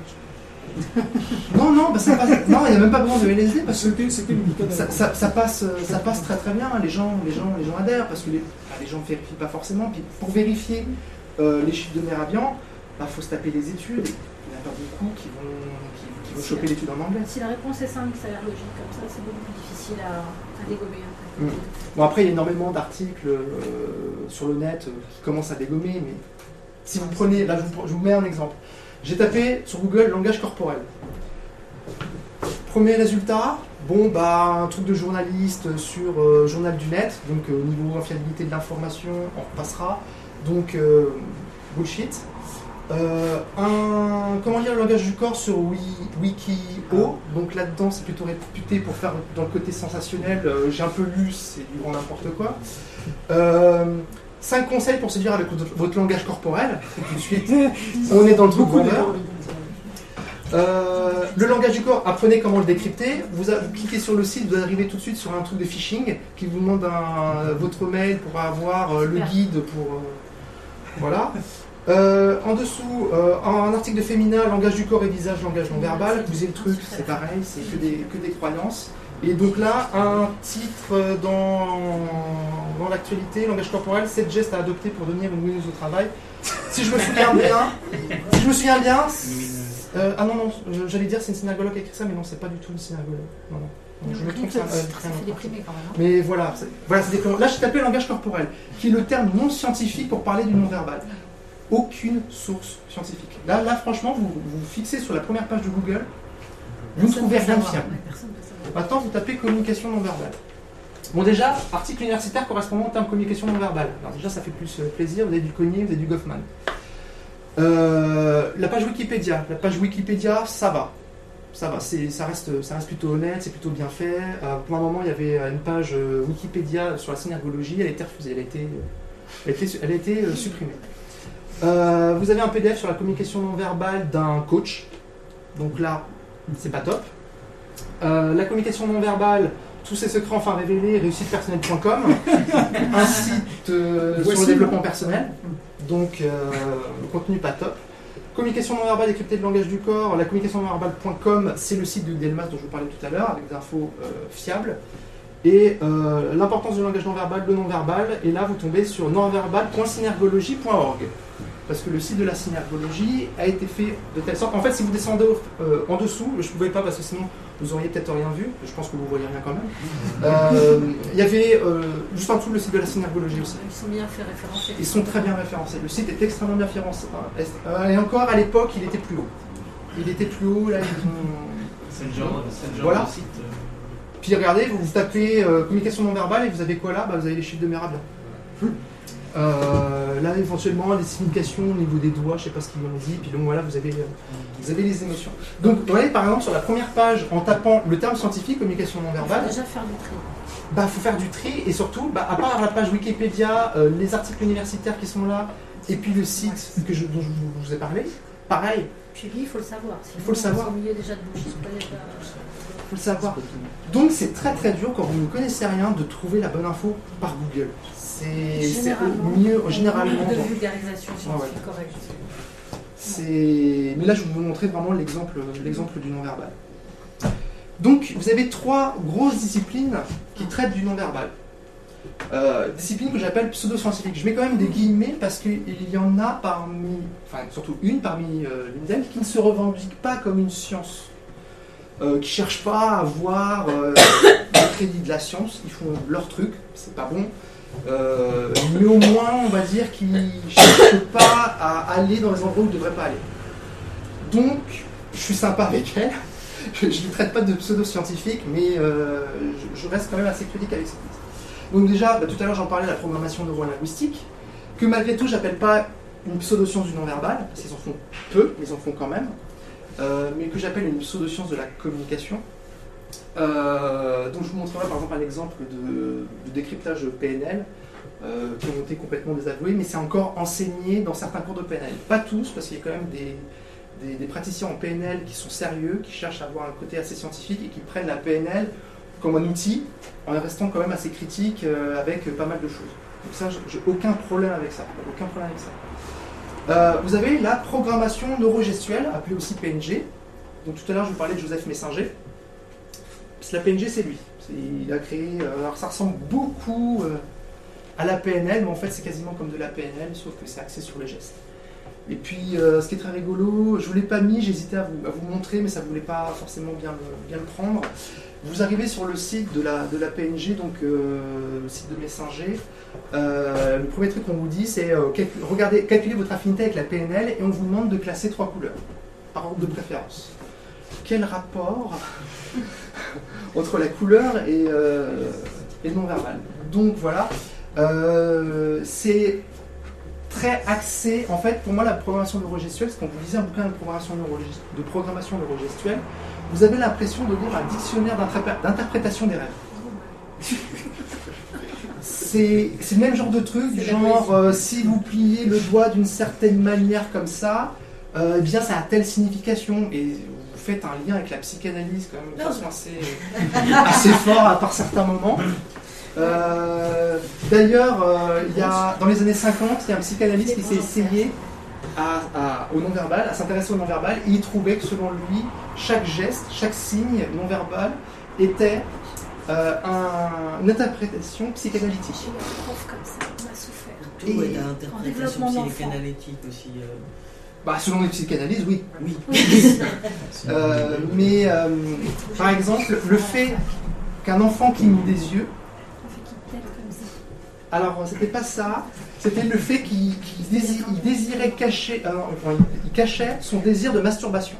[SPEAKER 1] Non, non, bah, ça passe. Non, il n'y a même pas besoin de L S D parce que
[SPEAKER 9] C'était c'était le méthode.
[SPEAKER 1] ça, ça, ça passe, ça passe très très bien. Les gens, les gens, les gens adhèrent parce que les, bah, les gens ne vérifient pas forcément. Puis pour vérifier euh, les chiffres de Meravian, il bah, faut se taper les études. Il n'y en a pas beaucoup qui vont, qui, qui vont choper l'étude en anglais.
[SPEAKER 11] Si la réponse est simple, ça a l'air logique comme ça, c'est beaucoup plus difficile à, à dégommer après.
[SPEAKER 1] Mm. Bon, après, il y a énormément d'articles euh, sur le net euh, qui commencent à dégommer, mais si vous prenez, là je vous, je vous mets un exemple. J'ai tapé sur Google langage corporel. Premier résultat, bon bah un truc de journaliste sur euh, Journal du Net, donc au euh, niveau infiabilité de l'information, on repassera. Donc euh, bullshit. Euh, un comment lire le langage du corps sur Wikio, donc là-dedans c'est plutôt réputé pour faire dans le côté sensationnel. Euh, j'ai un peu lu, c'est du grand n'importe quoi. Euh, cinq conseils pour séduire avec votre, votre langage corporel. Tout de suite, on est dans le truc vendeur. Euh, le langage du corps, apprenez comment le décrypter. Vous, a, vous cliquez sur le site, vous arrivez tout de suite sur un truc de phishing qui vous demande un, votre mail pour avoir euh, le guide pour euh, voilà. Euh, en dessous, euh, un article de Femina, langage du corps et visage, langage non verbal. Vous avez le truc, c'est pareil, c'est que des, que des croyances. Et donc là, un titre dans, dans l'actualité, langage corporel, sept gestes à adopter pour devenir une winneuse au travail. Si je me souviens bien, si je me souviens bien, euh, ah non non, j'allais dire c'est une synagogue qui a écrit ça, mais non, c'est pas du tout une synagogue. Non non, non je me trompe. C'est
[SPEAKER 11] très déprimé quand même.
[SPEAKER 1] Mais voilà, c'est, voilà, c'est déprimant. Là, je tapais langage corporel, qui est le terme non scientifique pour parler du non verbal. Aucune source scientifique. Là, là, franchement, vous vous fixez sur la première page de Google, vous ne trouvez rien de fiable. Maintenant, vous tapez communication non verbale. Bon, déjà, article universitaire correspondant au terme communication non verbale. Alors, déjà, ça fait plus plaisir. Vous avez du Cognier, vous avez du Goffman. Euh, la page Wikipédia. La page Wikipédia, ça va. Ça va. C'est, ça, reste, ça reste plutôt honnête, c'est plutôt bien fait. Euh, pour un moment, il y avait une page Wikipédia sur la synergologie. Elle a été refusée. Elle a été, elle a été, elle a été euh, supprimée. Euh, vous avez un P D F sur la communication non verbale d'un coach. Donc là, c'est pas top. Euh, la communication non verbale, tous ses secrets enfin révélés, réussite personnelle point com, un site euh, sur le développement personnel, donc euh, le contenu pas top. Communication non verbale décryptée de langage du corps, la communication non verbale point com, c'est le site de Delmas dont je vous parlais tout à l'heure, avec des infos euh, fiables. Et euh, l'importance du langage non verbal, le non verbal, et là vous tombez sur non verbal point synergologie point org. Parce que le site de la synergologie a été fait de telle sorte. En fait, si vous descendez euh, en dessous, je ne pouvais pas parce que sinon vous auriez peut-être rien vu. Je pense que vous voyez rien quand même. Euh, il y avait euh, juste en dessous le site de la synergologie aussi.
[SPEAKER 11] Ils sont bien fait référencer.
[SPEAKER 1] Ils sont très bien référencés. Le site est extrêmement bien référencé. Et encore à l'époque, il était plus haut. Il était plus haut. Là, ils ont...
[SPEAKER 7] C'est le genre, c'est le genre
[SPEAKER 1] voilà.
[SPEAKER 7] de site.
[SPEAKER 1] Puis regardez, vous, vous tapez euh, communication non verbale et vous avez quoi là? Bah, vous avez les chiffres de Meravian. Euh, là, éventuellement, les significations au niveau des doigts, je ne sais pas ce qu'ils m'ont dit, puis donc voilà, vous avez, euh, vous avez les émotions. Donc, vous voyez, par exemple, sur la première page, en tapant le terme scientifique, communication non verbale,
[SPEAKER 11] il faut déjà faire du tri.
[SPEAKER 1] Bah, faut faire du tri, et surtout, bah, à part la page Wikipédia, euh, les articles universitaires qui sont là, et puis le site que je, dont je vous, vous ai parlé, pareil.
[SPEAKER 11] Puis il faut le savoir.
[SPEAKER 1] Il faut le savoir.
[SPEAKER 11] Au milieu déjà de bullshit, pas déjà...
[SPEAKER 1] Il faut le savoir. Donc, c'est très très dur, quand vous ne connaissez rien, de trouver la bonne info par Google. C'est, c'est mieux généralement
[SPEAKER 11] de vulgarisation scientifique ouais, ouais. correcte.
[SPEAKER 1] C'est... Mais là, je vais vous montrer vraiment l'exemple, l'exemple du non-verbal. Donc, vous avez trois grosses disciplines qui traitent du non-verbal. Euh, disciplines que j'appelle pseudo-scientifiques. Je mets quand même des guillemets parce qu'il y en a parmi, enfin surtout une parmi euh, l'une d'elles qui ne se revendique pas comme une science. Euh, qui ne cherchent pas à avoir euh, le crédit de la science. Ils font leur truc, c'est pas bon. Euh, mais au moins, on va dire qu'ils ne cherchent pas à aller dans les endroits où ils ne devraient pas aller. Donc, je suis sympa avec elle. Je ne les traite pas de pseudo-scientifiques, mais euh, je, je reste quand même assez critique avec cette liste. Donc déjà, bah, tout à l'heure, j'en parlais de la programmation neurolinguistique, que malgré tout, j'appelle pas une pseudo-science du non-verbal, parce qu'ils en font peu, mais ils en font quand même. euh, mais que j'appelle une pseudo-science de la communication. Euh, donc je vous montrerai par exemple un exemple de, de décryptage de P N L euh, qui ont été complètement désavoués, mais c'est encore enseigné dans certains cours de P N L. Pas tous, parce qu'il y a quand même des, des, des praticiens en P N L qui sont sérieux, qui cherchent à avoir un côté assez scientifique et qui prennent la P N L comme un outil en restant quand même assez critique euh, avec euh, pas mal de choses. Donc ça, j'ai aucun problème avec ça. Aucun problème avec ça. Euh, vous avez la programmation neurogestuelle, appelée aussi P N G. Donc tout à l'heure, je vous parlais de Joseph Messinger. La P N G, c'est lui. Il a créé. Euh, alors, ça ressemble beaucoup euh, à la P N L, mais en fait, c'est quasiment comme de la P N L, sauf que c'est axé sur les gestes. Et puis, euh, ce qui est très rigolo, je ne vous l'ai pas mis, j'hésitais à vous, à vous montrer, mais ça ne voulait pas forcément bien le, bien le prendre. Vous arrivez sur le site de la, de la P N G, donc euh, le site de Messinger. Euh, le premier truc qu'on vous dit, c'est euh, calcul, regardez, calculez votre affinité avec la P N L et on vous demande de classer trois couleurs par ordre de préférence. Quel rapport entre la couleur et, euh, et le non-verbal. Donc voilà, euh, c'est très axé, en fait, pour moi, la programmation neurogestuelle, c'est quand vous lisez un bouquin de programmation, neurogest- de programmation neurogestuelle, vous avez l'impression de lire un dictionnaire d'interpré- d'interprétation des rêves. C'est, c'est le même genre de truc, du genre, euh, si vous pliez le doigt d'une certaine manière comme ça, euh, eh bien ça a telle signification, et faites un lien avec la psychanalyse quand même de façon assez, assez fort à par certains moments. Euh, d'ailleurs, euh, il y a, dans les années cinquante, il y a un psychanalyste qui s'est essayé à, à, au non-verbal, à s'intéresser au non-verbal, et il trouvait que selon lui, chaque geste, chaque signe non-verbal était euh, un, une interprétation psychanalytique.
[SPEAKER 11] J'ai eu un prof comme ça, on a souffert.
[SPEAKER 3] Tout
[SPEAKER 1] Et
[SPEAKER 3] est interprétation psychanalytique aussi. Euh...
[SPEAKER 1] Bah, selon les psychanalyses, oui.
[SPEAKER 3] Oui.
[SPEAKER 1] euh, mais, euh, par exemple, le fait qu'un enfant cligne des yeux, alors c'était pas ça, c'était le fait qu'il, qu'il dési- il désirait cacher, euh, enfin, il cachait son désir de masturbation.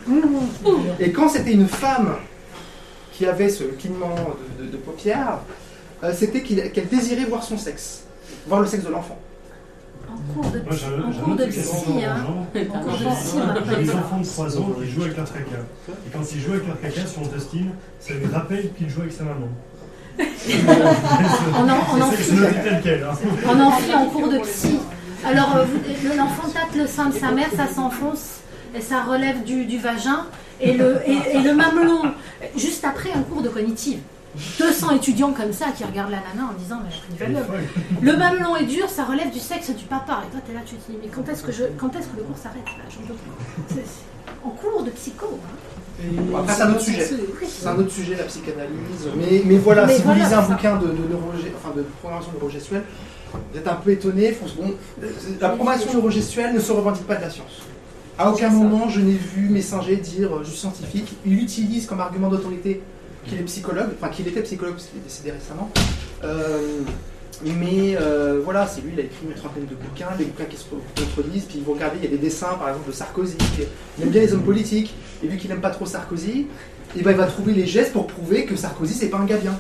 [SPEAKER 1] Et quand c'était une femme qui avait ce clignement de, de, de paupières, euh, c'était qu'il, qu'elle désirait voir son sexe, voir le sexe de l'enfant.
[SPEAKER 11] En cours de
[SPEAKER 6] Moi, j'ai un-
[SPEAKER 11] en
[SPEAKER 6] j'ai un
[SPEAKER 11] cours de
[SPEAKER 6] autre
[SPEAKER 11] psy,
[SPEAKER 6] exemple
[SPEAKER 11] hein.
[SPEAKER 6] dans
[SPEAKER 11] En cours de
[SPEAKER 6] J'ai
[SPEAKER 11] psy, on a
[SPEAKER 6] j'ai des enfants de trois ans qui jouent avec leur caca. Et quand ils jouent avec leur caca sur intestine, ça lui rappelle qu'ils jouent avec sa maman.
[SPEAKER 11] On en, on en
[SPEAKER 6] C'est c'est noté tel quel. Hein.
[SPEAKER 11] On en fait en cours de psy. Alors, euh, vous- le- l'enfant tâte le sein de sa mère, ça s'enfonce et ça relève du, du vagin. Et le, et, et le mamelon, juste après un cours de cognitive. deux cents étudiants comme ça qui regardent la nana en disant mais elle a pris du Valium. Le mamelon est dur, ça relève du sexe du papa. Et toi, t'es là, tu te dis mais quand est-ce que, je, quand est-ce que le cours s'arrête là, j'en peux plus. C'est- c'est en cours de psycho. Hein.
[SPEAKER 1] Bon, après, c'est un autre sujet. C'est un autre sujet, la psychanalyse. Mais, mais voilà,
[SPEAKER 11] Mais
[SPEAKER 1] si
[SPEAKER 11] voilà,
[SPEAKER 1] vous lisez un
[SPEAKER 11] ça.
[SPEAKER 1] bouquin de, de, neurogé- enfin, de programmation neurogestuelle, vous êtes un peu étonné. Faut, bon, la programmation neurogestuelle ne se revendique pas de la science. À aucun moment, je n'ai vu Messinger dire euh, je suis scientifique. Il utilise comme argument d'autorité qu'il est psychologue, enfin qu'il était psychologue parce qu'il est décédé récemment. Euh, mais euh, voilà, c'est lui, il a écrit une trentaine de bouquins, des bouquins qui se contredisent, puis vous regardez, il y a des dessins par exemple de Sarkozy, il aime bien les hommes politiques, et vu qu'il n'aime pas trop Sarkozy, et ben, il va trouver les gestes pour prouver que Sarkozy c'est pas un gars bien.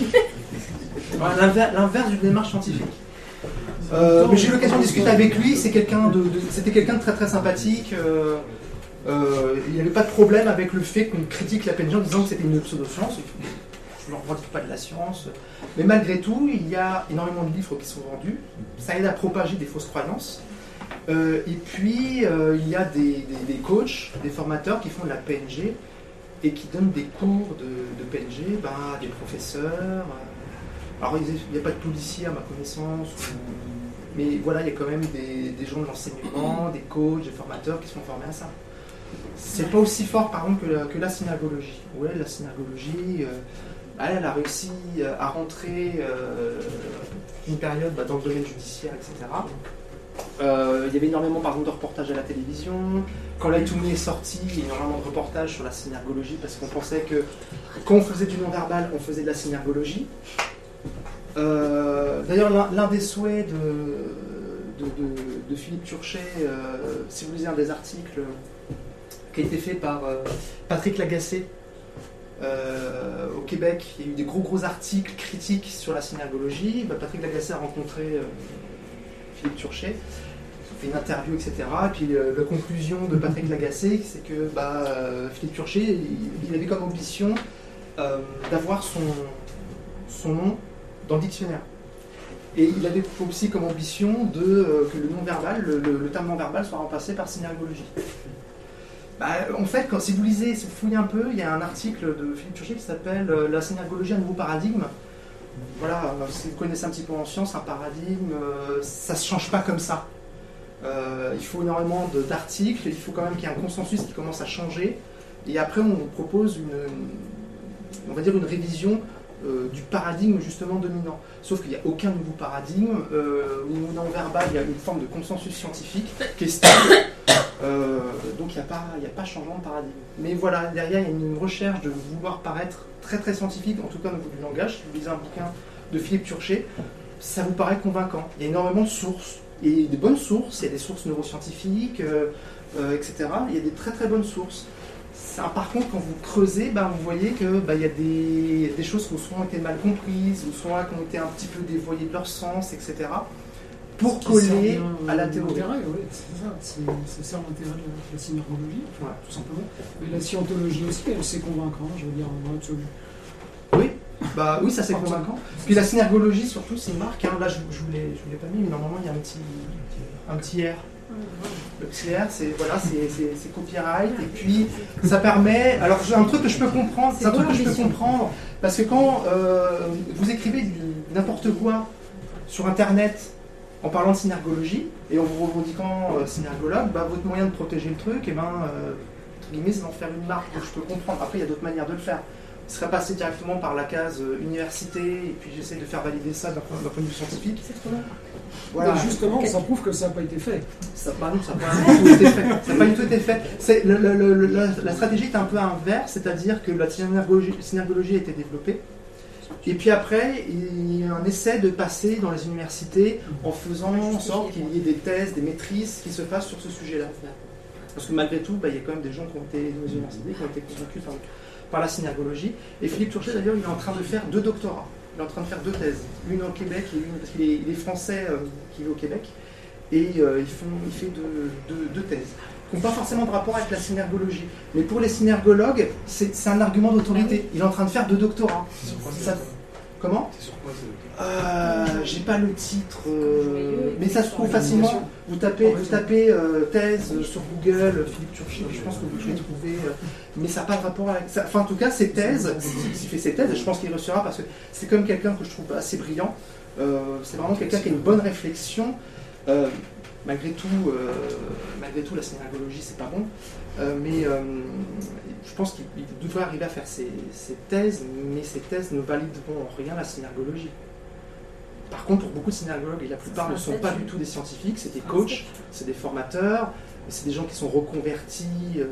[SPEAKER 1] Voilà, l'inverse, l'inverse d'une démarche scientifique. Euh, mais j'ai eu l'occasion de discuter avec lui, c'est quelqu'un de, de- c'était quelqu'un de très très sympathique. Euh, euh, il n'y avait pas de problème avec le fait qu'on critique la P N G en disant que c'était une pseudo-science. Je ne revendique pas de la science. Mais malgré tout, il y a énormément de livres qui sont vendus. Ça aide à propager des fausses croyances. Euh, et puis, euh, il y a des, des, des coachs, des formateurs qui font de la P N G et qui donnent des cours de, de P N G ben, à des professeurs. Alors, il n'y a pas de policiers à ma connaissance, ou- mais voilà, il y a quand même des, des gens de l'enseignement, des coachs, des formateurs qui sont formés à ça. C'est pas aussi fort, par exemple, que la, que la synergologie. Ouais, la synergologie, euh, elle, elle a réussi à rentrer euh, une période bah, dans le domaine judiciaire, et cetera. Euh, il y avait énormément, par exemple, de reportages à la télévision. Quand Lightoumi est sorti, il y a énormément de reportages sur la synergologie parce qu'on pensait que quand on faisait du non-verbal, on faisait de la synergologie. Euh, d'ailleurs, l'un, l'un des souhaits de, de, de, de Philippe Turchet, euh, si vous lisez un des articles qui a été fait par euh, Patrick Lagacé euh, au Québec, il y a eu des gros gros articles critiques sur la synergologie. Bah, Patrick Lagacé a rencontré euh, Philippe Turchet. fait une interview, et cetera. Et puis euh, la conclusion de Patrick Lagacé, c'est que bah, euh, Philippe Turchet, il, il avait comme ambition euh, d'avoir son, son nom dans le dictionnaire. Et il avait aussi comme ambition de, euh, que le non-verbal, le, le, le terme non-verbal soit remplacé par synergologie. Bah, en fait, quand, si vous lisez, si vous fouillez un peu, il y a un article de Philippe Turchet qui s'appelle euh, « La synergologie, un nouveau paradigme ». Voilà, euh, si vous connaissez un petit peu en science, un paradigme, euh, ça ne se change pas comme ça. Euh, il faut énormément de, d'articles, il faut quand même qu'il y ait un consensus qui commence à changer. Et après, on propose une, on va dire une révision euh, du paradigme justement dominant. Sauf qu'il n'y a aucun nouveau paradigme. Euh, au niveau non-verbal, il y a une forme de consensus scientifique qui est stable. Euh, donc il n'y a pas, il n'y a pas changement de paradigme. Mais voilà, derrière, il y a une recherche de vouloir paraître très très scientifique, en tout cas au niveau du langage. Si vous lisez un bouquin de Philippe Turchet, ça vous paraît convaincant. Il y a énormément de sources, et des bonnes sources, il y a des sources neuroscientifiques, euh, euh, et cetera. Il y a des très très bonnes sources. Ça, par contre, quand vous creusez, bah, vous voyez qu'il bah, y a des, des choses qui ont souvent été mal comprises, ou souvent qui ont été un petit peu dévoyées de leur sens, et cetera. Pour coller à la théorie.
[SPEAKER 9] Oui, c'est ça, c'est, c'est ça l'intérêt de la synergologie, ouais. Tout simplement. Mais la scientologie aussi, elle sait convaincre, hein, je veux dire, en absolu.
[SPEAKER 1] Oui, bah, oui, ça c'est convaincant. Puis la synergologie, surtout, c'est une marque. Hein. Là, je ne vous l'ai pas mis, mais normalement, il y a un petit, un petit R. Le petit R, c'est voilà, c'est, c'est, c'est copyright. Et puis, ça permet. Alors, j'ai un truc que je peux comprendre. C'est un truc que je peux comprendre. Parce que quand euh, vous écrivez du, n'importe quoi sur Internet, en parlant de synergologie, et en vous revendiquant euh, synergologue, bah, votre moyen de protéger le truc, et ben, euh, entre guillemets, c'est d'en faire une marque. Donc je peux comprendre. Après, il y a d'autres manières de le faire. Il serait passé directement par la case euh, université, et puis j'essaie de faire valider ça d'un point, d'un point de vue scientifique.
[SPEAKER 9] C'est trop long.
[SPEAKER 1] Voilà.
[SPEAKER 9] Mais justement, ça prouve que ça n'a pas été fait.
[SPEAKER 1] Ça n'a pas, ça pas du tout été fait. Ça n'a pas du tout été fait. C'est, le, le, le, la, la stratégie est un peu inverse, c'est-à-dire que la synergologie, synergologie a été développée. Et puis après, il y a un essai de passer dans les universités en faisant en sorte qu'il y ait des thèses, des maîtrises qui se fassent sur ce sujet-là. Parce que malgré tout, bah, il y a quand même des gens qui ont été dans les universités, qui ont été convaincus par, par la synergologie. Et Philippe Turchet, d'ailleurs, il est en train de faire deux doctorats. Il est en train de faire deux thèses. Une au Québec, et une, parce qu'il est, il est français euh, qui vit au Québec. Et euh, ils font, il fait deux, deux, deux thèses qui n'ont pas forcément de rapport avec la synergologie. Mais pour les synergologues, c'est, c'est un argument d'autorité. Il est en train de faire deux doctorats. Ça, comment ?
[SPEAKER 10] C'est sur quoi c'est
[SPEAKER 1] euh, J'ai pas le titre, euh, mais ça se trouve facilement. Vous tapez, vous tapez euh, thèse sur Google, Philippe Turchet, je pense que vous pouvez trouver. Euh, mais ça n'a pas de rapport avec ça. Enfin, en tout cas, ces thèses, s'il fait ses thèses, je pense qu'il recevra parce que c'est comme quelqu'un que je trouve assez brillant. Euh, c'est vraiment quelqu'un qui a une bonne réflexion. Euh, malgré tout, euh, malgré tout, la synergologie, c'est pas bon. Euh, mais euh, je pense qu'il devrait arriver à faire ses, ses thèses, mais ces thèses ne valideront en rien la synergologie. Par contre, pour beaucoup de synergologues, et la plupart ne sont pas du tout des scientifiques, c'est des coachs, c'est des formateurs, c'est des gens qui sont reconvertis, euh,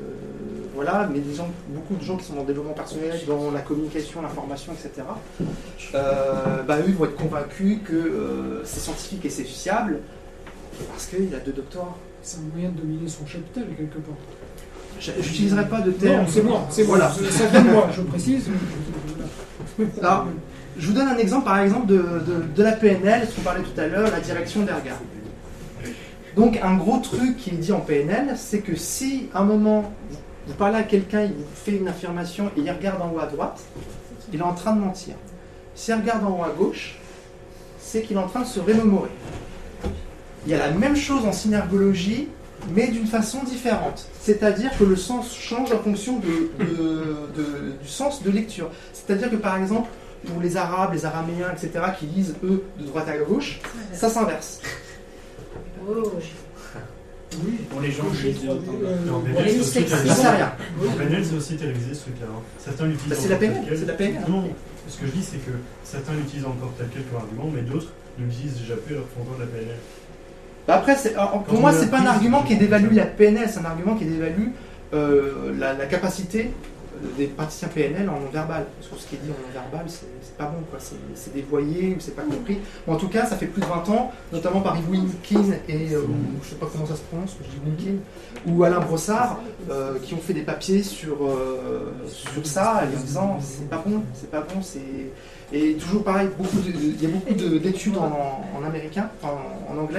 [SPEAKER 1] voilà, mais des gens, beaucoup de gens qui sont dans le développement personnel, dans la communication, l'information, et cetera. Euh, bah, eux vont être convaincus que euh, c'est scientifique et c'est fiable, parce qu'il a deux doctorats.
[SPEAKER 9] C'est un moyen de dominer son chapitel, quelque part.
[SPEAKER 1] J'utiliserai pas de terme.
[SPEAKER 9] Non, c'est moi, c'est
[SPEAKER 1] voilà.
[SPEAKER 9] moi. Ça vient de moi, je précise.
[SPEAKER 1] Alors, je vous donne un exemple, par exemple, de, de, de la P N L, ce qu'on parlait tout à l'heure, la direction des regards. Donc, un gros truc qui est dit en P N L, c'est que si, à un moment, vous, vous parlez à quelqu'un, il vous fait une affirmation et il regarde en haut à droite, il est en train de mentir. S'il regarde en haut à gauche, c'est qu'il est en train de se remémorer. Il y a la même chose en synergologie, mais d'une façon différente. C'est-à-dire que le sens change en fonction de, de, de, du sens de lecture. C'est-à-dire que, par exemple, pour les Arabes, les Araméens, et cetera, qui lisent, eux, de droite à gauche, ça s'inverse.
[SPEAKER 11] Oh.
[SPEAKER 9] Oui.
[SPEAKER 7] Pour les gens qui lisent autant.
[SPEAKER 6] En P
[SPEAKER 11] Pour
[SPEAKER 6] N
[SPEAKER 11] les
[SPEAKER 6] L, c'est aussi
[SPEAKER 11] dyslexiques.
[SPEAKER 6] télévisé.
[SPEAKER 1] Ça sert à rien.
[SPEAKER 6] En P N L, c'est aussi télévisé ce truc-là. hein. Certains l'utilisent.
[SPEAKER 1] Bah, c'est la P N L,
[SPEAKER 6] en tel quel.
[SPEAKER 1] c'est la P N L.
[SPEAKER 6] Non, ce que je dis, c'est que certains l'utilisent encore tel quel comme argument, mais d'autres l'utilisent déjà peu leur fondant de la P N L.
[SPEAKER 1] Bah après, c'est, alors, pour moi, c'est pas un argument qui dévalue la P N L, c'est un argument qui dévalue euh, la, la capacité des praticiens P N L en non-verbal. Parce que ce qui est dit en non-verbal, c'est, c'est pas bon, quoi. C'est, c'est dévoyé ou c'est pas compris. Bon, en tout cas, ça fait plus de vingt ans, notamment par Yves Wilkin et euh, je sais pas comment ça se prononce, je dis Wilkin, ou Alain Brossard, euh, qui ont fait des papiers sur, euh, sur ça, en disant c'est pas bon, c'est pas bon, c'est. Et toujours pareil, beaucoup de, il y a beaucoup de, d'études en, en américain, en, en anglais,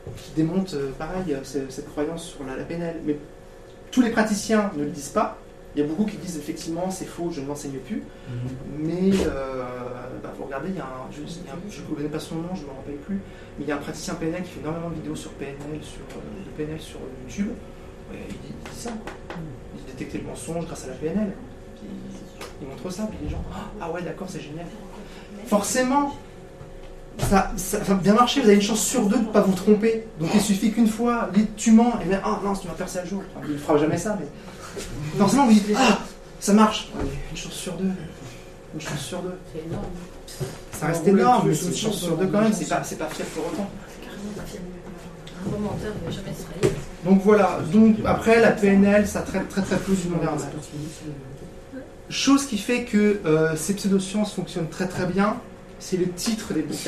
[SPEAKER 1] qui démontent, euh, pareil, cette, cette croyance sur la, la P N L. Mais tous les praticiens ne le disent pas. Il y a beaucoup qui disent effectivement c'est faux, je ne l'enseigne plus. Mm-hmm. Mais euh, bah, vous regardez, il y a un, je ne connais pas son nom, je ne me rappelle plus, mais il y a un praticien P N L qui fait énormément de vidéos sur P N L, sur, euh, de P N L sur YouTube. Ouais, il, dit, il dit ça, quoi. Il dit détecter le mensonge grâce à la P N L. Puis, il montre ça, puis les gens, ah ouais d'accord, c'est génial. Forcément, ça, ça va bien marcher, vous avez une chance sur deux de ne pas vous tromper. Donc il suffit qu'une fois, dites tu mens, et bien, ah non, tu m'as percé à jour. Enfin, il ne fera jamais ça, mais forcément vous dites, ah, ça marche. Ouais, une chance sur deux. Une chance sur deux.
[SPEAKER 2] C'est énorme.
[SPEAKER 1] Ça reste énorme, mais c'est une chance sur deux quand même, c'est pas, c'est pas fiable pour autant.
[SPEAKER 5] C'est carrément pas fiable. Un bon menteur ne va jamais se trahir.
[SPEAKER 1] Donc voilà, donc après la P N L, ça traite très très peu du non-verbal. Chose qui fait que euh, ces pseudosciences fonctionnent très très bien, c'est le titre des bouquins.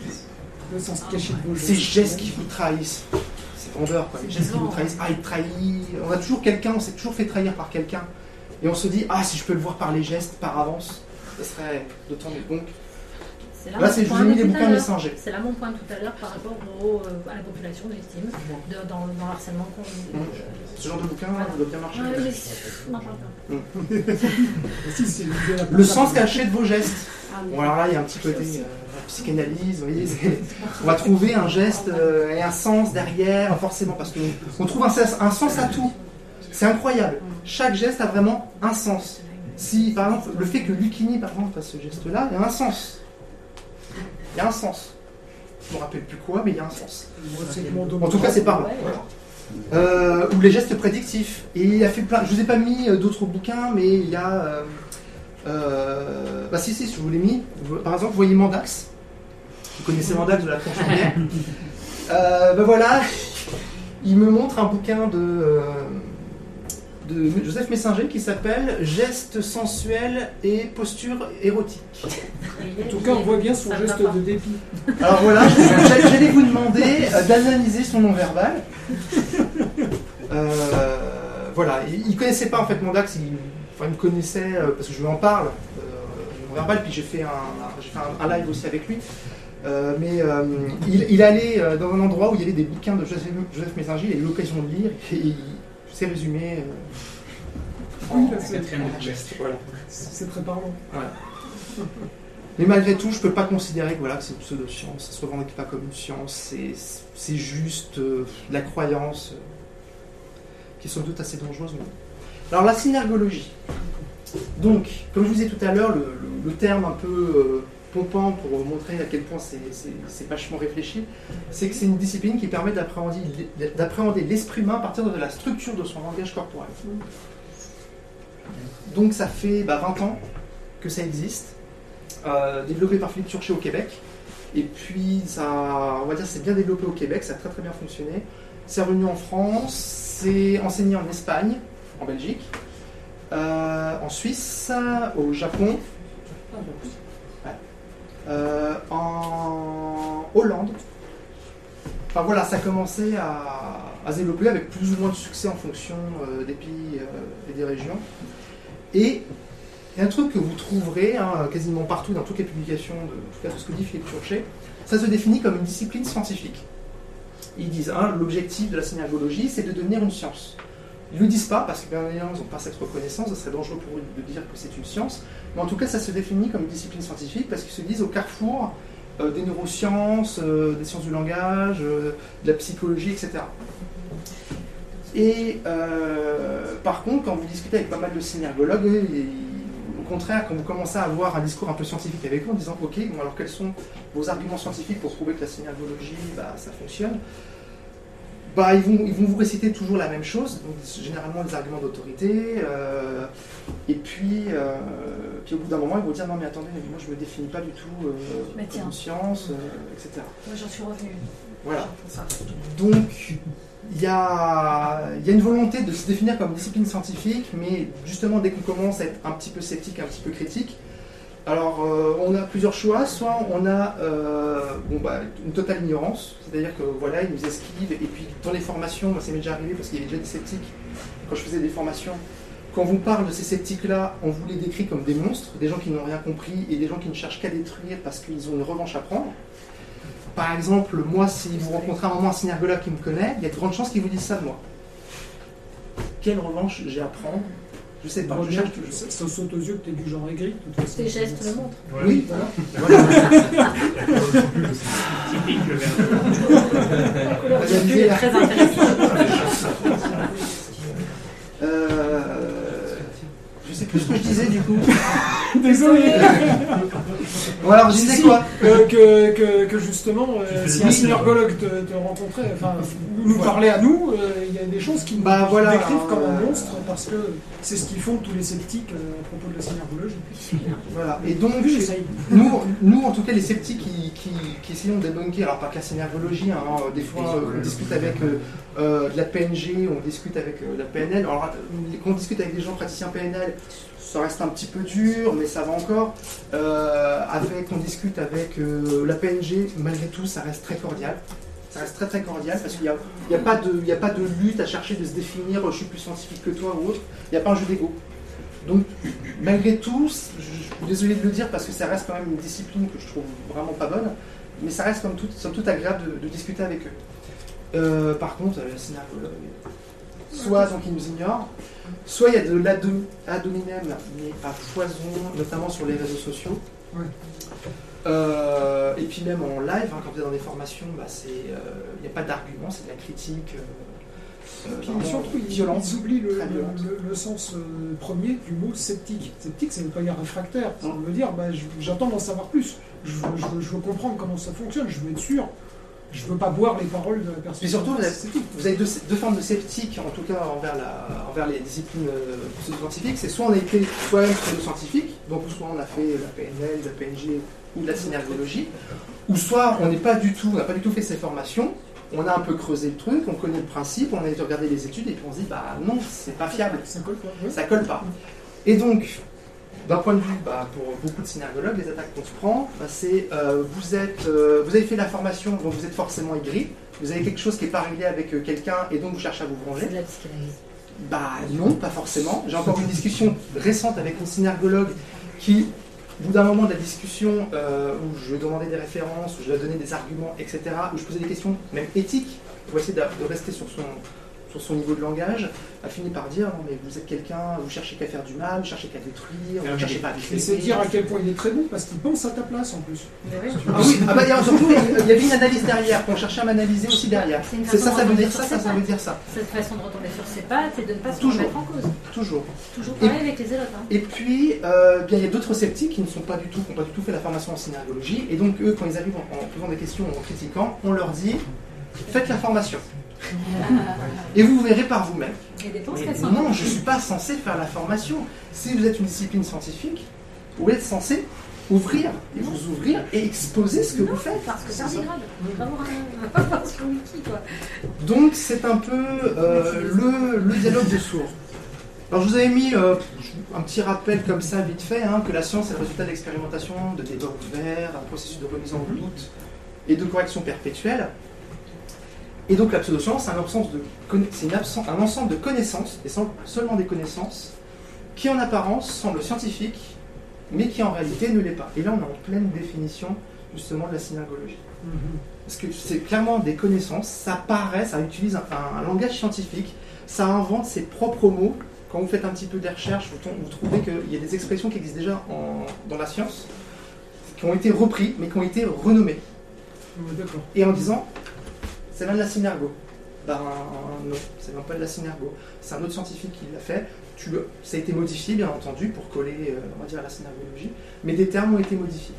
[SPEAKER 1] Ces gestes qui vous trahissent. C'est vendeur quoi, les gestes qui vous trahissent. Ah, il trahit. On a toujours quelqu'un, on s'est toujours fait trahir par quelqu'un. Et on se dit, ah, si je peux le voir par les gestes, par avance, ça serait d'autant mieux. Donc,
[SPEAKER 11] là,
[SPEAKER 1] là c'est, je vous ai mis les bouquins messagers.
[SPEAKER 11] C'est là mon point tout à l'heure par rapport au, euh, à la population de victimes, de, dans, dans l'harcèlement qu'on...
[SPEAKER 1] Mmh. Euh, Ce genre de bouquin voilà. doit bien marcher.
[SPEAKER 11] Ouais, mais...
[SPEAKER 1] mmh. Le sens caché de vos gestes. Ah, bon, alors là, il y a un petit côté euh, psychanalyse, vous voyez, on va trouver un geste euh, et un sens derrière, forcément, parce qu'on trouve un, un sens à tout. C'est incroyable. Chaque geste a vraiment un sens. Si, par exemple, le fait que Lucchini, par exemple, fasse ce geste-là, il y a un sens. Il y a un sens. Je ne me rappelle plus quoi, mais il y a un sens. En tout cas, c'est pas vrai. Euh, ou les gestes prédictifs. Et il a fait plein. Je vous ai pas mis d'autres bouquins, mais il y a. Euh, euh, bah si si, je vous l'ai mis. Par exemple, vous voyez Mandax. Vous connaissez Mandax de la tronche en bière. Euh, ben voilà. Il me montre un bouquin de. Euh, de Joseph Messinger qui s'appelle Gestes sensuels et postures érotiques.
[SPEAKER 9] En tout cas, on voit bien son geste de dépit.
[SPEAKER 1] Alors voilà, j'allais vous demander d'analyser son non-verbal. Euh, voilà, il ne connaissait pas en fait Mandax, il, enfin, il me connaissait parce que je lui en parle, euh, non-verbal, puis j'ai fait, un, j'ai fait un, un live aussi avec lui. Euh, mais euh, il, il allait dans un endroit où il y avait des bouquins de Joseph, Joseph Messinger, il a eu l'occasion de lire et il, c'est résumé. Euh,
[SPEAKER 9] oui, c'est très, voilà. C'est très parlant.
[SPEAKER 1] Voilà. Mais malgré tout, je ne peux pas considérer que, voilà, que c'est une pseudo-science, ça ne se revendique pas comme une science, c'est, c'est juste euh, de la croyance euh, qui est sans doute assez dangereuse. Mais... Alors la synergologie. Donc, comme je vous disais tout à l'heure, le, le, le terme un peu euh, pompant pour montrer à quel point c'est, c'est, c'est vachement réfléchi, c'est que c'est une discipline qui permet d'appréhender, d'appréhender l'esprit humain à partir de la structure de son langage corporel. Donc ça fait bah, vingt ans que ça existe, euh, développé par Philippe Turchet au Québec, et puis ça, on va dire c'est bien développé au Québec, ça a très très bien fonctionné, c'est revenu en France, c'est enseigné en Espagne, en Belgique, euh, en Suisse, au Japon, Euh, en Hollande. Enfin voilà, ça commençait à, à se développer avec plus ou moins de succès en fonction euh, des pays euh, et des régions. Et il y a un truc que vous trouverez hein, quasiment partout dans toutes les publications, de, en tout cas tout ce que dit Philippe Turchet, ça se définit comme une discipline scientifique. Ils disent, hein, l'objectif de la synergologie, c'est de devenir une science. Ils ne le disent pas parce que bien évidemment ils n'ont pas cette reconnaissance, ce serait dangereux pour eux de dire que c'est une science, mais en tout cas ça se définit comme une discipline scientifique parce qu'ils se disent au carrefour euh, des neurosciences, euh, des sciences du langage, euh, de la psychologie, et cetera. Et euh, par contre, quand vous discutez avec pas mal de synergologues, eux, ils, au contraire, quand vous commencez à avoir un discours un peu scientifique avec eux en disant ok, bon alors quels sont vos arguments scientifiques pour prouver que la synergologie, bah, ça fonctionne, bah, ils, vont, ils vont vous réciter toujours la même chose, donc généralement des arguments d'autorité, euh, et puis, euh, puis au bout d'un moment, ils vont dire non mais attendez, moi je ne me définis pas du tout euh, comme une science, euh, et cetera.
[SPEAKER 11] Moi j'en suis revenu.
[SPEAKER 1] Voilà. Donc il y a, y a une volonté de se définir comme discipline scientifique, mais justement dès qu'on commence à être un petit peu sceptique, un petit peu critique, alors euh, on a plusieurs choix, soit on a euh, bon, bah, une totale ignorance, c'est-à-dire que voilà, ils nous esquivent, et puis dans les formations, moi ça m'est déjà arrivé parce qu'il y avait déjà des sceptiques, quand je faisais des formations, quand on vous parle de ces sceptiques-là, on vous les décrit comme des monstres, des gens qui n'ont rien compris et des gens qui ne cherchent qu'à détruire parce qu'ils ont une revanche à prendre. par exemple, moi, si vous rencontrez à un moment un synergologue qui me connaît, il y a de grandes chances qu'il vous dise ça de moi. Quelle revanche j'ai à prendre? Je sais pas, je cherche toujours.
[SPEAKER 9] Ça, ça saute aux yeux que tu es du genre aigri, de toute façon.
[SPEAKER 11] Tes gestes le montrent.
[SPEAKER 6] Ouais.
[SPEAKER 1] Oui,
[SPEAKER 9] Voilà.
[SPEAKER 7] Typique le verre.
[SPEAKER 11] La couleur du
[SPEAKER 1] Regardez
[SPEAKER 11] pull est
[SPEAKER 1] là.
[SPEAKER 11] très intéressante.
[SPEAKER 1] Euh, je sais plus ce que je disais du coup.
[SPEAKER 9] Désolé.
[SPEAKER 1] Bon alors je
[SPEAKER 9] Si,
[SPEAKER 1] disais
[SPEAKER 9] si,
[SPEAKER 1] quoi?
[SPEAKER 9] euh, que, que, que justement, euh,
[SPEAKER 6] Tu fais
[SPEAKER 9] si
[SPEAKER 6] des
[SPEAKER 9] un
[SPEAKER 6] signes.
[SPEAKER 9] synergologue te, te rencontrait, enfin, nous parlait à nous, euh, il y a des choses qui nous
[SPEAKER 1] Bah, voilà,
[SPEAKER 9] décrivent comme un
[SPEAKER 1] euh,
[SPEAKER 9] monstre parce que c'est ce qu'ils font tous les sceptiques euh, à propos de la synergologie.
[SPEAKER 1] Voilà. Et donc
[SPEAKER 9] Oui, j'essaye.
[SPEAKER 1] nous, nous en tout cas les sceptiques qui, qui, qui essayons de débunker, alors pas que la synergologie, hein, des fois euh, on discute avec euh, euh, de la P N G, on discute avec euh, la P N L. Alors euh, quand on discute avec des gens praticiens P N L, ça reste un petit peu dur, mais ça va encore. Euh, avec, on discute avec euh, la P N G, malgré tout, ça reste très cordial. Ça reste très très cordial parce qu'il n'y a, il y a, pas de- il y a pas de lutte à chercher de se définir, je suis plus scientifique que toi ou autre. Il n'y a pas un jeu d'ego. Donc, malgré tout, je je suis désolé de le dire parce que ça reste quand même une discipline que je trouve vraiment pas bonne, mais ça reste comme tout, somme toute agréable de, de discuter avec eux. Euh, par contre, euh, synergologue, soit donc ils nous ignorent, soit il y a de l'ad-hominem, mais à foison, notamment sur les réseaux sociaux.
[SPEAKER 9] Ouais.
[SPEAKER 1] Euh, et puis même en live, hein, quand vous êtes dans des formations, bah, c'est, euh, il n'y a pas d'argument, c'est de la critique euh, euh,
[SPEAKER 9] Puis
[SPEAKER 1] vraiment
[SPEAKER 9] surtout, ils,
[SPEAKER 1] violente.
[SPEAKER 9] ils oublient le,
[SPEAKER 1] très violente.
[SPEAKER 9] le- le- le sens euh, premier du mot sceptique. Sceptique, ça ne veut pas dire réfractaire. Ça
[SPEAKER 1] Non.
[SPEAKER 9] veut dire, bah, je- j'attends d'en savoir plus. Je veux, je veux- je veux comprendre comment ça fonctionne. Je veux être sûr. Je veux pas boire les paroles de la personne.
[SPEAKER 1] Puis surtout, vous avez,
[SPEAKER 9] C'est tout.
[SPEAKER 1] vous avez deux, deux formes de sceptiques, en tout cas envers, la, envers les disciplines euh, pseudo-scientifiques. C'est soit on a été soi-même pseudo-scientifique, donc soit on a fait la P N L, la P N G ou de la synergologie, ou soit on n'est pas du tout, on n'a pas du tout fait ces formations, on a un peu creusé le truc, on connaît le principe, on a été regarder les études et puis on se dit bah non, c'est pas fiable,
[SPEAKER 9] Ça colle pas. Ouais.
[SPEAKER 1] ça colle pas. Et donc, d'un point de vue, bah, pour beaucoup de synergologues, les attaques qu'on se prend, bah, c'est euh, vous êtes, euh, vous avez fait la formation, donc vous êtes forcément aigri, vous avez quelque chose qui n'est pas réglé avec euh, quelqu'un et donc vous cherchez à vous venger.
[SPEAKER 11] C'est de la psychanalyse.
[SPEAKER 1] Bah non, pas forcément. J'ai encore eu une discussion récente avec une synergologue qui, au bout d'un moment de la discussion, euh, où je lui demandais des références, où je lui donnais des arguments, et cetera, où je posais des questions, même éthiques, pour essayer de, de rester sur son, sur son niveau de langage, a fini par dire non mais vous êtes quelqu'un, vous cherchez qu'à faire du mal, vous cherchez qu'à détruire, vous ne cherchez pas à
[SPEAKER 9] Et c'est dire à quel point il est très bon parce qu'il pense à ta place en plus.
[SPEAKER 11] Mais oui.
[SPEAKER 1] Ah oui, ah bah, il y a, surtout, il y avait une analyse derrière, qu'on cherchait à m'analyser aussi derrière.
[SPEAKER 11] C'est une
[SPEAKER 1] C'est ça,
[SPEAKER 11] façon
[SPEAKER 1] ça
[SPEAKER 11] de
[SPEAKER 1] veut dire
[SPEAKER 11] retomber
[SPEAKER 1] ça,
[SPEAKER 11] sur
[SPEAKER 1] ça,
[SPEAKER 11] ses
[SPEAKER 1] ça veut
[SPEAKER 11] pattes.
[SPEAKER 1] dire ça.
[SPEAKER 11] Cette façon de retomber sur ses pattes et de ne pas se
[SPEAKER 1] Toujours.
[SPEAKER 11] remettre en cause.
[SPEAKER 1] Toujours.
[SPEAKER 11] Toujours
[SPEAKER 1] Et-
[SPEAKER 11] pareil avec les élotes. Hein.
[SPEAKER 1] Et puis, euh, bien, il y a d'autres sceptiques qui ne sont pas du tout, qui n'ont pas du tout fait la formation en synergologie, et donc eux, quand ils arrivent en, en posant des questions, en critiquant, on leur dit faites la formation. Et vous verrez par vous-même.
[SPEAKER 11] Il y a des penses
[SPEAKER 1] Mais
[SPEAKER 11] qu'elles sont.
[SPEAKER 1] non, je ne suis pas censé faire la formation. Si vous êtes une discipline scientifique, vous êtes censé ouvrir, et vous ouvrir et exposer ce que vous faites.
[SPEAKER 11] Parce que c'est un grade. Vraiment un sur wiki quoi.
[SPEAKER 1] Donc c'est un peu euh, le, le dialogue de sourds. Alors je vous avais mis euh, un petit rappel comme ça vite fait, hein, que la science est le résultat d'expérimentation, de débats ouverts, un processus de remise en doute et de correction perpétuelle. Et donc la pseudoscience, c'est un ensemble de, conna- c'est une absen- un ensemble de connaissances, et sem- seulement des connaissances, qui en apparence semblent scientifiques, mais qui en réalité ne l'est pas. Et là on est en pleine définition justement de la synergologie. Parce que c'est clairement des connaissances, ça paraît, ça utilise un, un- un langage scientifique, ça invente ses propres mots. Quand vous faites un petit peu des recherches, vous, tom- vous trouvez qu'il y a des expressions qui existent déjà en- dans la science, qui ont été repris, mais qui ont été renommées.
[SPEAKER 9] Ouais, d'accord.
[SPEAKER 1] Et en disant, ça vient de la synergo. Ben non, ça vient pas de la synergo. C'est un autre scientifique qui l'a fait. Tu le- ça a été modifié, bien entendu, pour coller, euh, on va dire, à la synergologie, mais des termes ont été modifiés.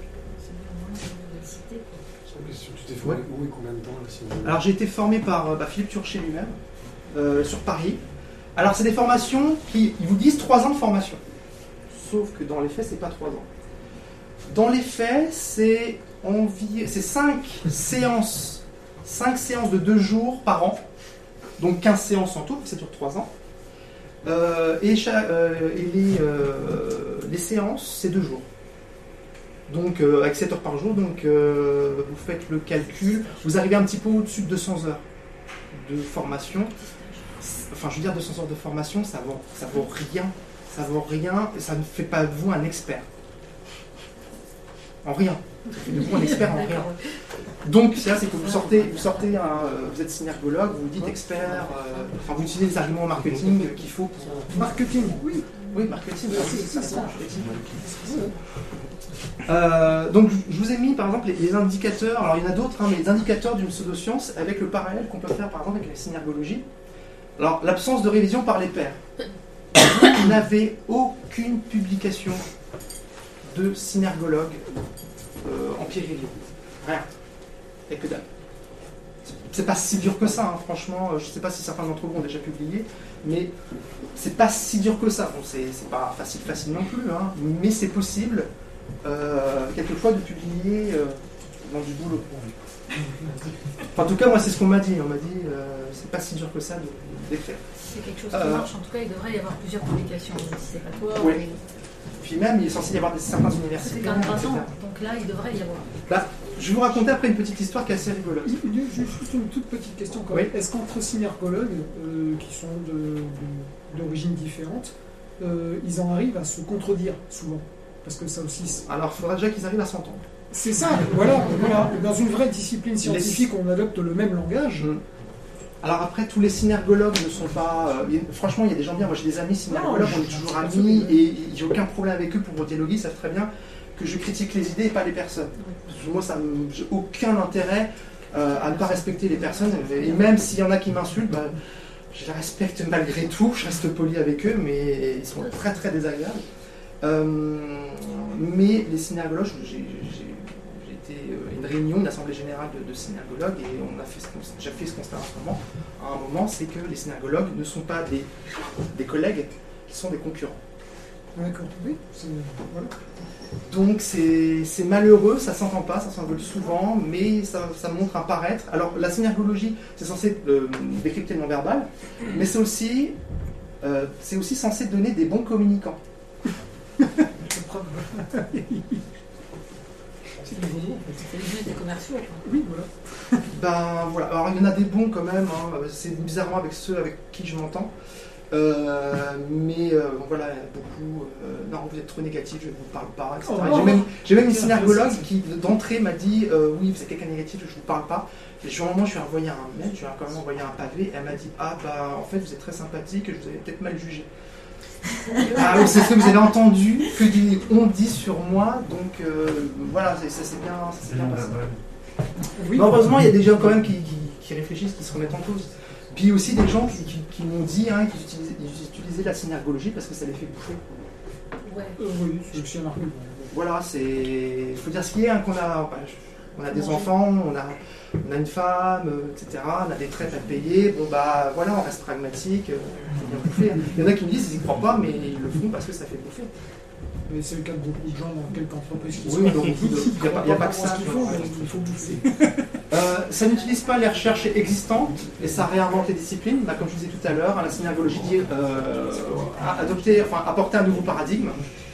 [SPEAKER 10] Tu t'es formé où et combien de temps la synergologie?
[SPEAKER 1] Alors j'ai été formé par euh, bah, Philippe Turchet lui-même, euh, sur Paris. Alors c'est des formations qui, ils vous disent trois ans de formation. Sauf que dans les faits, c'est pas trois ans. Dans les faits, c'est environ, c'est cinq séances, cinq séances de deux jours par an, donc quinze séances en tout, ça dure trois ans. Euh, et cha- euh, et les, euh, les séances, c'est deux jours. Donc euh, avec sept heures par jour, donc euh, vous faites le calcul, vous arrivez un petit peu au-dessus de deux cents heures de formation. Enfin, je veux dire, deux cents heures de formation, ça vaut, ça vaut rien. Ça vaut rien, et ça ne fait pas de vous un expert. en rien. Ça fait de vous un expert en rien. Donc, c'est là, c'est que vous sortez, vous sortez, un, euh, vous êtes synergologue, vous dites expert, euh, enfin, vous utilisez les arguments marketing qu'il faut pour...
[SPEAKER 9] Marketing, oui.
[SPEAKER 1] Oui, marketing,
[SPEAKER 9] Oui,
[SPEAKER 1] c'est
[SPEAKER 9] c'est
[SPEAKER 1] ça.
[SPEAKER 9] ça.
[SPEAKER 1] Euh, donc, je vous ai mis, par exemple, les, les indicateurs, alors il y en a d'autres, hein, mais les indicateurs d'une pseudoscience avec le parallèle qu'on peut faire, par exemple, avec la synergologie. Alors, l'absence de révision par les pairs. Vous n'avez aucune publication de synergologue euh, en peer review. Rien. Et que dalle. C'est pas si dur que ça, hein, franchement. Je sais pas si certains d'entre vous ont déjà publié, mais c'est pas si dur que ça. Bon, c'est c'est pas facile, facile non plus, hein, mais c'est possible, euh, quelquefois, de publier euh, dans du boulot. Enfin, en tout cas, moi, c'est ce qu'on m'a dit. On m'a dit, euh, c'est pas si dur que ça de d'écrire.
[SPEAKER 11] C'est quelque chose qui
[SPEAKER 1] Euh,
[SPEAKER 11] marche. En tout cas, il devrait y avoir plusieurs publications. Si c'est pas toi.
[SPEAKER 1] Oui.
[SPEAKER 11] ou-
[SPEAKER 1] Puis même, il est censé y avoir des, certains
[SPEAKER 11] C'est
[SPEAKER 1] universités.
[SPEAKER 11] quand même
[SPEAKER 1] et
[SPEAKER 11] vingt
[SPEAKER 1] cetera.
[SPEAKER 11] ans. Donc là, il devrait y avoir.
[SPEAKER 1] Là, je vais vous raconter après une petite histoire qui est assez rigolote.
[SPEAKER 9] Juste une toute petite question quand
[SPEAKER 1] Oui.
[SPEAKER 9] même. Est-ce qu'entre synergologues, euh, qui sont de- de- d'origines différentes, euh, ils en arrivent à se contredire souvent? Parce que ça aussi, c'est-
[SPEAKER 1] Alors, il faudra déjà qu'ils arrivent à s'entendre.
[SPEAKER 9] c'est ça, voilà, voilà. Dans une vraie discipline scientifique, on adopte le même langage.
[SPEAKER 1] Mm. Alors après, tous les synergologues ne sont pas... euh, il y a- franchement, il y a des gens bien. Moi, j'ai des amis synergologues,
[SPEAKER 9] Non,
[SPEAKER 1] on est
[SPEAKER 9] je-
[SPEAKER 1] toujours
[SPEAKER 9] je-
[SPEAKER 1] amis, et j'ai aucun problème avec eux pour dialoguer. Ils savent très bien que je critique les idées et pas les personnes. Parce que moi, ça me- j'ai aucun intérêt euh, à ne pas respecter les personnes. Et même s'il y en a qui m'insultent, bah, je les respecte malgré tout. Je reste poli avec eux, mais ils sont très très désagréables. Euh, mais les synergologues, j'ai... j'ai- J'ai été à une réunion, une assemblée générale de, de synergologues, et on a fait ce constat- j'ai fait ce constat à un moment, à un moment, c'est que les synergologues ne sont pas des, des collègues, ils sont des concurrents.
[SPEAKER 9] D'accord, oui. c'est- Voilà.
[SPEAKER 1] Donc c'est c'est malheureux, ça s'entend pas, ça s'envole souvent, mais ça, ça montre un paraître. Alors la synergologie, c'est censé euh, décrypter le non-verbal, mais c'est aussi, euh, c'est aussi censé donner des bons communicants.
[SPEAKER 11] C'est le jeu des commerciaux. quoi.
[SPEAKER 9] Oui, voilà.
[SPEAKER 1] Ben voilà, alors il y en a des bons quand même, hein. C'est bizarrement avec ceux avec qui je m'entends. Euh, mais euh, bon, voilà, il y en a beaucoup. euh, non, vous êtes trop négatif, je ne vous parle pas, et cetera.
[SPEAKER 9] Oh,
[SPEAKER 1] j'ai, même, j'ai même une
[SPEAKER 9] tiens,
[SPEAKER 1] synergologue
[SPEAKER 9] c'est-
[SPEAKER 1] qui d'entrée m'a dit euh, oui, vous êtes quelqu'un de négatif, je ne vous parle pas. Et sur un moment, je lui ai envoyé un mail, je lui ai quand même envoyé un pavé, et elle m'a dit ah bah en fait vous êtes très sympathique, et je vous avais peut-être mal jugé. Ah oui, c'est ce que vous avez entendu, que dit, on dit sur moi, donc euh, voilà, c'est, ça c'est bien, ça s'est bien passé.
[SPEAKER 9] Oui.
[SPEAKER 1] Mais heureusement, il y a des gens quand même qui, qui, qui réfléchissent, qui se remettent en cause. Puis aussi des gens qui, qui, qui m'ont dit hein, qu'ils utilisaient, ils utilisaient la synergologie parce que ça les fait bouffer.
[SPEAKER 11] Ouais.
[SPEAKER 9] Euh, oui, c'est aussi un argument.
[SPEAKER 1] Voilà, c'est. Il faut dire ce qui est, hein, qu'on a. bah, on a des enfants, on a, on a une femme, euh, et cetera. On a des traites à payer. Bon bah voilà, on reste pragmatique, euh, faut bien bouffer. Il y en a qui me disent ils y croient pas, mais ils le font parce que ça fait bouffer.
[SPEAKER 9] Mais c'est le cas de beaucoup de gens dans quelques entreprises qui
[SPEAKER 1] Oui,
[SPEAKER 9] sont.
[SPEAKER 1] donc, il n'y a, pas- il y a pas que ça.
[SPEAKER 9] qu'il faut, mais il faut bouffer.
[SPEAKER 1] Euh, ça n'utilise pas les recherches existantes et ça réinvente les disciplines. Bah, comme je vous disais tout à l'heure, hein, la synergologie dit euh, adopter, enfin, apporter un nouveau paradigme.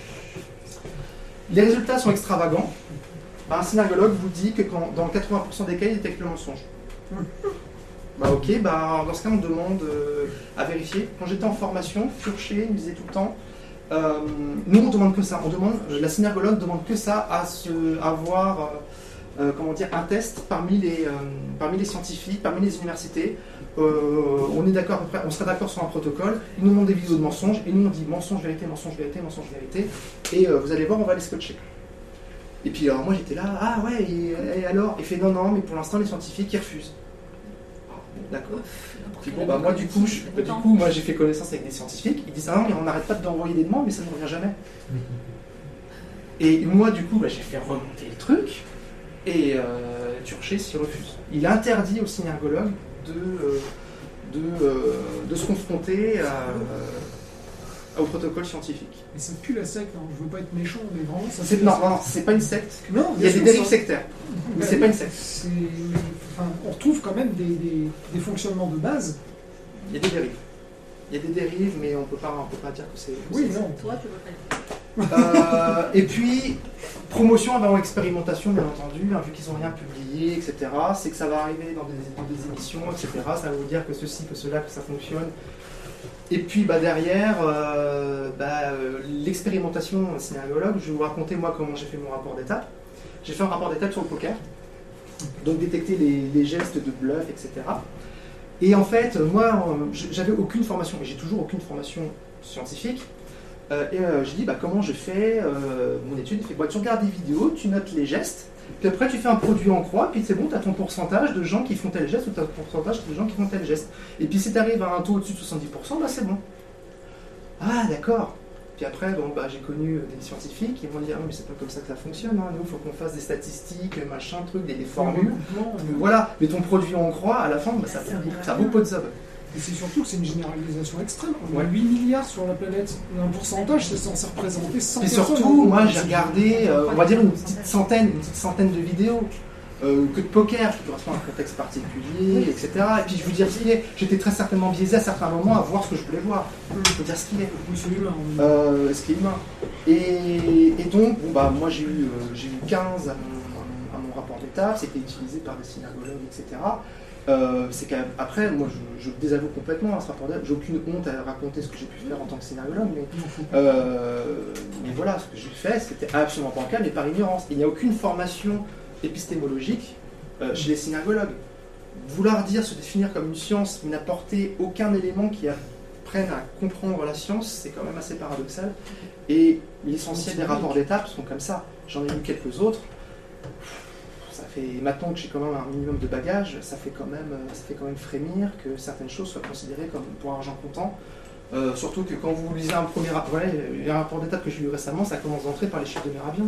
[SPEAKER 1] Les résultats sont extravagants. Bah, un synergologue vous dit que quand, dans quatre-vingts pour cent des cas, il détecte le mensonge. Bah ok, bah, dans ce cas, on demande euh, à vérifier. Quand j'étais en formation, Furché me disait tout le temps euh, nous, on demande que ça. On demande, euh, la synergologue demande que ça à se, avoir. Euh, Euh, comment dire, un test parmi les, euh, parmi les scientifiques, parmi les universités. Euh, on est d'accord, on serait d'accord sur un protocole. Ils nous demandent des vidéos de mensonges et nous on dit mensonge, vérité, mensonge, vérité, mensonge, vérité. Et euh, vous allez voir, on va les scotcher. Et puis alors moi j'étais là, ah ouais, et, et alors il fait non, non, mais pour l'instant les scientifiques ils refusent. Ah, bon, d'accord. Puis bon, bah moi du coup, je, bah, du coup, moi j'ai fait connaissance avec des scientifiques. Ils disent ah non, mais on n'arrête pas d'envoyer des demandes, mais ça ne revient jamais. Et moi du coup, bah, j'ai fait remonter le truc. Et euh, Turchet s'y refuse. Il interdit aux synergologues de, euh, de, euh, de se confronter à, euh, au protocole scientifique.
[SPEAKER 9] Mais ça pue la secte, hein. Je veux pas être méchant, mais vraiment ça
[SPEAKER 1] C'est,
[SPEAKER 9] pue
[SPEAKER 1] non,
[SPEAKER 9] la secte.
[SPEAKER 1] non, c'est pas une secte.
[SPEAKER 9] Non,
[SPEAKER 1] Il y a
[SPEAKER 9] bien
[SPEAKER 1] des
[SPEAKER 9] sûr,
[SPEAKER 1] dérives
[SPEAKER 9] ça-
[SPEAKER 1] sectaires, mais
[SPEAKER 9] Bah
[SPEAKER 1] c'est
[SPEAKER 9] oui,
[SPEAKER 1] pas une secte.
[SPEAKER 9] c'est- enfin, on retrouve quand même des, des, des fonctionnements de base.
[SPEAKER 1] Il y a des dérives. Il y a des dérives, mais on peut pas, on peut pas dire que c'est.
[SPEAKER 9] Oui,
[SPEAKER 1] c'est-
[SPEAKER 9] non.
[SPEAKER 11] Toi, tu veux pas le dire.
[SPEAKER 1] Euh, et puis, promotion avant expérimentation, bien entendu, hein, vu qu'ils n'ont rien publié, et cetera. C'est que ça va arriver dans des, dans des émissions, et cetera. Ça va vous dire que ceci, que cela, que ça fonctionne. Et puis bah, derrière, euh, bah, euh, l'expérimentation synergologue, je vais vous raconter moi comment j'ai fait mon rapport d'étape. J'ai fait un rapport d'étape sur le poker, donc détecter les, les gestes de bluff, et cetera. Et en fait, moi, j'avais aucune formation, et j'ai toujours aucune formation scientifique. Euh, et euh, j'ai dit, bah, comment je fais euh, mon étude? Il fait, bah, tu regardes des vidéos, tu notes les gestes, puis après tu fais un produit en croix, puis c'est bon, tu as ton pourcentage de gens qui font tel geste, ou tu as ton pourcentage de gens qui font tel geste. Et puis si tu arrives à un taux au-dessus de soixante-dix pour cent, bah, c'est bon. Ah, d'accord. Puis après, bon, bah, j'ai connu des scientifiques qui m'ont dit, ah, mais c'est pas comme ça que ça fonctionne, hein. Nous, il faut qu'on fasse des statistiques, machin, truc, des, des formules. Donc, voilà, mais ton produit en croix, à la fin, bah, ça, ça vaut pas de sub.
[SPEAKER 9] Et c'est surtout que c'est une généralisation extrême. On
[SPEAKER 1] Ouais.
[SPEAKER 9] a huit milliards sur la planète. Un pourcentage, c'est censé représenter cent
[SPEAKER 1] Et
[SPEAKER 9] personnes.
[SPEAKER 1] surtout, moi, j'ai regardé, euh, on va dire, une petite centaine, une petite centaine de vidéos. Euh, que de poker, qui correspond à un contexte particulier, et cetera. Et puis je vous dire ce qu'il est, j'étais très certainement biaisé à certains moments à voir ce que je voulais voir. Je peux dire ce qu'il est.
[SPEAKER 9] Oui, c'est humain.
[SPEAKER 1] Euh, ce qui est humain. Et, et donc, bon, bah, moi j'ai eu, euh, j'ai eu quinze à mon, à mon rapport d'étape, c'était utilisé par des synergologues, et cetera. Euh, c'est qu'après, moi je, je désavoue complètement à ce rapport d'étape, j'ai aucune honte à raconter ce que j'ai pu faire en tant que synergologue, mais, euh, mais voilà, ce que j'ai fait, c'était absolument bancal, mais par ignorance. Et il n'y a aucune formation épistémologique euh, chez les synergologues. Vouloir dire se définir comme une science mais n'apporter aucun élément qui apprenne à comprendre la science, c'est quand même assez paradoxal. Et l'essentiel des rapports d'étape sont comme ça. J'en ai lu quelques autres. Ça fait maintenant que j'ai quand même un minimum de bagages, ça fait quand même, ça fait quand même frémir que certaines choses soient considérées comme pour argent comptant. Euh, surtout que quand vous lisez un premier rapport, voilà, il y a un rapport d'étape que j'ai lu récemment, ça commence d'entrer par les chiffres de Meravian.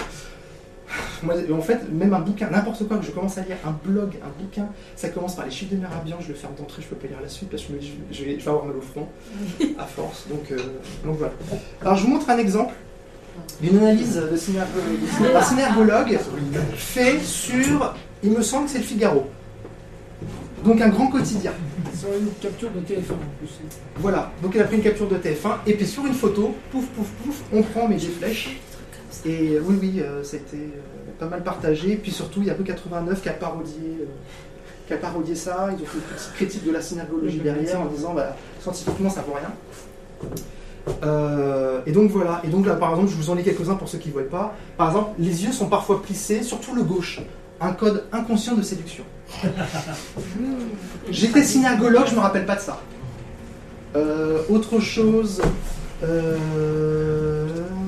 [SPEAKER 1] Moi, en fait, même un bouquin, n'importe quoi que je commence à lire, un blog, un bouquin, ça commence par les chiffres de Meravian, je le ferme d'entrée, je peux pas lire la suite parce que je me dis, je vais, je vais avoir mal au front, à force. Donc, euh, donc voilà. Alors je vous montre un exemple d'une analyse de synergologue, un synergologue fait sur, il me semble que c'est le Figaro. Donc un grand quotidien.
[SPEAKER 9] C'est une capture de T F un en plus.
[SPEAKER 1] Voilà, donc il a pris une capture de T F un, et puis sur une photo, pouf, pouf, pouf, on prend mes flèches. Et euh, oui, oui, euh, ça a été euh, pas mal partagé. Puis surtout, il y a peu quatre-vingt-neuf qui a parodié, euh, qui a parodié ça. Ils ont fait une petite critique de la synergologie derrière en disant, bah, scientifiquement, ça vaut rien. Euh, et donc voilà. Et donc là, par exemple, je vous en lis quelques-uns pour ceux qui ne voient pas. Par exemple, les yeux sont parfois plissés, surtout le gauche. Un code inconscient de séduction. J'étais synergologue, je me rappelle pas de ça. Euh, autre chose. Euh...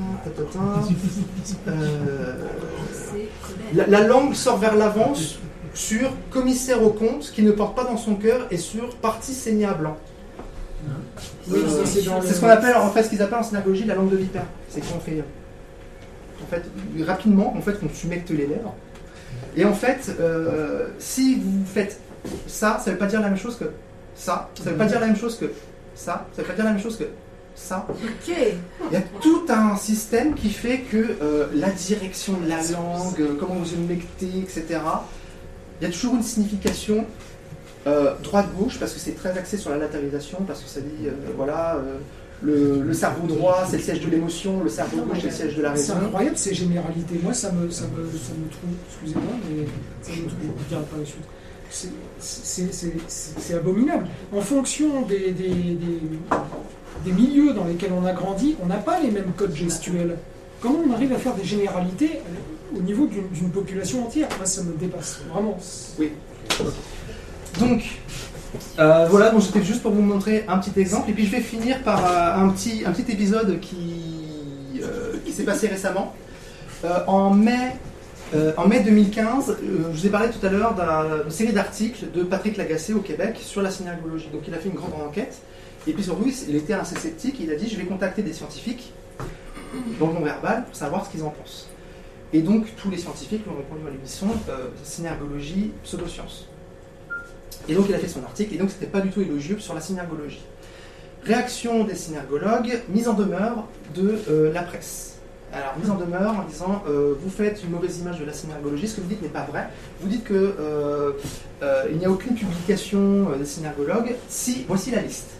[SPEAKER 1] Euh, la, la langue sort vers l'avant sur commissaire au compte qui ne porte pas dans son cœur et sur parti saigné à blanc. Oui, euh, c'est ce qu'on appelle en fait ce qu'ils appellent en synergologie la langue de vipère. C'est qu'on fait en fait rapidement en fait on s'humecte les lèvres et en fait euh, si vous faites ça, ça veut pas dire la même chose que ça, ça veut pas dire la même chose que ça, ça veut pas dire la même chose que ça.
[SPEAKER 11] Okay.
[SPEAKER 1] Il y a tout un système qui fait que euh, la direction de la langue, euh, comment vous humectez, et cetera. Il y a toujours une signification euh, droite-gauche parce que c'est très axé sur la latéralisation, parce que ça dit, euh, voilà, euh, le, le cerveau droit c'est le siège de l'émotion, le cerveau gauche c'est le siège de la raison.
[SPEAKER 9] C'est incroyable ces généralités. Moi ça me, ça me, ça me trouve, excusez-moi, mais ça me trouve, je ne dirai pas la suite. C'est abominable. En fonction des, des, des des milieux dans lesquels on a grandi, on n'a pas les mêmes codes gestuels. Comment on arrive à faire des généralités au niveau d'une population entière? Moi, ça me dépasse, vraiment.
[SPEAKER 1] Oui. Donc, euh, voilà, donc c'était juste pour vous montrer un petit exemple, et puis je vais finir par euh, un, petit, un petit épisode qui, euh, qui s'est passé récemment. Euh, en, mai, euh, en mai deux mille quinze, euh, je vous ai parlé tout à l'heure d'une série d'articles de Patrick Lagacé au Québec sur la synergologie. Donc il a fait une grande enquête. Et puis surtout, il était assez sceptique, il a dit je vais contacter des scientifiques dans le non-verbal pour savoir ce qu'ils en pensent. Et donc tous les scientifiques lui ont répondu à l'émission euh, synergologie, pseudosciences. Et donc il a fait son article, et donc c'était pas du tout élogieux sur la synergologie. Réaction des synergologues, mise en demeure de euh, la presse. Alors mise en demeure en disant euh, vous faites une mauvaise image de la synergologie, ce que vous dites n'est pas vrai. Vous dites que euh, euh, il n'y a aucune publication euh, des synergologues. Si, voici la liste.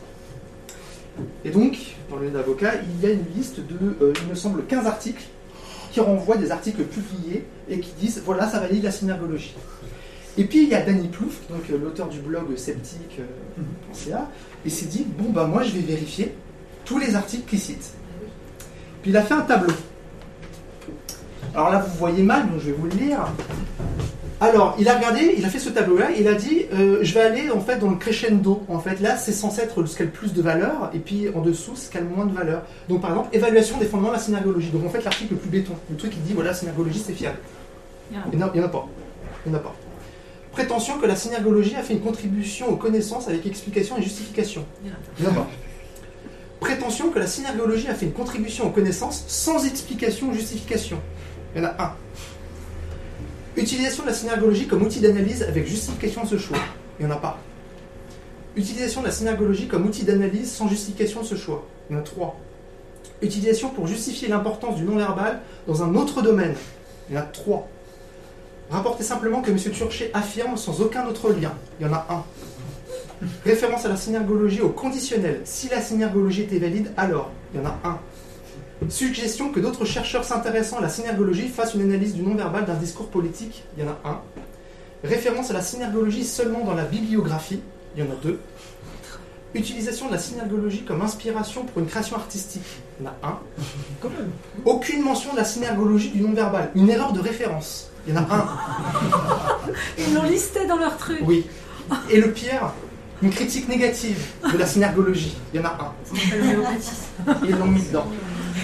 [SPEAKER 1] Et donc, dans le d'avocat, il y a une liste de, euh, il me semble, quinze articles qui renvoient des articles publiés et qui disent, voilà, ça valide la synergologie. Et puis, il y a Danny Plouffe, donc euh, l'auteur du blog sceptique point c a, euh, et s'est dit, bon, bah moi, je vais vérifier tous les articles qu'il cite. Puis il a fait un tableau. Alors là, vous voyez mal, donc je vais vous le lire. Alors, il a regardé, il a fait ce tableau-là, et il a dit, euh, je vais aller en fait dans le crescendo. En fait, là, c'est censé être ce qui a le plus de valeur, et puis en dessous, ce qui a le moins de valeur. Donc, par exemple, évaluation des fondements de la synergologie. Donc, en fait, l'article le plus béton, le truc qui dit, voilà, la synergologie, c'est fiable. Il n'y en, en a pas. Il n'y en a pas. Prétention que la synergologie a fait une contribution aux connaissances avec explication et justification. Il n'y en a pas. Prétention que la synergologie a fait une contribution aux connaissances sans explication ou justification. Il y en a un. Utilisation de la synergologie comme outil d'analyse avec justification de ce choix. Il n'y en a pas. Utilisation de la synergologie comme outil d'analyse sans justification de ce choix. Il y en a trois. Utilisation pour justifier l'importance du non-verbal dans un autre domaine. Il y en a trois. Rapportez simplement que M. Turchet affirme sans aucun autre lien. Il y en a un. Référence à la synergologie au conditionnel. Si la synergologie était valide, alors. Il y en a un. Suggestion que d'autres chercheurs s'intéressant à la synergologie fassent une analyse du non-verbal d'un discours politique. Il y en a un. Référence à la synergologie seulement dans la bibliographie. Il y en a deux. Utilisation de la synergologie comme inspiration pour une création artistique. Il y en a un. Aucune mention de la synergologie du non-verbal. Une erreur de référence. Il y en a un.
[SPEAKER 11] Ils l'ont listé dans leur truc.
[SPEAKER 1] Oui. Et le pire, une critique négative de la synergologie. Il y en a un. Ils l'ont mis dedans.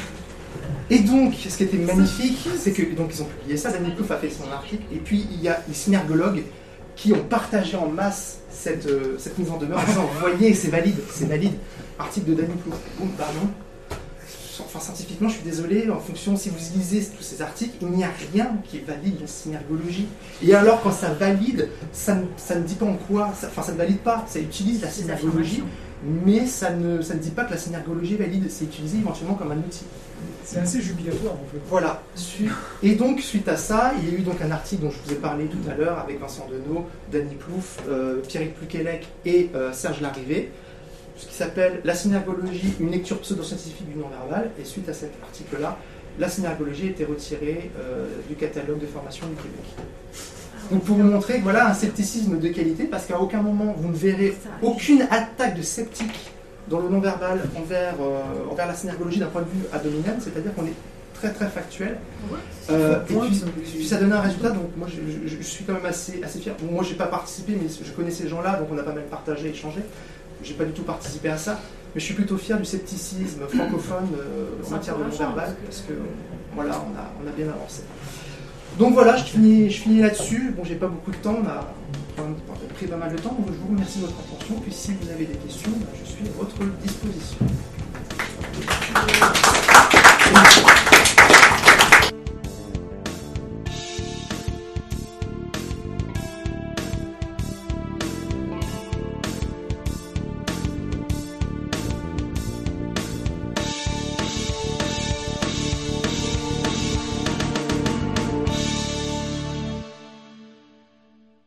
[SPEAKER 1] Et donc, ce qui était magnifique, c'est que donc ils ont publié ça, Danny Plouffe a fait son article, et puis il y a les synergologues qui ont partagé en masse cette, euh, cette mise en demeure en disant, vous voyez, c'est valide, c'est valide. Article de Danny Plouffe. Boum, pardon. Enfin, scientifiquement, je suis désolé, en fonction, si vous lisez tous ces articles, il n'y a rien qui valide la synergologie. Et alors, quand ça valide, ça ne, ça ne dit pas en quoi, ça, enfin, ça ne valide pas, ça utilise la synergologie, mais ça ne, ça ne dit pas que la synergologie est valide, c'est utilisé éventuellement comme un outil.
[SPEAKER 9] C'est assez jubilatoire en fait.
[SPEAKER 1] Voilà. Et donc, suite à ça, il y a eu donc un article dont je vous ai parlé tout à l'heure avec Vincent Denot, Danny Plouffe, euh, Pierrick Pluquelec et euh, Serge Larrivé, ce qui s'appelle La synergologie, une lecture pseudo-scientifique du non-verbal. Et suite à cet article-là, la synergologie a été retirée euh, du catalogue de formation du Québec. Donc pour vous montrer que voilà un scepticisme de qualité, parce qu'à aucun moment vous ne verrez aucune attaque de sceptique dans le non-verbal envers, euh, envers la synergologie d'un point de vue ad hominem, c'est-à-dire qu'on est très très factuel. Euh, et puis, puis ça donne un résultat, donc moi je, je, je suis quand même assez, assez fier. Bon, moi j'ai pas participé, mais je connais ces gens-là, donc on a pas mal partagé, échangé. J'ai pas du tout participé à ça, mais je suis plutôt fier du scepticisme francophone euh, en matière de non-verbal, parce que voilà, on a, on a bien avancé. Donc voilà, je finis, je finis là-dessus. Bon, j'ai pas beaucoup de temps, on a, on a pris pas mal de temps, donc je vous remercie de votre attention. Puis si vous avez des questions, je suis à votre disposition.